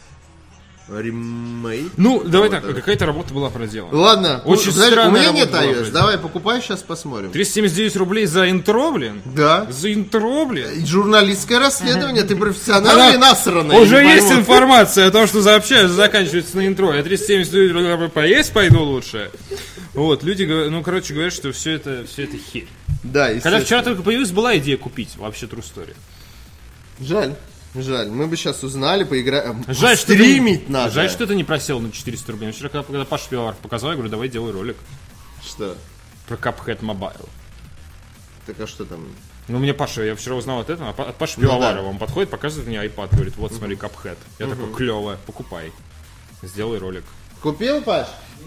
ремейк. Ну, давай так, какая-то работа была проделана. Ладно, очень странная. У меня нет iOS, давай покупай, сейчас посмотрим. 379 рублей за интро, блин? Да. За интро, блин? Журналистское расследование, ты профессионал или насранный? Уже есть информация о том, что заканчивается на интро. Я 379 рублей поесть пойду лучше. Вот, люди, говорят, что все это херь. Да, когда вчера только появилась, была идея купить, вообще true story. Жаль, мы бы сейчас узнали, поиграем. Стримить надо. Жаль, что ты не просел на 400 рублей. Вчера, когда Паша Пивоваров показал, я говорю, давай делай ролик. Что? Про Cuphead Mobile. Так а что там? Ну, мне Паша, я вчера узнал от этого, от Паши Пивоварова. Он подходит, показывает мне iPad, говорит, вот, смотри, Cuphead. Я такой, клево, покупай. Сделай ролик. Купил, Паш?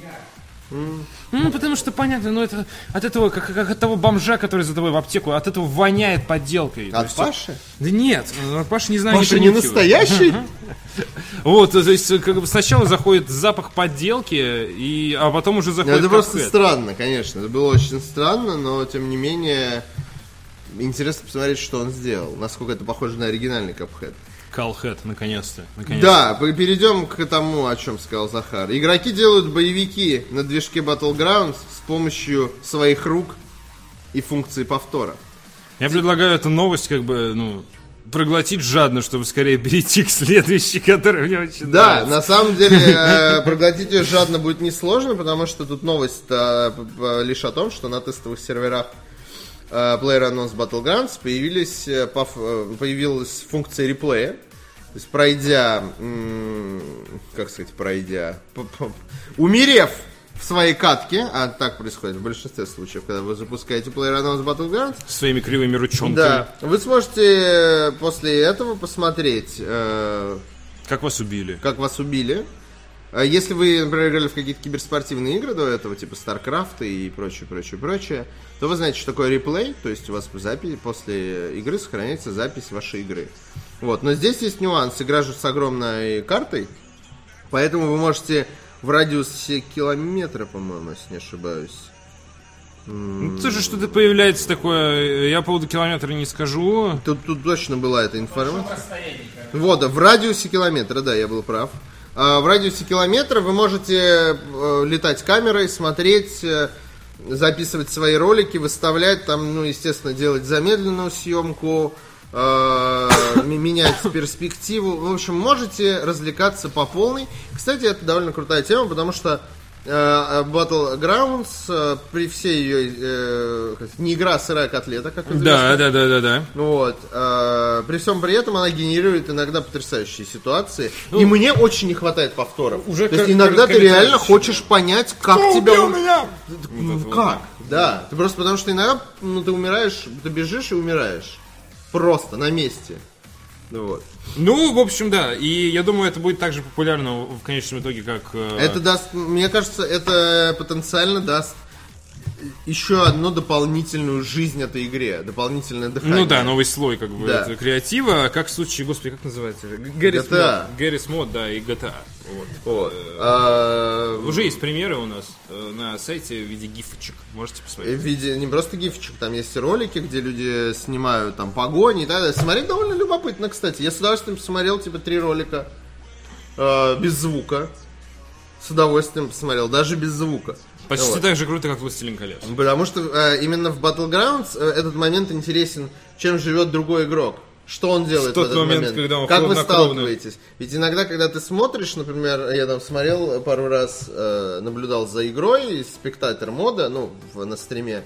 Ну, потому что, понятно, ну, это от этого, как от того бомжа, который за тобой в аптеку, от этого воняет подделкой. От Паши? Да нет, Паша не знаю, Паша не настоящий? Вот, то есть, как бы сначала заходит запах подделки, а потом уже заходит это просто странно, конечно, это было очень странно, но, тем не менее, интересно посмотреть, что он сделал, насколько это похоже на оригинальный Cuphead. Cuphead, наконец-то. Да, перейдем к тому, о чем сказал Захар. Игроки делают боевики на движке Battlegrounds с помощью своих рук и функции повтора. Я предлагаю эту новость проглотить жадно, чтобы скорее перейти к следующей, которая мне очень нравится. Да, на самом деле проглотить ее жадно будет несложно, потому что тут новость лишь о том, что на тестовых серверах PlayerUnknown's Battlegrounds появилась функция реплея. То есть умерев в своей катке, а так происходит в большинстве случаев, когда вы запускаете PlayerUnknown's Battlegrounds, своими кривыми ручонками. Да, вы сможете после этого посмотреть, как вас убили. Если вы, например, играли в какие-то киберспортивные игры до этого, типа StarCraft и прочее, то вы знаете, что такое реплей, то есть у вас после игры сохраняется запись вашей игры. Вот. Но здесь есть нюанс, игра же с огромной картой, поэтому вы можете в радиусе километра, по-моему, если не ошибаюсь. Тоже что-то появляется такое, я по поводу километра не скажу. Тут точно была эта информация. Вот, в радиусе километра, да, я был прав. В радиусе километра вы можете летать камерой, смотреть, записывать свои ролики, выставлять там, естественно, делать замедленную съемку, менять перспективу. В общем, можете развлекаться по полной. Кстати, это довольно крутая тема, потому что Battlegrounds при всей ее не игра, а сырая котлета, как известно. Да. Вот. При всем при этом она генерирует иногда потрясающие ситуации. И мне очень не хватает повторов. То есть иногда ты реально хочешь понять, как тебя... Как? Да. Ты просто потому что иногда ты умираешь, ты бежишь и умираешь. Просто на месте. Вот. В общем, да. И я думаю, это будет так же популярно в конечном итоге, как... Это даст, мне кажется, это потенциально даст еще одну дополнительную жизнь этой игре. Дополнительное дыхание. Новый слой этого креатива. Как в случае, господи, как называется? Garry's Mod, да, и GTA. Вот. Уже есть примеры у нас на сайте в виде гифочек. Можете посмотреть. В виде не просто гифочек, там есть ролики, где люди снимают там погони и так далее. Смотреть довольно любопытно, кстати. Я с удовольствием посмотрел 3 ролика без звука. С удовольствием посмотрел, даже без звука. Почти так же круто, как «Властелин колец». Потому что именно в Battlegrounds этот момент интересен, чем живет другой игрок. Что он делает в этот момент? Когда он как вы сталкиваетесь? Ведь иногда, когда ты смотришь, например, я там смотрел пару раз, наблюдал за игрой, спектатор мода, на стриме,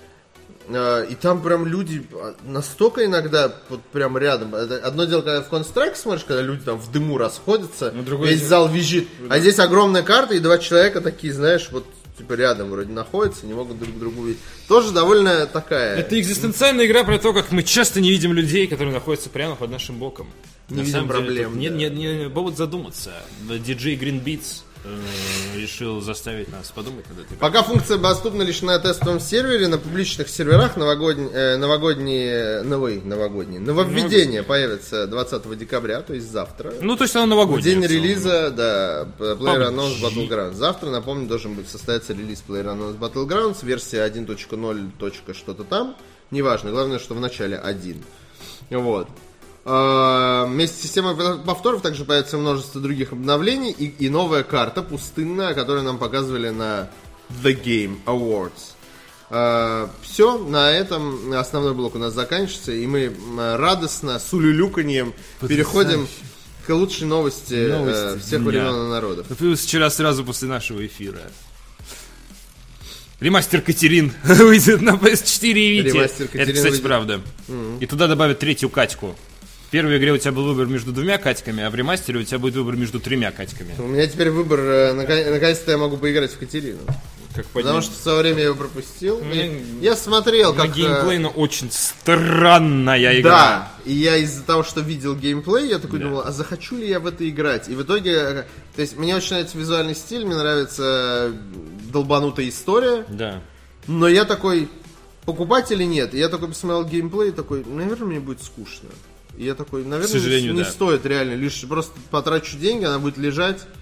и там прям люди настолько иногда вот прям рядом. Одно дело, когда в Counter-Strike смотришь, когда люди там в дыму расходятся, весь зал визжит. А здесь огромная карта, и 2 человека такие, знаешь, вот рядом вроде находятся, не могут друг друга увидеть. Тоже довольно такая... Это экзистенциальная игра про то, как мы часто не видим людей, которые находятся прямо под нашим боком. Не видим проблем. Не повод задуматься. DJ Green Beats решил заставить нас подумать над этой. Пока функция доступна лишь на тестовом сервере, на публичных серверах нововведения появятся 20 декабря, то есть завтра. То есть она новогодняя. В день релиза, да, PlayerUnknown's Battlegrounds. Завтра, напомню, должен состояться релиз PlayerUnknown's Battlegrounds, версия 1.0. Что-то там. Неважно, главное, что в начале 1. Вот. Вместе с системой повторов также появится множество других обновлений и новая карта пустынная, которую нам показывали на The Game Awards. Все, на этом основной блок у нас заканчивается, и мы радостно, с улюлюканьем переходим к лучшей новости всех времен и народов. Появилась вчера сразу после нашего эфира. Ремастер Катерин выйдет на PS4 и Vita. Это, кстати, правда. И туда добавят 3-ю Катьку. В первой игре у тебя был выбор между 2 Катьками, а в ремастере у тебя будет выбор между 3 Катьками. У меня теперь выбор, наконец-то я могу поиграть в Катерину. Потому что в свое время я его пропустил. Я смотрел, как... Геймплейно очень странная игра. Да, и я из-за того, что видел геймплей, я такой думал, а захочу ли я в это играть? И в итоге, то есть мне очень нравится визуальный стиль, мне нравится долбанутая история. Да. Но я такой, покупать или нет? И я такой посмотрел геймплей и такой, наверное, мне будет скучно. И я такой, наверное, не стоит реально, лишь просто потрачу деньги, она будет лежать.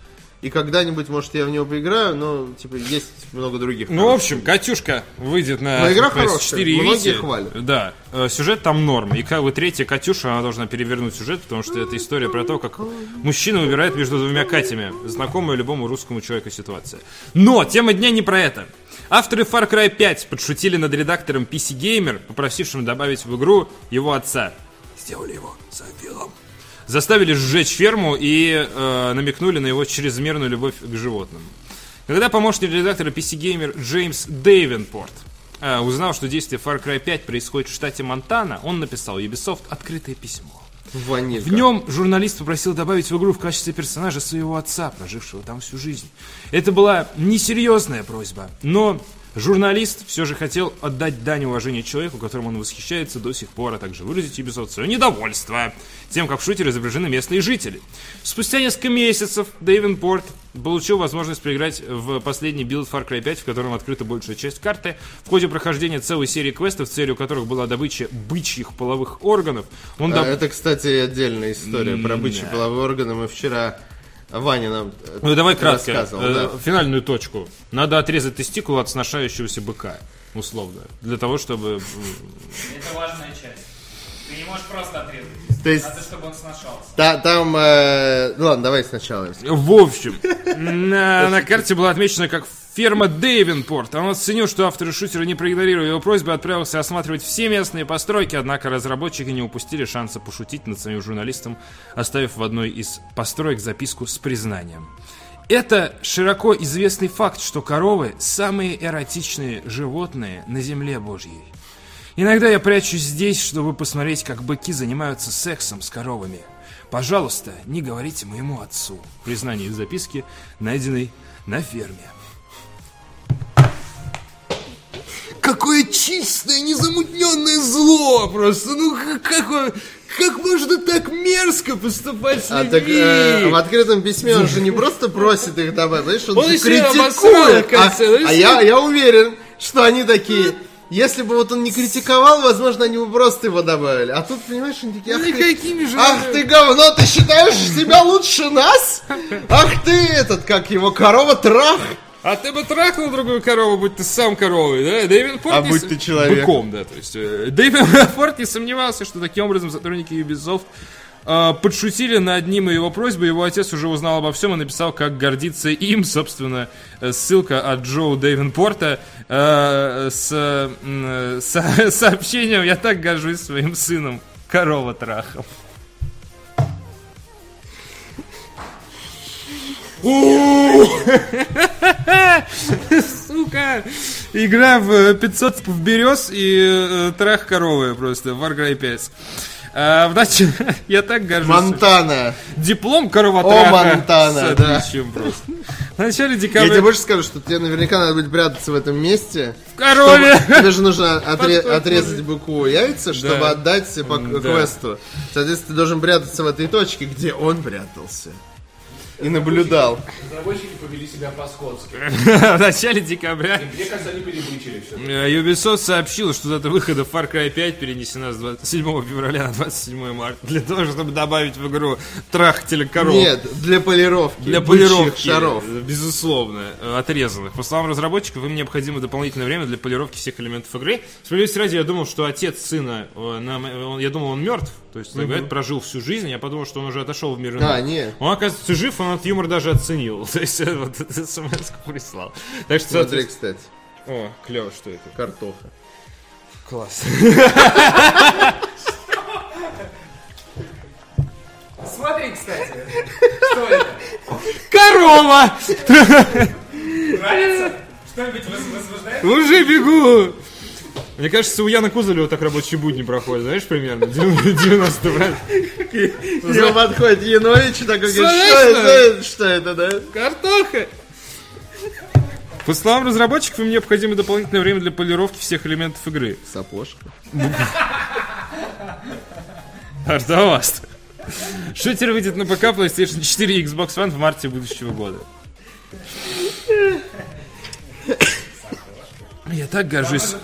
И когда-нибудь, может, я в него поиграю, но, типа, есть много других. Ну, в общем, «Катюшка» выйдет на игра PS4 хорошая, и многие Vita. хвалят. Да, сюжет там норм. И как бы третья «Катюша», она должна перевернуть сюжет, потому что это история про то, как мужчина выбирает между двумя Катями. Знакомая любому русскому человеку ситуация. Но тема дня не про это. Авторы Far Cry 5 подшутили над редактором PC Gamer, попросившим добавить в игру его отца. Сделали его зомбилом. Заставили сжечь ферму и намекнули на его чрезмерную любовь к животным. Когда помощник редактора PC Gamer Джеймс Дейвенпорт узнал, что действие Far Cry 5 происходит в штате Монтана, он написал Ubisoft открытое письмо. Ванилька. В нем журналист попросил добавить в игру в качестве персонажа своего отца, прожившего там всю жизнь. Это была несерьезная просьба, но журналист все же хотел отдать дань уважения человеку, которым он восхищается до сих пор, а также выразить Ubisoft свое недовольство тем, как в шутере изображены местные жители. Спустя несколько месяцев Дейвенпорт получил возможность поиграть в последний билд Far Cry 5, в котором открыта большая часть карты. В ходе прохождения целой серии квестов, целью которых была добыча бычьих половых органов. Это, кстати, отдельная история про бычьи половые органы. Мы вчера... Ваня нам давай кратко. Да. Финальную точку. Надо отрезать тестикулу от сношающегося быка, условно. Для того, чтобы... Это важная часть. Ты не можешь просто отрезать. То есть... Надо, чтобы он сношался. Там... Ну ладно, давай сначала. В общем, на карте была отмечена как ферма Дейвенпорт. Он оценил, что авторы шутера не проигнорировали его просьбы, отправился осматривать все местные постройки, однако разработчики не упустили шанса пошутить над самим журналистом, оставив в одной из построек записку с признанием. Это широко известный факт, что коровы – самые эротичные животные на земле Божьей. Иногда я прячусь здесь, чтобы посмотреть, как быки занимаются сексом с коровами. Пожалуйста, не говорите моему отцу. Признание из записки, найденной на ферме. Какое чистое, незамутненное зло просто. Ну, как можно так мерзко поступать с людьми? В открытом письме он же не просто просит их добавить, он же еще критикует. Я уверен, что они такие... Если бы вот он не критиковал, возможно, они бы просто его добавили. А тут, понимаешь, они такие, ах ты говно, ты считаешь себя лучше нас? Ах ты как его, корова-трах. А ты бы трахнул другую корову, будь ты сам коровой, да? Дейвенпорт будь ты человек. Быком, да, то есть Дейвенпорт не сомневался, что таким образом сотрудники Ubisoft подшутили над ним и его просьбой. Его отец уже узнал обо всем и написал, как гордиться им. Собственно, ссылка от Джо Дейвенпорта с сообщением: «Я так горжусь своим сыном, корова-трахом». Сука! Игра в 500 в берез и трах коровы просто. Far Cry 5. Я так горжусь. Монтана. Диплом коровотраха. О, Монтана, да. Просто. В начале декабря... Я тебе больше скажу, что тебе наверняка надо будет прятаться в этом месте. В корове. Тебе же нужно отрезать быку яйца, чтобы отдать по квесту. Соответственно, ты должен прятаться в этой точке, где он прятался. И наблюдал. Разработчики повели себя по-скотски. В начале декабря Мне кажется, они перебычили все. Ubisoft сообщил, что дата выхода Far Cry 5 перенесена с 27 февраля на 27 марта для того, чтобы добавить в игру трахателя коров. Нет, для полировки. Для полировки шаров. Безусловно, отрезанных. По словам разработчиков, им необходимо дополнительное время для полировки всех элементов игры. Справедливости ради, я думал, что отец сына, я думал, он мертв. То есть, говорят, прожил всю жизнь. Я подумал, что он уже отошел в мир иной. Нет. Он, оказывается, жив, он этот юмор даже оценил. То есть, вот это смс-ку прислал. Так что, Смотри, кстати. О, клево, что это? Картоха. Класс. Смотри, кстати. Что это? Корова! Нравится? Что-нибудь возбуждает? Уже бегу! Мне кажется, у Яна Кузолева так рабочие будни проходят, знаешь, примерно 90%. К нему подходит Янович и такой говорит, что это, да? Картоха! По словам разработчиков, им необходимо дополнительное время для полировки всех элементов игры. Сапожка. А что у вас? Шутер выйдет на ПК, PlayStation 4 и Xbox One в марте будущего года. Я так горжусь.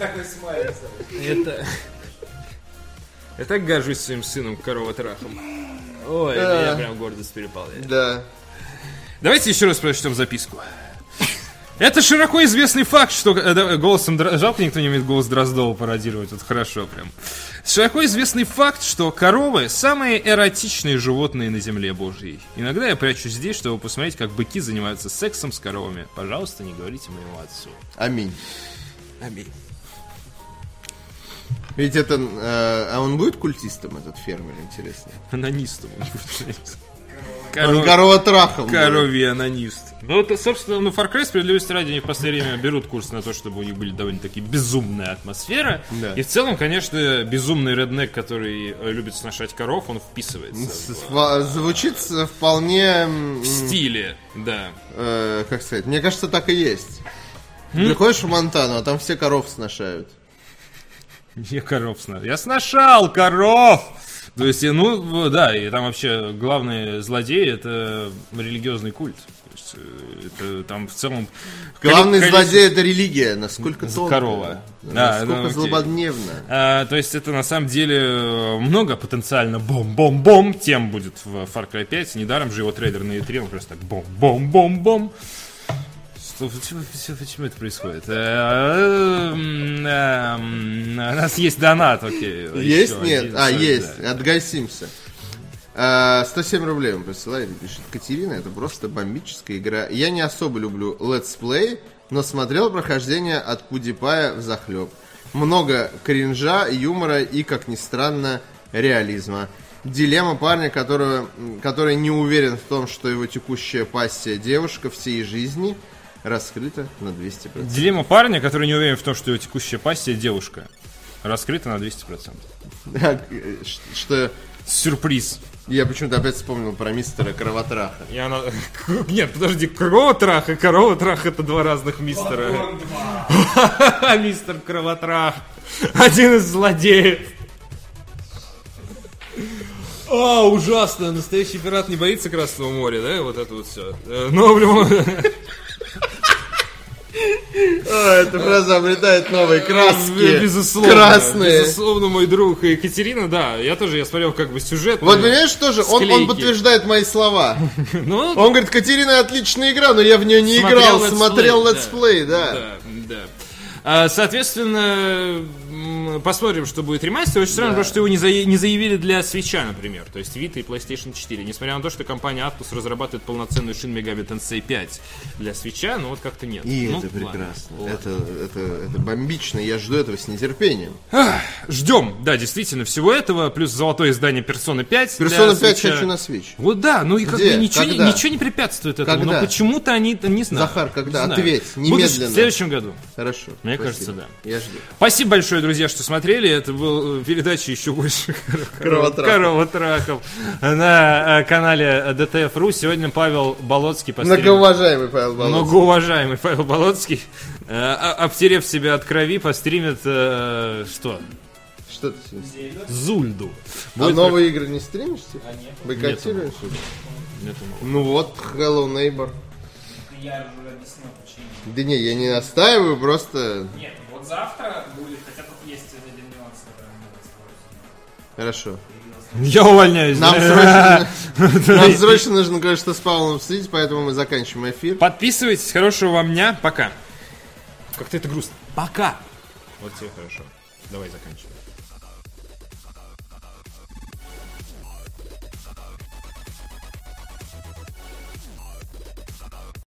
Я так горжусь своим сыном коровотрахом. Ой, меня прям гордость переполняет. Да. Давайте еще раз прочтем записку. Это широко известный факт, что... голосом... Жалко, никто не умеет голос Дроздова пародировать. Вот хорошо прям. Широко известный факт, что коровы – самые эротичные животные на земле Божьей. Иногда я прячусь здесь, чтобы посмотреть, как быки занимаются сексом с коровами. Пожалуйста, не говорите моему отцу. Аминь. Аминь. Ведь это... а он будет культистом, этот фермер, интересно? Анонистом. Он коровотрахом. Коровий анонист. Ну, это, собственно, Far Cry, справедливости ради, они в последнее время берут курс на то, чтобы у них были довольно-таки безумная атмосфера. Да. И в целом, конечно, безумный реднек, который любит сношать коров, он вписывается Звучит вполне... в стиле, да. Как сказать? Мне кажется, так и есть. Приходишь в Монтану, а там все коров сношают. Я коров сношал. Я сношал коров! То есть, ну, да, и там вообще главный злодей — это религиозный культ. То есть, это там в целом... Главный злодей — это религия, насколько тонкая. Корова. Насколько злободневно. То есть, это на самом деле много потенциально бом-бом-бом тем будет в Far Cry 5. Недаром же его трейлер на E3, он просто так бом-бом-бом-бом. Почему это происходит? У нас есть донат, окей. Есть? Нет? Есть. Да. Отгасимся. 107 рублей он присылает, пишет: Катерина, это просто бомбическая игра. Я не особо люблю летсплей, но смотрел прохождение от PewDiePie взахлеб. Много кринжа, юмора и, как ни странно, реализма. Дилемма парня, который не уверен в том, что его текущая пассия девушка всей жизни, раскрыта на 200%. Дилемма парня, который не уверен в том, что его текущая пассия девушка, раскрыта на 200%. Что... Сюрприз. Я почему-то опять вспомнил про мистера Кровотраха. Нет, подожди, Кровотрах и Коровотрах — это два разных мистера. Мистер Кровотрах. Один из злодеев. Ужасно. Настоящий пират не боится Красного моря, да? Вот это вот все. Но в любом... Эта фраза обретает новые краски. Безусловно. Красные. Безусловно, мой друг. И Екатерина, да, я смотрел как бы сюжет. Вот понимаешь, тоже он подтверждает мои слова. Он говорит: Катерина отличная игра, но я в нее не играл, смотрел летсплей, да. Соответственно, посмотрим, что будет ремастер. Очень странно, потому что его не заявили для Switch'а, например. То есть Vita и PlayStation 4. Несмотря на то, что компания Atlus разрабатывает полноценную Shin Megami Tensei 5 для Switch'а, но вот как-то нет. И это прекрасно. Это бомбично. Я жду этого с нетерпением. Ждем, да, действительно, всего этого. Плюс золотое издание Persona 5. Persona 5 хочу на Switch. Вот да, ну и как бы ничего не препятствует этому. Когда? Но почему-то они, не знаю. Захар, когда? Ответь, немедленно. В следующем году. Хорошо. Мне кажется, да. Я жду. Спасибо большое, друзья, что смотрели. Это была передача еще больше Кровотрахов на канале DTF.ru. Сегодня Павел Болоцкий постримил. Многоуважаемый Павел Болоцкий. Многоуважаемый Павел Болоцкий, обтерев себя от крови, постримит что? Что ты себе? Зульду. Новые игры не стримишь? Нет. Бойкотируешь? Нет. Ну вот, Hello Neighbor. Я уже объяснил, почему. Да не, я не настаиваю, просто... Нет, вот завтра будет, хотя тут есть один нюанс, который надо строить. Хорошо. Я увольняюсь. Нам срочно нужно кое-что с Павлом обсудить, поэтому мы заканчиваем эфир. Подписывайтесь, хорошего вам дня, пока. Как-то это грустно. Пока. Вот тебе хорошо. Давай заканчиваем.